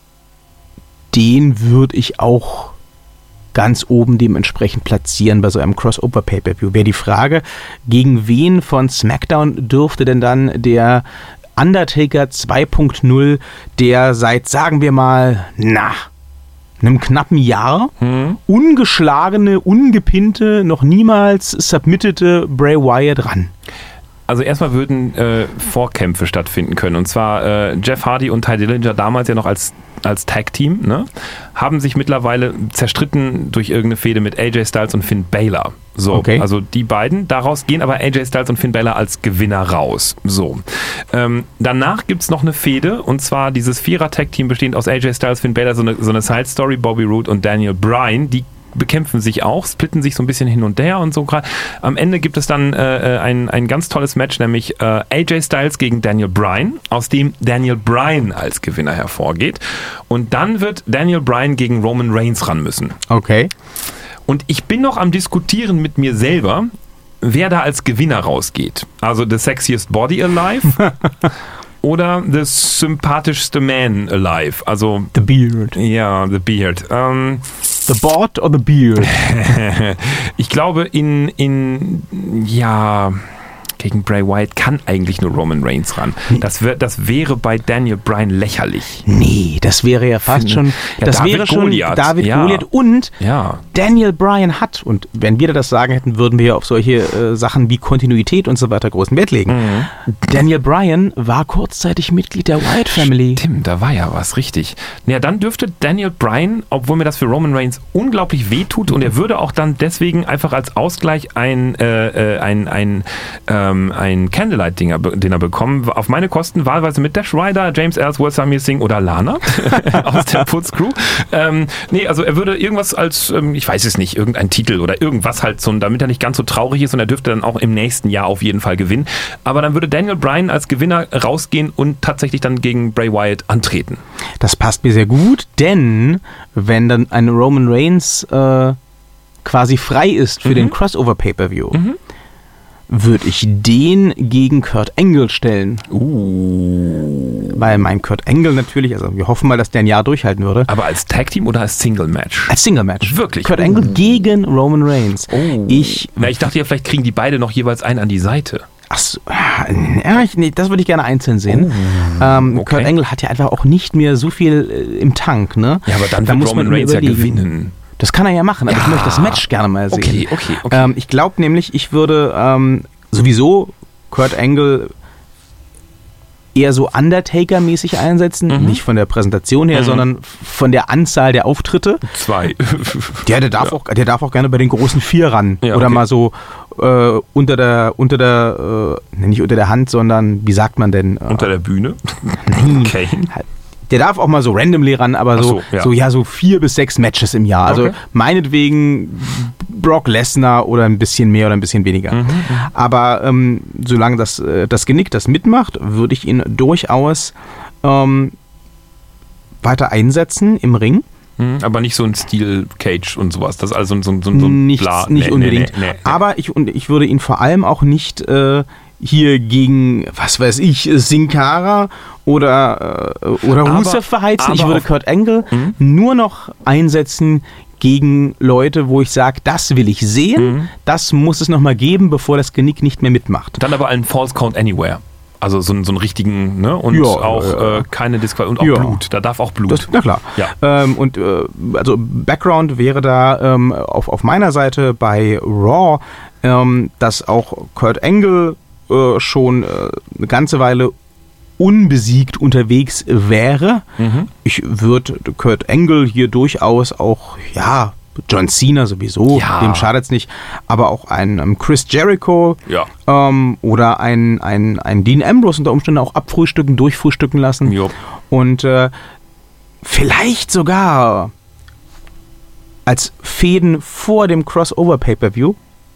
[SPEAKER 1] den würde ich auch ganz oben dementsprechend platzieren bei so einem Crossover-Pay-Per-View. Wäre die Frage, gegen wen von SmackDown dürfte denn dann der Undertaker zwei Punkt null, der seit, sagen wir mal, na, einem knappen Jahr hm. ungeschlagene, ungepinte, noch niemals submittete Bray Wyatt ran?
[SPEAKER 2] Also erstmal würden äh, Vorkämpfe stattfinden können. Und zwar äh, Jeff Hardy und Ty Dillinger, damals ja noch als, als Tag-Team, ne, haben sich mittlerweile zerstritten durch irgendeine Fehde mit A J Styles und Finn Balor. So, okay. Also die beiden, daraus gehen aber A J Styles und Finn Balor als Gewinner raus. So. Ähm, danach gibt es noch eine Fehde, und zwar dieses Vierer-Tag-Team bestehend aus A J Styles, Finn Balor, so eine, so eine Side-Story, Bobby Roode und Daniel Bryan, die bekämpfen sich auch, splitten sich so ein bisschen hin und her und so. Am Ende gibt es dann äh, ein, ein ganz tolles Match, nämlich äh, A J Styles gegen Daniel Bryan, aus dem Daniel Bryan als Gewinner hervorgeht. Und dann wird Daniel Bryan gegen Roman Reigns ran müssen.
[SPEAKER 1] Okay.
[SPEAKER 2] Und ich bin noch am Diskutieren mit mir selber, wer da als Gewinner rausgeht. Also the sexiest body alive oder the sympathischste man alive. Also
[SPEAKER 1] the beard.
[SPEAKER 2] Ja, the beard. Ähm,
[SPEAKER 1] The Board or the Beard?
[SPEAKER 2] Ich glaube, in, in, ja, gegen Bray Wyatt kann eigentlich nur Roman Reigns ran. Das, wär, das wäre bei Daniel Bryan lächerlich.
[SPEAKER 1] Nee, das wäre ja fast Finde, schon, ja, das David wäre schon Goliath. David ja. Goliath und
[SPEAKER 2] ja.
[SPEAKER 1] Daniel Bryan hat, und wenn wir das sagen hätten, würden wir ja auf solche äh, Sachen wie Kontinuität und so weiter großen Wert legen. Mhm. Daniel Bryan war kurzzeitig Mitglied der Wyatt Family.
[SPEAKER 2] Stimmt, da war ja was, richtig. Ja, dann dürfte Daniel Bryan, obwohl mir das für Roman Reigns unglaublich wehtut, und er würde auch dann deswegen einfach als Ausgleich ein, äh, ein, ein, äh, ein Candlelight-Dinner bekommen, auf meine Kosten, wahlweise mit Dash Rider, James Ellsworth, Samir Singh oder Lana aus der Putzcrew. Ähm, nee, also er würde irgendwas als, ähm, ich weiß es nicht, irgendein Titel oder irgendwas halt so, damit er nicht ganz so traurig ist, und er dürfte dann auch im nächsten Jahr auf jeden Fall gewinnen. Aber dann würde Daniel Bryan als Gewinner rausgehen und tatsächlich dann gegen Bray Wyatt antreten.
[SPEAKER 1] Das passt mir sehr gut, denn wenn dann ein Roman Reigns äh, quasi frei ist für mhm. den Crossover-Pay-Per-View, mhm. würde ich den gegen Kurt Angle stellen.
[SPEAKER 2] Uh.
[SPEAKER 1] Weil mein Kurt Angle natürlich, also wir hoffen mal, dass der ein Jahr durchhalten würde.
[SPEAKER 2] Aber als Tag-Team oder als Single-Match?
[SPEAKER 1] Als Single-Match.
[SPEAKER 2] Wirklich?
[SPEAKER 1] Kurt uh. Angle gegen Roman Reigns.
[SPEAKER 2] Oh.
[SPEAKER 1] Ich,
[SPEAKER 2] Na, ich dachte ja, vielleicht kriegen die beide noch jeweils einen an die Seite.
[SPEAKER 1] Ach so, ja, ich, nee, das würde ich gerne einzeln sehen. Oh. Ähm, okay. Kurt Angle hat ja einfach auch nicht mehr so viel äh, im Tank, ne?
[SPEAKER 2] Ja, aber dann da wird muss Roman Reigns ja gewinnen.
[SPEAKER 1] Das kann er ja machen, aber ja. ich möchte das Match gerne mal sehen.
[SPEAKER 2] Okay, okay, okay.
[SPEAKER 1] Ähm, ich glaube nämlich, ich würde ähm, sowieso Kurt Angle eher so Undertaker-mäßig einsetzen, mhm. nicht von der Präsentation her, mhm. sondern von der Anzahl der Auftritte.
[SPEAKER 2] Zwei.
[SPEAKER 1] Ja, der darf, ja. auch, der darf auch gerne bei den großen vier ran. Ja, oder
[SPEAKER 2] okay.
[SPEAKER 1] mal so äh, unter der, unter der, äh, nicht unter der Hand, sondern, wie sagt man denn? Äh,
[SPEAKER 2] unter der Bühne?
[SPEAKER 1] Nein. Okay. Der darf auch mal so randomly ran, aber so, so, ja. so ja, so vier bis sechs Matches im Jahr. Also okay. meinetwegen Brock Lesnar oder ein bisschen mehr oder ein bisschen weniger. Mhm, aber ähm, solange das, das Genick das mitmacht, würde ich ihn durchaus ähm, weiter einsetzen im Ring.
[SPEAKER 2] Mhm, aber nicht so ein Steel Cage und sowas. Das ist also so, so, so ein
[SPEAKER 1] Nichts,
[SPEAKER 2] Bla.
[SPEAKER 1] Nicht
[SPEAKER 2] nee,
[SPEAKER 1] unbedingt.
[SPEAKER 2] Nee, nee, nee.
[SPEAKER 1] Aber ich, und ich würde ihn vor allem auch nicht äh, hier gegen, was weiß ich, Sin Cara oder, äh, oder Rusev verheizen. Ich würde Kurt Angle mhm. nur noch einsetzen gegen Leute, wo ich sage, das will ich sehen, mhm. das muss es nochmal geben, bevor das Genick nicht mehr mitmacht.
[SPEAKER 2] Dann aber einen False Count Anywhere. Also so, so einen richtigen, ne? Und
[SPEAKER 1] ja,
[SPEAKER 2] auch
[SPEAKER 1] ja.
[SPEAKER 2] Äh, keine Disqualifikation und auch
[SPEAKER 1] ja.
[SPEAKER 2] Blut. Da darf auch Blut.
[SPEAKER 1] Das, na klar.
[SPEAKER 2] Ja.
[SPEAKER 1] Ähm, und äh, also Background wäre da ähm, auf, auf meiner Seite bei Raw, ähm, dass auch Kurt Angle äh, schon äh, eine ganze Weile unbesiegt unterwegs wäre. Mhm. Ich würde Kurt Angle hier durchaus auch, ja, John Cena sowieso,
[SPEAKER 2] ja.
[SPEAKER 1] dem schadet es nicht, aber auch ein um, Chris Jericho
[SPEAKER 2] ja.
[SPEAKER 1] ähm, oder ein, ein, ein Dean Ambrose unter Umständen auch abfrühstücken, durchfrühstücken lassen.
[SPEAKER 2] Jo.
[SPEAKER 1] Und äh, vielleicht sogar als Fäden vor dem Crossover Pay-Per-View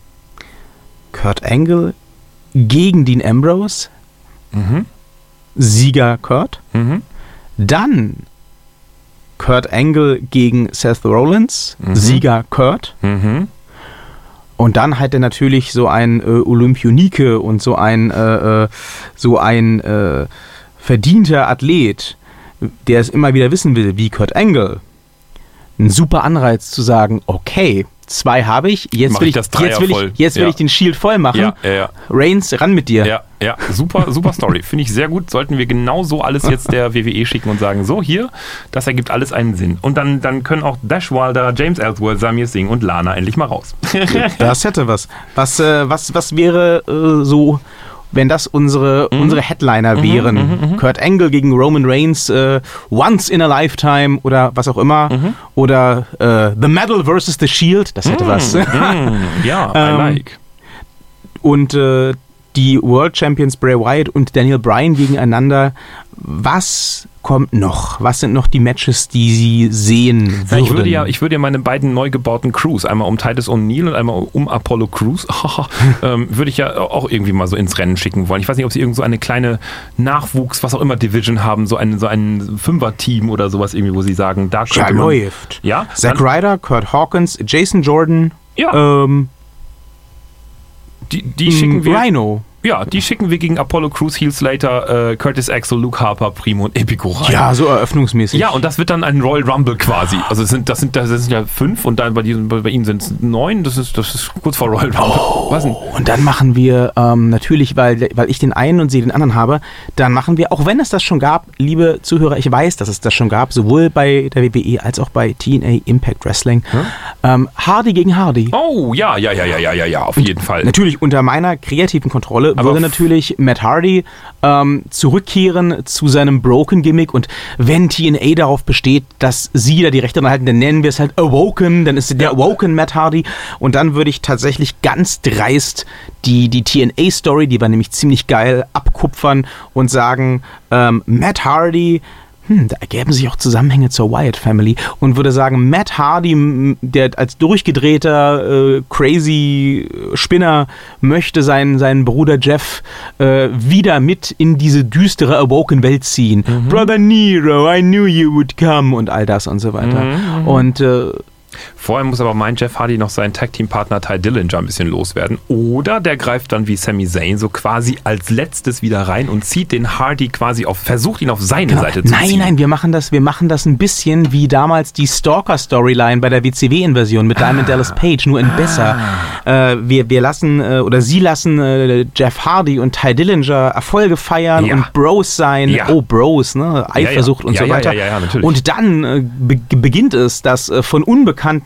[SPEAKER 1] Kurt Angle gegen Dean Ambrose,
[SPEAKER 2] mhm.
[SPEAKER 1] Sieger Kurt,
[SPEAKER 2] mhm.
[SPEAKER 1] dann Kurt Angle gegen Seth Rollins,
[SPEAKER 2] mhm.
[SPEAKER 1] Sieger Kurt.
[SPEAKER 2] Mhm.
[SPEAKER 1] Und dann hat er natürlich so ein äh, Olympionike und so ein, äh, so ein äh, verdienter Athlet, der es immer wieder wissen will, wie Kurt Angle. Ein super Anreiz zu sagen, okay, zwei habe ich, jetzt
[SPEAKER 2] Mach
[SPEAKER 1] will
[SPEAKER 2] ich,
[SPEAKER 1] ich,
[SPEAKER 2] das Dreier
[SPEAKER 1] jetzt will
[SPEAKER 2] voll.
[SPEAKER 1] ich, jetzt will
[SPEAKER 2] ja.
[SPEAKER 1] ich den Shield voll machen.
[SPEAKER 2] Ja, ja, ja.
[SPEAKER 1] Reigns, ran mit dir.
[SPEAKER 2] Ja, ja, super, super Story. Finde ich sehr gut. Sollten wir genau so alles jetzt der W W E schicken und sagen, so hier, das ergibt alles einen Sinn. Und dann, dann können auch Dash Wilder, James Ellsworth, Samir Singh und Lana endlich mal raus.
[SPEAKER 1] Das hätte was. Was, äh, was, was wäre äh, so, wenn das unsere, mhm. unsere Headliner mhm, wären? Mhm, Kurt Angle gegen Roman Reigns, äh, Once in a Lifetime oder was auch immer. Mhm. Oder äh, The Medal versus The Shield, das hätte
[SPEAKER 2] mhm.
[SPEAKER 1] was.
[SPEAKER 2] Ja, I
[SPEAKER 1] ähm,
[SPEAKER 2] like.
[SPEAKER 1] Und äh, die World Champions Bray Wyatt und Daniel Bryan gegeneinander. Was kommt noch? Was sind noch die Matches, die Sie sehen würden?
[SPEAKER 2] Ja, ich würde ja, ich würde ja meine beiden neu gebauten Crews, einmal um Titus O'Neil und einmal um Apollo Crews, ähm, würde ich ja auch irgendwie mal so ins Rennen schicken wollen. Ich weiß nicht, ob Sie irgend so eine kleine Nachwuchs, was auch immer, Division haben, so ein, so ein Fünfer-Team oder sowas irgendwie, wo Sie sagen, da könnte
[SPEAKER 1] ja,
[SPEAKER 2] man...
[SPEAKER 1] läuft.
[SPEAKER 2] Ja,
[SPEAKER 1] Zack Ryder, Kurt Hawkins, Jason Jordan,
[SPEAKER 2] ja.
[SPEAKER 1] ähm,
[SPEAKER 2] Die, die schicken wir.
[SPEAKER 1] Rhino.
[SPEAKER 2] Ja, die schicken wir gegen Apollo Crews, Heath Slater, äh, Curtis Axel, Luke Harper, Primo und Epico rein.
[SPEAKER 1] Ja, so eröffnungsmäßig.
[SPEAKER 2] Ja, und das wird dann ein Royal Rumble quasi. Also das sind, das sind, das sind ja fünf und dann bei, diesen, bei Ihnen sind es neun. Das ist, das ist kurz vor Royal Rumble.
[SPEAKER 1] Oh,
[SPEAKER 2] Was denn?
[SPEAKER 1] Und dann machen wir ähm, natürlich, weil, weil ich den einen und Sie den anderen habe, dann machen wir, auch wenn es das schon gab, liebe Zuhörer, ich weiß, dass es das schon gab, sowohl bei der W W E als auch bei T N A Impact Wrestling, hm? ähm, Hardy gegen Hardy.
[SPEAKER 2] Oh, ja, ja, ja, ja, ja, ja, ja, auf
[SPEAKER 1] und
[SPEAKER 2] jeden Fall.
[SPEAKER 1] Natürlich unter meiner kreativen Kontrolle
[SPEAKER 2] Aber
[SPEAKER 1] würde natürlich Matt Hardy ähm, zurückkehren zu seinem Broken-Gimmick und wenn T N A darauf besteht, dass sie da die Rechte dran halten, dann nennen wir es halt Awoken, dann ist der ja. Awoken Matt Hardy und dann würde ich tatsächlich ganz dreist die, die T N A-Story, die war nämlich ziemlich geil, abkupfern und sagen, ähm, Matt Hardy, Hm, da ergäben sich auch Zusammenhänge zur Wyatt Family und würde sagen, Matt Hardy, der als durchgedrehter, äh, crazy Spinner möchte seinen, seinen Bruder Jeff äh, wieder mit in diese düstere Awoken-Welt ziehen. Mhm. Brother Nero, I knew you would come und all das und so weiter. Mhm. Und äh,
[SPEAKER 2] vorher muss aber mein Jeff Hardy noch seinen Tag-Team-Partner Ty Dillinger ein bisschen loswerden. Oder der greift dann wie Sami Zayn so quasi als letztes wieder rein und zieht den Hardy quasi auf, versucht ihn auf seine
[SPEAKER 1] genau.
[SPEAKER 2] Seite zu
[SPEAKER 1] nein,
[SPEAKER 2] ziehen.
[SPEAKER 1] Nein, nein, wir machen das, wir machen das ein bisschen wie damals die Stalker-Storyline bei der W C W-Inversion mit Diamond ah. Dallas Page, nur in ah. besser. Äh, wir, wir lassen, äh, oder sie lassen äh, Jeff Hardy und Ty Dillinger Erfolge feiern ja. und Bros sein. Ja. Oh, Bros, ne? Eifersucht
[SPEAKER 2] ja, ja.
[SPEAKER 1] und
[SPEAKER 2] ja,
[SPEAKER 1] so weiter.
[SPEAKER 2] Ja, ja, ja, ja, natürlich.
[SPEAKER 1] Und dann äh, be- beginnt es, dass äh, von Unbekannten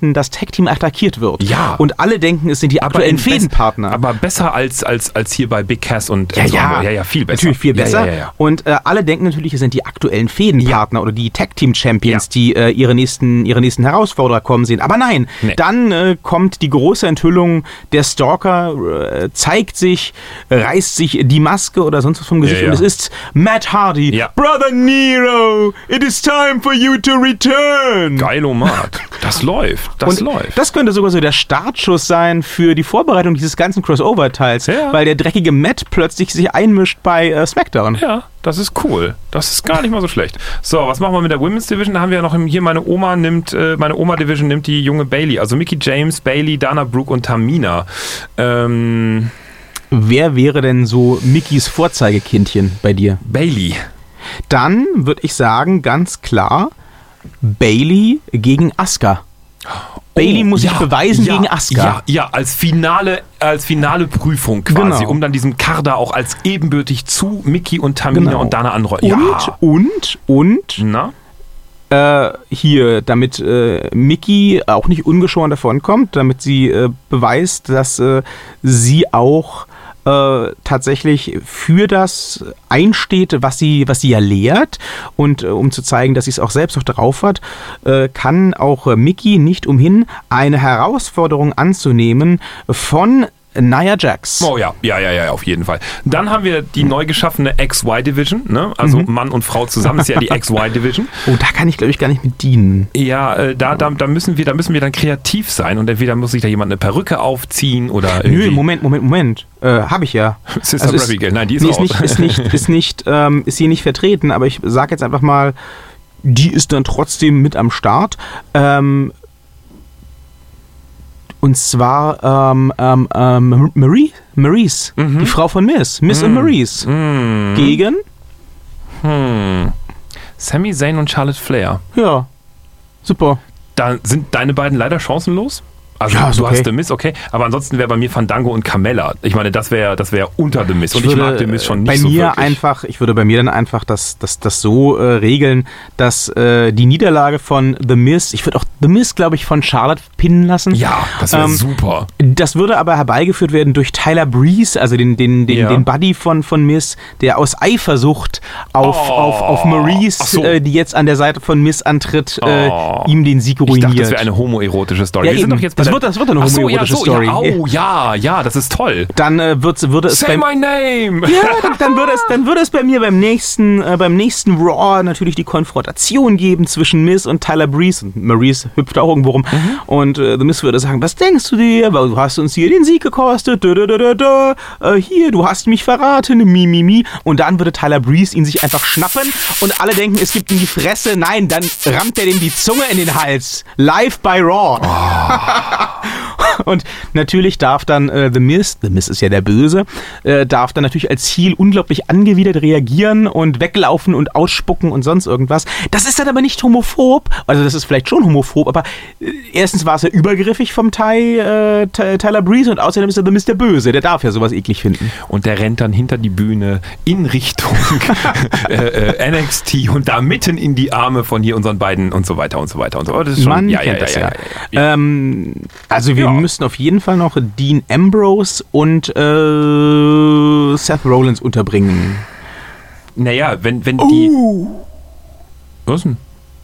[SPEAKER 1] Monaten das Tag-Team attackiert wird.
[SPEAKER 2] Ja.
[SPEAKER 1] Und alle denken, es sind die aktuellen Fädenpartner.
[SPEAKER 2] Aber besser als, als, als hier bei Big Cass und
[SPEAKER 1] ja, ja.
[SPEAKER 2] ja, ja, viel besser.
[SPEAKER 1] Natürlich viel besser.
[SPEAKER 2] Ja, ja, ja, ja.
[SPEAKER 1] Und äh, alle denken natürlich, es sind die aktuellen Fädenpartner ja. oder die Tag-Team-Champions, ja. die äh, ihre, nächsten, ihre nächsten Herausforderer kommen sehen. Aber nein, nee. dann äh, kommt die große Enthüllung, der Stalker äh, zeigt sich, reißt sich die Maske oder sonst was vom Gesicht ja, ja. und es ist Matt Hardy.
[SPEAKER 2] Ja.
[SPEAKER 1] Brother Nero, it is time for you to return.
[SPEAKER 2] Geilomat. Das läuft, das
[SPEAKER 1] und
[SPEAKER 2] läuft.
[SPEAKER 1] Das könnte sogar so der Startschuss sein für die Vorbereitung dieses ganzen Crossover-Teils,
[SPEAKER 2] ja.
[SPEAKER 1] weil der dreckige Matt plötzlich sich einmischt bei äh, SmackDown.
[SPEAKER 2] Ja, das ist cool. Das ist gar nicht mal so schlecht. So, was machen wir mit der Women's Division? Da haben wir ja noch hier, meine Oma nimmt, äh, meine Oma-Division nimmt die junge Bayley. Also Mickie James, Bayley, Dana Brooke und Tamina. Ähm...
[SPEAKER 1] Wer wäre denn so Mickeys Vorzeigekindchen bei dir?
[SPEAKER 2] Bayley.
[SPEAKER 1] Dann würde ich sagen, ganz klar, Bayley gegen Asuka.
[SPEAKER 2] Oh,
[SPEAKER 1] Bayley muss
[SPEAKER 2] ja,
[SPEAKER 1] sich beweisen
[SPEAKER 2] ja,
[SPEAKER 1] gegen Asuka.
[SPEAKER 2] Ja, ja, als finale, als finale Prüfung quasi,
[SPEAKER 1] genau.
[SPEAKER 2] um dann diesem Kader auch als ebenbürtig zu Mickie und Tamina
[SPEAKER 1] genau.
[SPEAKER 2] und Dana anrollen.
[SPEAKER 1] Und,
[SPEAKER 2] ja.
[SPEAKER 1] und, und,
[SPEAKER 2] Na?
[SPEAKER 1] Äh, hier, damit äh, Mickie auch nicht ungeschoren davonkommt, damit sie äh, beweist, dass äh, sie auch äh, tatsächlich für das einsteht, was sie, was sie ja lehrt. Und äh, um zu zeigen, dass sie es auch selbst noch drauf hat, äh, kann auch äh, Mickie nicht umhin, eine Herausforderung anzunehmen von Nia Jax.
[SPEAKER 2] Oh ja, ja, ja, ja, auf jeden Fall. Dann haben wir die neu geschaffene X Y-Division, ne? Also mhm. Mann und Frau zusammen, ist ja die X Y-Division.
[SPEAKER 1] Oh, da kann ich, glaube ich, gar nicht mit dienen.
[SPEAKER 2] Ja, äh, da, da, da, müssen wir, da müssen wir dann kreativ sein und entweder muss sich da jemand eine Perücke aufziehen oder irgendwie...
[SPEAKER 1] Nö, Moment, Moment, Moment. Äh, habe ich ja.
[SPEAKER 2] Sister also Abigail, nein, die ist
[SPEAKER 1] nee,
[SPEAKER 2] auch...
[SPEAKER 1] Ist, nicht, ist, nicht, ist, nicht, ähm, ist hier nicht vertreten, aber ich sage jetzt einfach mal, die ist dann trotzdem mit am Start. Ähm... Und zwar ähm, ähm, ähm, Marie, Maurice, mhm. die Frau von Miss, Miss mhm. und Maurice, mhm. gegen
[SPEAKER 2] hm. Sami Zayn und Charlotte Flair.
[SPEAKER 1] Ja, super.
[SPEAKER 2] Da sind deine beiden leider chancenlos. Also
[SPEAKER 1] ja,
[SPEAKER 2] du
[SPEAKER 1] okay.
[SPEAKER 2] hast The Miz, okay, aber ansonsten wäre bei mir Fandango und Carmella. Ich meine, das wäre das wär unter The Miz und ich, würde, ich mag The Miz schon nicht
[SPEAKER 1] bei
[SPEAKER 2] so
[SPEAKER 1] mir
[SPEAKER 2] wirklich.
[SPEAKER 1] Einfach, ich würde bei mir dann einfach das, das, das so äh, regeln, dass äh, die Niederlage von The Miz, ich würde auch The Miz, glaube ich, von Charlotte pinnen lassen.
[SPEAKER 2] Ja, das wäre
[SPEAKER 1] ähm,
[SPEAKER 2] super.
[SPEAKER 1] Das würde aber herbeigeführt werden durch Tyler Breeze, also den, den, den, ja. den Buddy von, von Miz, der aus Eifersucht auf, oh, auf, auf Maurice, so. äh, die jetzt an der Seite von Miz antritt, äh, oh. ihm den Sieg ruiniert.
[SPEAKER 2] Ich dachte, das wäre eine homoerotische Story.
[SPEAKER 1] Ja,
[SPEAKER 2] Wir sind doch jetzt bei
[SPEAKER 1] das, wird, das wird eine homoerotische
[SPEAKER 2] so, ja, so,
[SPEAKER 1] Story.
[SPEAKER 2] Ja, oh, ja, ja, das ist toll.
[SPEAKER 1] Dann äh, wird, würde es
[SPEAKER 2] Say
[SPEAKER 1] beim,
[SPEAKER 2] my name!
[SPEAKER 1] Ja, dann, dann, würde es, dann würde es bei mir beim nächsten, äh, beim nächsten Raw natürlich die Konfrontation geben zwischen Miz und Tyler Breeze. Und Maurice hüpft auch irgendwo rum. Mhm. Und äh, The Miz würde sagen, was denkst du dir? Weil du hast uns hier den Sieg gekostet. Da, da, da, da. Äh, hier, du hast mich verraten. Mi, mi, mi. Und dann würde Tyler Breeze ihn sich einfach schnappen und alle denken, es gibt ihm die Fresse. Nein, dann rammt er dem die Zunge in den Hals. Live by Raw. Oh. Und natürlich darf dann äh, The Miz, The Miz ist ja der Böse, äh, darf dann natürlich als Heel unglaublich angewidert reagieren und weglaufen und ausspucken und sonst irgendwas. Das ist dann aber nicht homophob, also das ist vielleicht schon homophob, aber äh, erstens war es ja übergriffig vom Ty, äh, Tyler Breeze und außerdem ist der The Miz der Böse, der darf ja sowas eklig finden.
[SPEAKER 2] Und der rennt dann hinter die Bühne in Richtung äh, äh, N X T und da mitten in die Arme von hier unseren beiden und so weiter und so weiter und so. Oh, das ist schon,
[SPEAKER 1] Man
[SPEAKER 2] ja,
[SPEAKER 1] kennt
[SPEAKER 2] ja,
[SPEAKER 1] das
[SPEAKER 2] ja,
[SPEAKER 1] ja.
[SPEAKER 2] ja, ja, ja.
[SPEAKER 1] Ähm, also wir
[SPEAKER 2] Ja.
[SPEAKER 1] müssen auf jeden Fall noch Dean Ambrose und äh, Seth Rollins unterbringen.
[SPEAKER 2] Naja, wenn, wenn die...
[SPEAKER 1] Uh.
[SPEAKER 2] Was denn?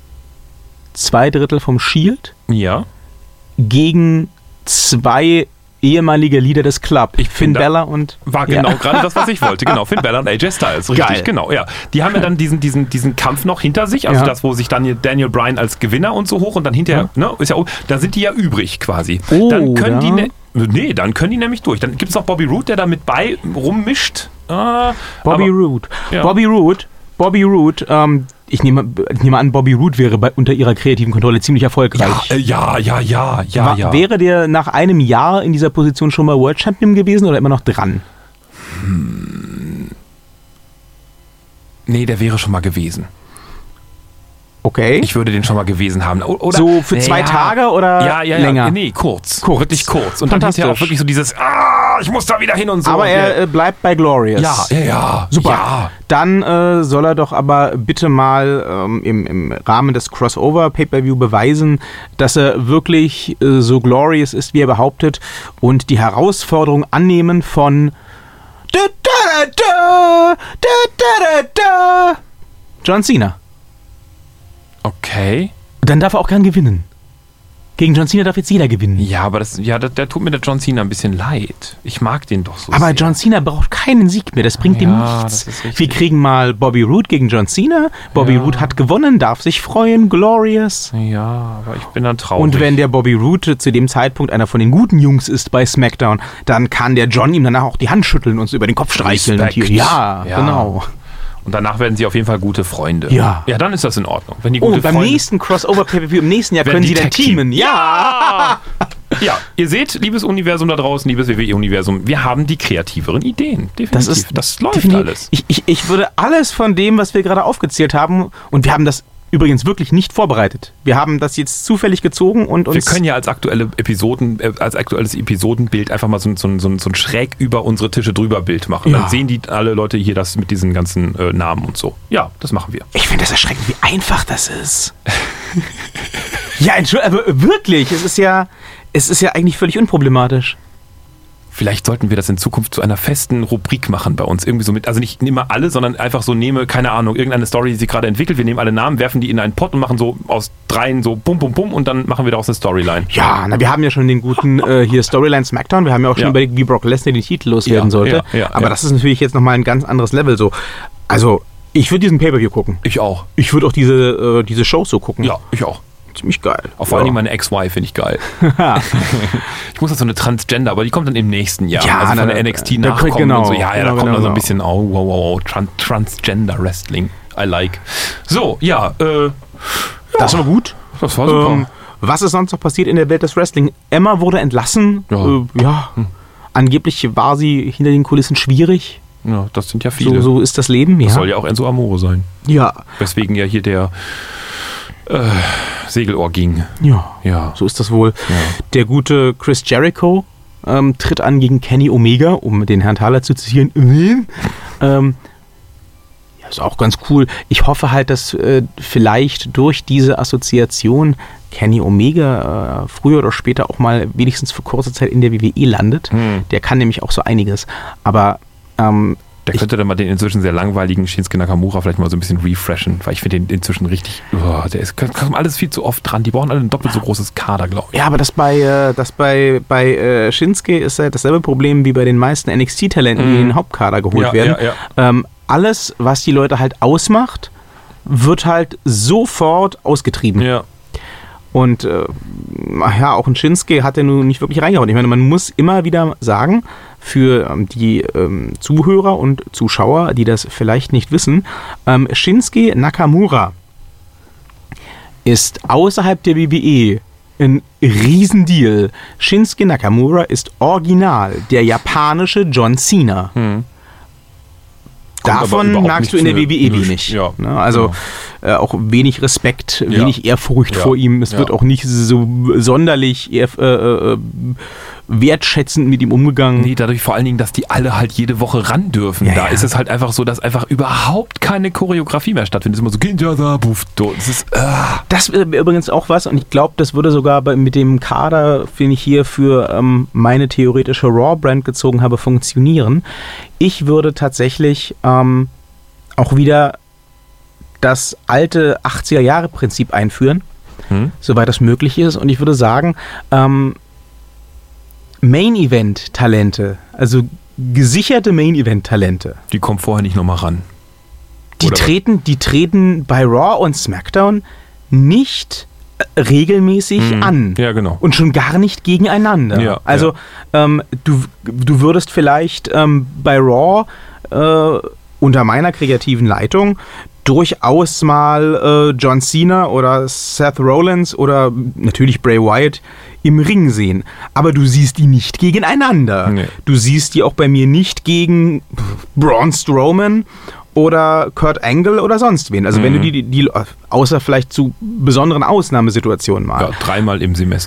[SPEAKER 1] Zwei Drittel vom Shield
[SPEAKER 2] Ja.
[SPEAKER 1] gegen zwei ehemalige Leader des Club.
[SPEAKER 2] Ich
[SPEAKER 1] Finn
[SPEAKER 2] finde-
[SPEAKER 1] Balor und...
[SPEAKER 2] War
[SPEAKER 1] Ja.
[SPEAKER 2] genau gerade das, was ich wollte. Genau, Finn Balor und A J Styles. Richtig,
[SPEAKER 1] Geil.
[SPEAKER 2] genau, ja. Die haben ja dann diesen, diesen, diesen Kampf noch hinter sich, also
[SPEAKER 1] Ja.
[SPEAKER 2] das, wo sich dann Daniel Bryan als Gewinner und so hoch und dann hinterher, ne, ist ja, da sind die ja übrig quasi.
[SPEAKER 1] Oh,
[SPEAKER 2] dann können die,
[SPEAKER 1] ja.
[SPEAKER 2] ne, nee, dann können die nämlich durch. Dann gibt es noch Bobby Roode, der da mit bei rummischt. Ah,
[SPEAKER 1] Bobby
[SPEAKER 2] aber-
[SPEAKER 1] Roode.
[SPEAKER 2] Ja.
[SPEAKER 1] Bobby Roode. Bobby Roode. Ähm, ich, nehme, ich nehme an, Bobby Roode wäre bei, unter ihrer kreativen Kontrolle ziemlich erfolgreich.
[SPEAKER 2] Ja, äh, ja, ja, ja, ja,
[SPEAKER 1] War,
[SPEAKER 2] ja.
[SPEAKER 1] Wäre der nach einem Jahr in dieser Position schon mal World Champion gewesen oder immer noch dran?
[SPEAKER 2] Nee, der wäre schon mal gewesen.
[SPEAKER 1] Okay.
[SPEAKER 2] Ich würde den schon mal gewesen haben. O- Oder,
[SPEAKER 1] so für zwei
[SPEAKER 2] ja,
[SPEAKER 1] Tage oder
[SPEAKER 2] ja, ja,
[SPEAKER 1] länger?
[SPEAKER 2] Ja, nee, kurz.
[SPEAKER 1] Kurz.
[SPEAKER 2] Wirklich kurz. Und dann
[SPEAKER 1] Fantastisch.
[SPEAKER 2] hinterher auch wirklich so dieses, ah, ah, ich muss da wieder hin und so.
[SPEAKER 1] Aber er äh, bleibt bei Glorious.
[SPEAKER 2] Ja, ja, ja.
[SPEAKER 1] Super.
[SPEAKER 2] Ja.
[SPEAKER 1] Dann äh, soll er doch aber bitte mal ähm, im, im Rahmen des Crossover-Pay-Per-View beweisen, dass er wirklich äh, so glorious ist, wie er behauptet, und die Herausforderung annehmen von da, da, da, da, da, da, da, John Cena.
[SPEAKER 2] Okay.
[SPEAKER 1] Dann darf er auch gern gewinnen. Gegen John Cena darf jetzt jeder gewinnen.
[SPEAKER 2] Ja, aber das, ja, der, der tut mir der John Cena ein bisschen leid. Ich mag den doch so
[SPEAKER 1] Aber
[SPEAKER 2] sehr.
[SPEAKER 1] John Cena braucht keinen Sieg mehr, das bringt
[SPEAKER 2] Ja,
[SPEAKER 1] ihm
[SPEAKER 2] das
[SPEAKER 1] nichts.
[SPEAKER 2] ist richtig.
[SPEAKER 1] Wir kriegen mal Bobby Roode gegen John Cena. Bobby
[SPEAKER 2] Ja.
[SPEAKER 1] Roode hat gewonnen, darf sich freuen, glorious.
[SPEAKER 2] Ja, aber ich bin dann traurig.
[SPEAKER 1] Und wenn der Bobby Roode zu dem Zeitpunkt einer von den guten Jungs ist bei SmackDown, dann kann der John ihm danach auch die Hand schütteln und so über den Kopf streicheln. Und hier,
[SPEAKER 2] Respekt.
[SPEAKER 1] ja,
[SPEAKER 2] Ja.
[SPEAKER 1] genau.
[SPEAKER 2] Und danach werden sie auf jeden Fall gute Freunde.
[SPEAKER 1] Ja.
[SPEAKER 2] Ja, dann ist das in Ordnung. Wenn die
[SPEAKER 1] Oh,
[SPEAKER 2] gute
[SPEAKER 1] beim
[SPEAKER 2] Freunde
[SPEAKER 1] nächsten Crossover-Pay-Per-View im nächsten Jahr
[SPEAKER 2] werden
[SPEAKER 1] können
[SPEAKER 2] die
[SPEAKER 1] sie dann
[SPEAKER 2] Tag-Team.
[SPEAKER 1] teamen. Ja!
[SPEAKER 2] Ja, ihr seht, liebes Universum da draußen, liebes W W E-Universum, wir haben die kreativeren Ideen. Definitiv.
[SPEAKER 1] Das ist
[SPEAKER 2] das läuft
[SPEAKER 1] definitiv-
[SPEAKER 2] alles.
[SPEAKER 1] Ich, ich, ich würde alles von dem, was wir gerade aufgezählt haben, und wir haben das übrigens wirklich nicht vorbereitet. Wir haben das jetzt zufällig gezogen und uns...
[SPEAKER 2] Wir können ja als aktuelle Episoden, äh, als aktuelles Episodenbild einfach mal so, ein- so, ein- so, ein- so ein schräg über unsere Tische drüber Bild machen.
[SPEAKER 1] Ja.
[SPEAKER 2] Dann sehen die alle Leute hier das mit diesen ganzen äh, Namen und so. Ja, das machen wir.
[SPEAKER 1] Ich finde das erschreckend, wie einfach das ist. Ja, Entschuldigung, aber wirklich, es ist ja, es ist ja eigentlich völlig unproblematisch.
[SPEAKER 2] Vielleicht sollten wir das in Zukunft zu einer festen Rubrik machen bei uns. Irgendwie so mit, also nicht immer alle, sondern einfach so nehme, keine Ahnung, irgendeine Story, die sich gerade entwickelt. Wir nehmen alle Namen, werfen die in einen Pot und machen so aus dreien so bum, bum, bum und dann machen wir daraus eine Storyline.
[SPEAKER 1] Ja, na, wir haben ja schon den guten äh, hier Storyline Smackdown. Wir haben ja auch schon
[SPEAKER 2] Ja.
[SPEAKER 1] überlegt, wie Brock Lesnar den Titel loswerden
[SPEAKER 2] Ja,
[SPEAKER 1] sollte.
[SPEAKER 2] ja, ja,
[SPEAKER 1] aber
[SPEAKER 2] ja.
[SPEAKER 1] das ist natürlich jetzt nochmal ein ganz anderes Level so. Also, ich würde diesen Pay-Per-View gucken.
[SPEAKER 2] Ich auch.
[SPEAKER 1] Ich würde auch diese, äh, diese Shows so gucken.
[SPEAKER 2] Ja, ich auch.
[SPEAKER 1] Ziemlich geil.
[SPEAKER 2] Auch vor
[SPEAKER 1] ja.
[SPEAKER 2] allem meine Ex-Wife finde ich geil. Ich muss jetzt so eine Transgender, aber die kommt dann im nächsten Jahr.
[SPEAKER 1] Ja,
[SPEAKER 2] also von
[SPEAKER 1] na,
[SPEAKER 2] der
[SPEAKER 1] da-
[SPEAKER 2] N X T
[SPEAKER 1] da-
[SPEAKER 2] nachkommen
[SPEAKER 1] genau.
[SPEAKER 2] und so. Ja, ja,
[SPEAKER 1] Genau,
[SPEAKER 2] da kommt
[SPEAKER 1] genau,
[SPEAKER 2] dann so ein
[SPEAKER 1] genau.
[SPEAKER 2] bisschen, oh, wow, wow, wow, Tran Transgender Wrestling. I like. So, ja, äh,
[SPEAKER 1] Das war gut.
[SPEAKER 2] das war super.
[SPEAKER 1] Ähm, was ist sonst noch passiert in der Welt des Wrestling? Emma wurde entlassen.
[SPEAKER 2] Ja.
[SPEAKER 1] Äh, ja. Angeblich war sie hinter den Kulissen schwierig.
[SPEAKER 2] ja, das sind ja viele.
[SPEAKER 1] So, so ist das Leben. Ja.
[SPEAKER 2] Das soll ja auch Enzo Amore sein.
[SPEAKER 1] ja.
[SPEAKER 2] Weswegen ja hier der äh, Segelohr ging.
[SPEAKER 1] Ja.
[SPEAKER 2] Ja.
[SPEAKER 1] So ist das wohl.
[SPEAKER 2] Ja.
[SPEAKER 1] Der gute Chris Jericho ähm, tritt an gegen Kenny Omega, um den Herrn Thaler zu zitieren. ähm, ja, ist auch ganz cool. Ich hoffe halt, dass äh, vielleicht durch diese Assoziation Kenny Omega äh, früher oder später auch mal wenigstens für kurze Zeit in der W W E landet.
[SPEAKER 2] Hm.
[SPEAKER 1] Der kann nämlich auch so einiges. Aber ähm,
[SPEAKER 2] Der könnte dann mal den inzwischen sehr langweiligen Shinsuke Nakamura vielleicht mal so ein bisschen refreshen, weil ich finde den inzwischen richtig, oh, der ist, kommt alles viel zu oft dran. Die brauchen alle ein doppelt so großes Kader, glaube ich.
[SPEAKER 1] ja, aber das bei, äh, das bei, bei äh, Shinsuke ist ja dasselbe Problem wie bei den meisten N X T-Talenten, die
[SPEAKER 2] Mhm.
[SPEAKER 1] in den Hauptkader geholt
[SPEAKER 2] Ja,
[SPEAKER 1] werden.
[SPEAKER 2] ja, ja.
[SPEAKER 1] Ähm, alles, was die Leute halt ausmacht, wird halt sofort ausgetrieben.
[SPEAKER 2] Ja.
[SPEAKER 1] Und äh, ja, auch ein Shinsuke hat er nun nicht wirklich reingehauen. Ich meine, man muss immer wieder sagen, für ähm, die ähm, Zuhörer und Zuschauer, die das vielleicht nicht wissen, ähm, Shinsuke Nakamura ist außerhalb der W W E ein Riesendeal. Shinsuke Nakamura ist original der japanische John Cena.
[SPEAKER 2] Hm. Kommt aber
[SPEAKER 1] Davon
[SPEAKER 2] überhaupt
[SPEAKER 1] magst
[SPEAKER 2] nicht
[SPEAKER 1] du in der
[SPEAKER 2] zu-
[SPEAKER 1] W W E
[SPEAKER 2] nö,
[SPEAKER 1] wenig.
[SPEAKER 2] ja,
[SPEAKER 1] Ne? Also äh, auch wenig Respekt,
[SPEAKER 2] Ja.
[SPEAKER 1] wenig Ehrfurcht
[SPEAKER 2] Ja.
[SPEAKER 1] vor ihm. Es
[SPEAKER 2] Ja.
[SPEAKER 1] wird auch nicht so sonderlich ehr, äh, äh, wertschätzend mit ihm umgegangen.
[SPEAKER 2] Nee, dadurch vor allen Dingen, dass die alle halt jede Woche ran dürfen.
[SPEAKER 1] Ja,
[SPEAKER 2] da
[SPEAKER 1] ja.
[SPEAKER 2] ist es halt einfach so, dass einfach überhaupt keine Choreografie mehr stattfindet. Es ist immer so, Kinshasa, buff, do. Das ist, ah.
[SPEAKER 1] Das wäre übrigens auch was, und ich glaube, das würde sogar bei, mit dem Kader, den ich hier für ähm, meine theoretische Raw-Brand gezogen habe, funktionieren. Ich würde tatsächlich ähm, auch wieder das alte achtziger-Jahre-Prinzip einführen,
[SPEAKER 2] Hm?
[SPEAKER 1] soweit das möglich ist. Und ich würde sagen, ähm, Main-Event-Talente, also gesicherte Main-Event-Talente,
[SPEAKER 2] Die kommen vorher nicht nochmal ran.
[SPEAKER 1] die
[SPEAKER 2] Oder was?
[SPEAKER 1] treten, die treten bei Raw und SmackDown nicht äh, regelmäßig
[SPEAKER 2] Mhm.
[SPEAKER 1] an.
[SPEAKER 2] Ja, genau.
[SPEAKER 1] Und schon gar nicht gegeneinander.
[SPEAKER 2] Ja,
[SPEAKER 1] also Ähm, du, du würdest vielleicht ähm, bei Raw äh, unter meiner kreativen Leitung durchaus mal äh, John Cena oder Seth Rollins oder natürlich Bray Wyatt im Ring sehen. Aber du siehst die nicht gegeneinander.
[SPEAKER 2] Nee.
[SPEAKER 1] Du siehst die auch bei mir nicht gegen Braun Strowman oder Kurt Angle oder sonst wen. Also
[SPEAKER 2] Mhm.
[SPEAKER 1] wenn du die, die, die, außer vielleicht zu besonderen Ausnahmesituationen mal.
[SPEAKER 2] Ja, dreimal im Semester.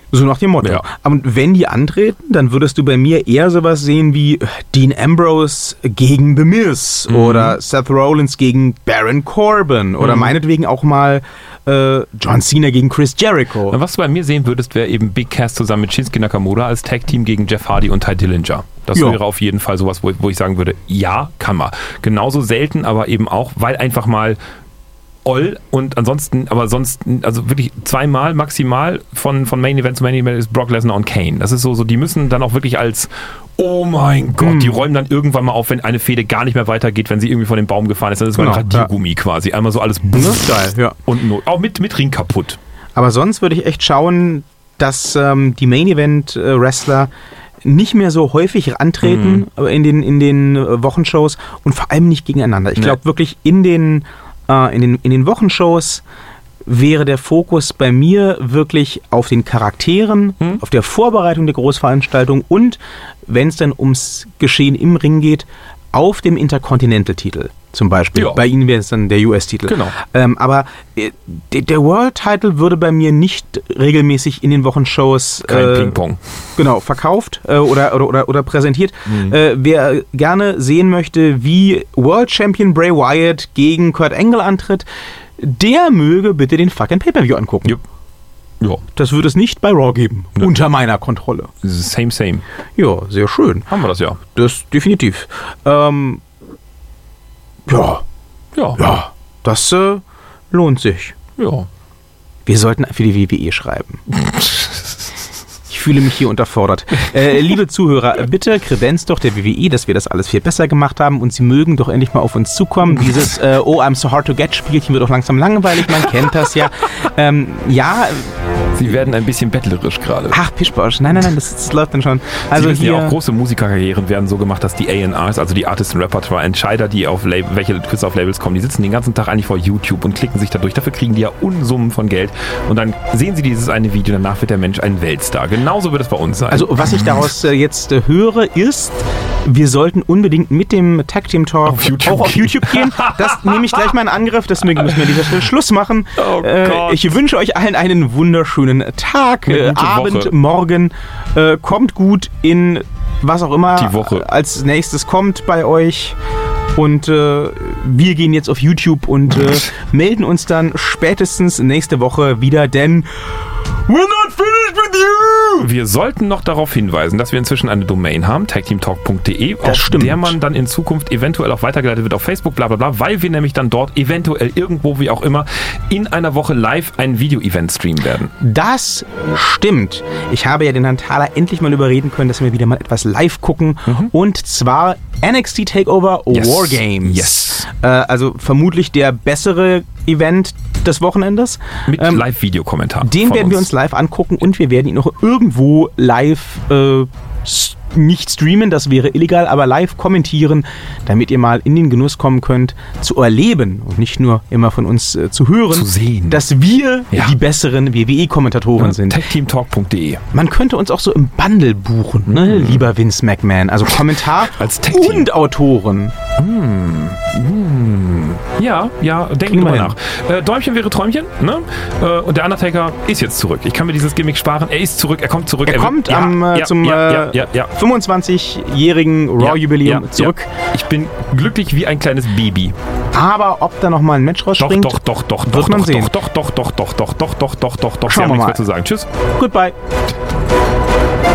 [SPEAKER 1] So nach dem Motto.
[SPEAKER 2] Ja.
[SPEAKER 1] Und wenn die antreten, dann würdest du bei mir eher sowas sehen wie Dean Ambrose gegen The Miz mhm. oder Seth Rollins gegen Baron Corbin oder mhm. meinetwegen auch mal äh, John Cena gegen Chris Jericho.
[SPEAKER 2] Was du bei mir sehen würdest, wäre eben Big Cass zusammen mit Shinsuke Nakamura als Tag-Team gegen Jeff Hardy und Ty Dillinger. Das ja. wäre auf jeden Fall sowas, wo, wo ich sagen würde, ja, kann man. Genauso selten, aber eben auch, weil einfach mal All und ansonsten, aber sonst, also wirklich zweimal maximal von, von Main Event zu Main Event ist Brock Lesnar und Kane. Das ist so, so, die müssen dann auch wirklich als, oh mein Gott, mm. die räumen dann irgendwann mal auf, wenn eine Fehde gar nicht mehr weitergeht, wenn sie irgendwie von dem Baum gefahren ist. Dann ist es genau, ein Radiergummi ja. quasi. Einmal so alles
[SPEAKER 1] geil, ja.
[SPEAKER 2] und no, auch mit, mit Ring kaputt.
[SPEAKER 1] Aber sonst würde ich echt schauen, dass ähm, die Main Event äh, Wrestler nicht mehr so häufig antreten mhm. in den, in den äh, Wochenshows und vor allem nicht gegeneinander. Ich glaube wirklich in den In den, in den Wochenshows wäre der Fokus bei mir wirklich auf den Charakteren, hm? auf der Vorbereitung der Großveranstaltung und, wenn es dann ums Geschehen im Ring geht, auf dem Intercontinental-Titel zum Beispiel. Ja. Bei Ihnen wäre es dann der U S-Titel.
[SPEAKER 2] Genau.
[SPEAKER 1] Ähm, aber äh, der World-Title würde bei mir nicht regelmäßig in den Wochenshows
[SPEAKER 2] Kein
[SPEAKER 1] äh,
[SPEAKER 2] Ping-Pong.
[SPEAKER 1] Genau, verkauft äh, oder, oder, oder, oder präsentiert. Mhm. Äh, wer gerne sehen möchte, wie World Champion Bray Wyatt gegen Kurt Angle antritt, der möge bitte den fucking Pay-Per-View angucken.
[SPEAKER 2] Yep. Ja.
[SPEAKER 1] Das würde es nicht bei Raw geben. Ja. Unter meiner Kontrolle.
[SPEAKER 2] Same, same.
[SPEAKER 1] Ja, sehr schön.
[SPEAKER 2] Haben wir das ja.
[SPEAKER 1] Das definitiv. Ähm, ja.
[SPEAKER 2] Ja.
[SPEAKER 1] Ja. Das äh, lohnt sich.
[SPEAKER 2] Ja.
[SPEAKER 1] Wir sollten für die W W E schreiben. Ich fühle mich hier unterfordert. Äh, liebe Zuhörer, bitte kredenzt doch der W W E, dass wir das alles viel besser gemacht haben und Sie mögen doch endlich mal auf uns zukommen. Dieses äh, Oh, I'm so hard to get Spielchen wird doch langsam langweilig, man kennt das ja. Ähm, ja.
[SPEAKER 2] Sie werden ein bisschen bettlerisch gerade.
[SPEAKER 1] Ach, Pischbosch. Nein, nein, nein, das, das läuft dann schon.
[SPEAKER 2] Also hier ja auch große Musikerkarrieren werden so gemacht, dass die A and Rs, also die Artist and Repertoire Entscheider, die auf Label, welche Künstler auf Labels kommen, die sitzen den ganzen Tag eigentlich vor YouTube und klicken sich dadurch. Dafür kriegen die ja Unsummen von Geld. Und dann sehen sie dieses eine Video, danach wird der Mensch ein Weltstar. Genauso wird es bei uns sein.
[SPEAKER 1] Also was ich daraus äh, jetzt äh, höre, ist, wir sollten unbedingt mit dem Tag Team Talk
[SPEAKER 2] auf YouTube
[SPEAKER 1] auch auf
[SPEAKER 2] gehen.
[SPEAKER 1] YouTube gehen. Das nehme ich gleich mal in Angriff, deswegen müssen wir an dieser Stelle Schluss machen.
[SPEAKER 2] Oh
[SPEAKER 1] äh,
[SPEAKER 2] Gott.
[SPEAKER 1] Ich wünsche euch allen einen wunderschönen Tag, äh, Abend,
[SPEAKER 2] Woche.
[SPEAKER 1] Morgen. Äh, kommt gut in was auch immer
[SPEAKER 2] die Woche
[SPEAKER 1] als nächstes kommt bei euch. Und äh, wir gehen jetzt auf YouTube und äh, melden uns dann spätestens nächste Woche wieder, denn we're not finished with you!
[SPEAKER 2] Wir sollten noch darauf hinweisen, dass wir inzwischen eine Domain haben, tagteamtalk punkt de, auf
[SPEAKER 1] stimmt.
[SPEAKER 2] der man dann in Zukunft eventuell auch weitergeleitet wird auf Facebook, bla bla bla, weil wir nämlich dann dort eventuell irgendwo, wie auch immer, in einer Woche live ein Video-Event streamen werden.
[SPEAKER 1] Das stimmt. Ich habe ja den Herrn Thaler endlich mal überreden können, dass wir wieder mal etwas live gucken. Mhm. Und zwar N X T Takeover
[SPEAKER 2] yes.
[SPEAKER 1] Wargames.
[SPEAKER 2] Yes.
[SPEAKER 1] Äh, also vermutlich der bessere Event des Wochenendes.
[SPEAKER 2] Mit
[SPEAKER 1] ähm,
[SPEAKER 2] Live-Videokommentar.
[SPEAKER 1] Den werden uns. wir uns live angucken und wir werden ihn noch irgendwo live äh, nicht streamen, das wäre illegal, aber live kommentieren, damit ihr mal in den Genuss kommen könnt, zu erleben und nicht nur immer von uns äh, zu hören,
[SPEAKER 2] zu sehen,
[SPEAKER 1] dass wir
[SPEAKER 2] ja.
[SPEAKER 1] die besseren W W E-Kommentatoren ja, sind.
[SPEAKER 2] tagteamtalk punkt de.
[SPEAKER 1] Man könnte uns auch so im Bundle buchen, ne, mhm. lieber Vince McMahon. Also Kommentar
[SPEAKER 2] als
[SPEAKER 1] und Autoren.
[SPEAKER 2] Mhm. Mhm. Ja, ja, denken wir mal nach. Äh, Däumchen wäre Träumchen, ne? Äh, und der Undertaker ist jetzt zurück. Ich kann mir dieses Gimmick sparen. Er ist zurück, er kommt zurück.
[SPEAKER 1] Er,
[SPEAKER 2] er
[SPEAKER 1] kommt
[SPEAKER 2] wird,
[SPEAKER 1] am,
[SPEAKER 2] ja,
[SPEAKER 1] äh,
[SPEAKER 2] ja,
[SPEAKER 1] zum
[SPEAKER 2] ja,
[SPEAKER 1] äh,
[SPEAKER 2] ja, ja, ja.
[SPEAKER 1] fünfundzwanzigjährigen Raw-Jubiläum
[SPEAKER 2] ja,
[SPEAKER 1] zurück.
[SPEAKER 2] Ja. Ich bin glücklich wie ein kleines Baby.
[SPEAKER 1] Aber ob da nochmal ein Match rausspringt,
[SPEAKER 2] doch, doch, doch, doch,
[SPEAKER 1] wird
[SPEAKER 2] doch,
[SPEAKER 1] man
[SPEAKER 2] doch,
[SPEAKER 1] sehen.
[SPEAKER 2] Doch, doch, doch, doch, doch, doch, doch, doch, doch, doch, doch.
[SPEAKER 1] Schauen wir
[SPEAKER 2] nichts
[SPEAKER 1] mal.
[SPEAKER 2] mehr zu sagen. Tschüss.
[SPEAKER 1] Goodbye.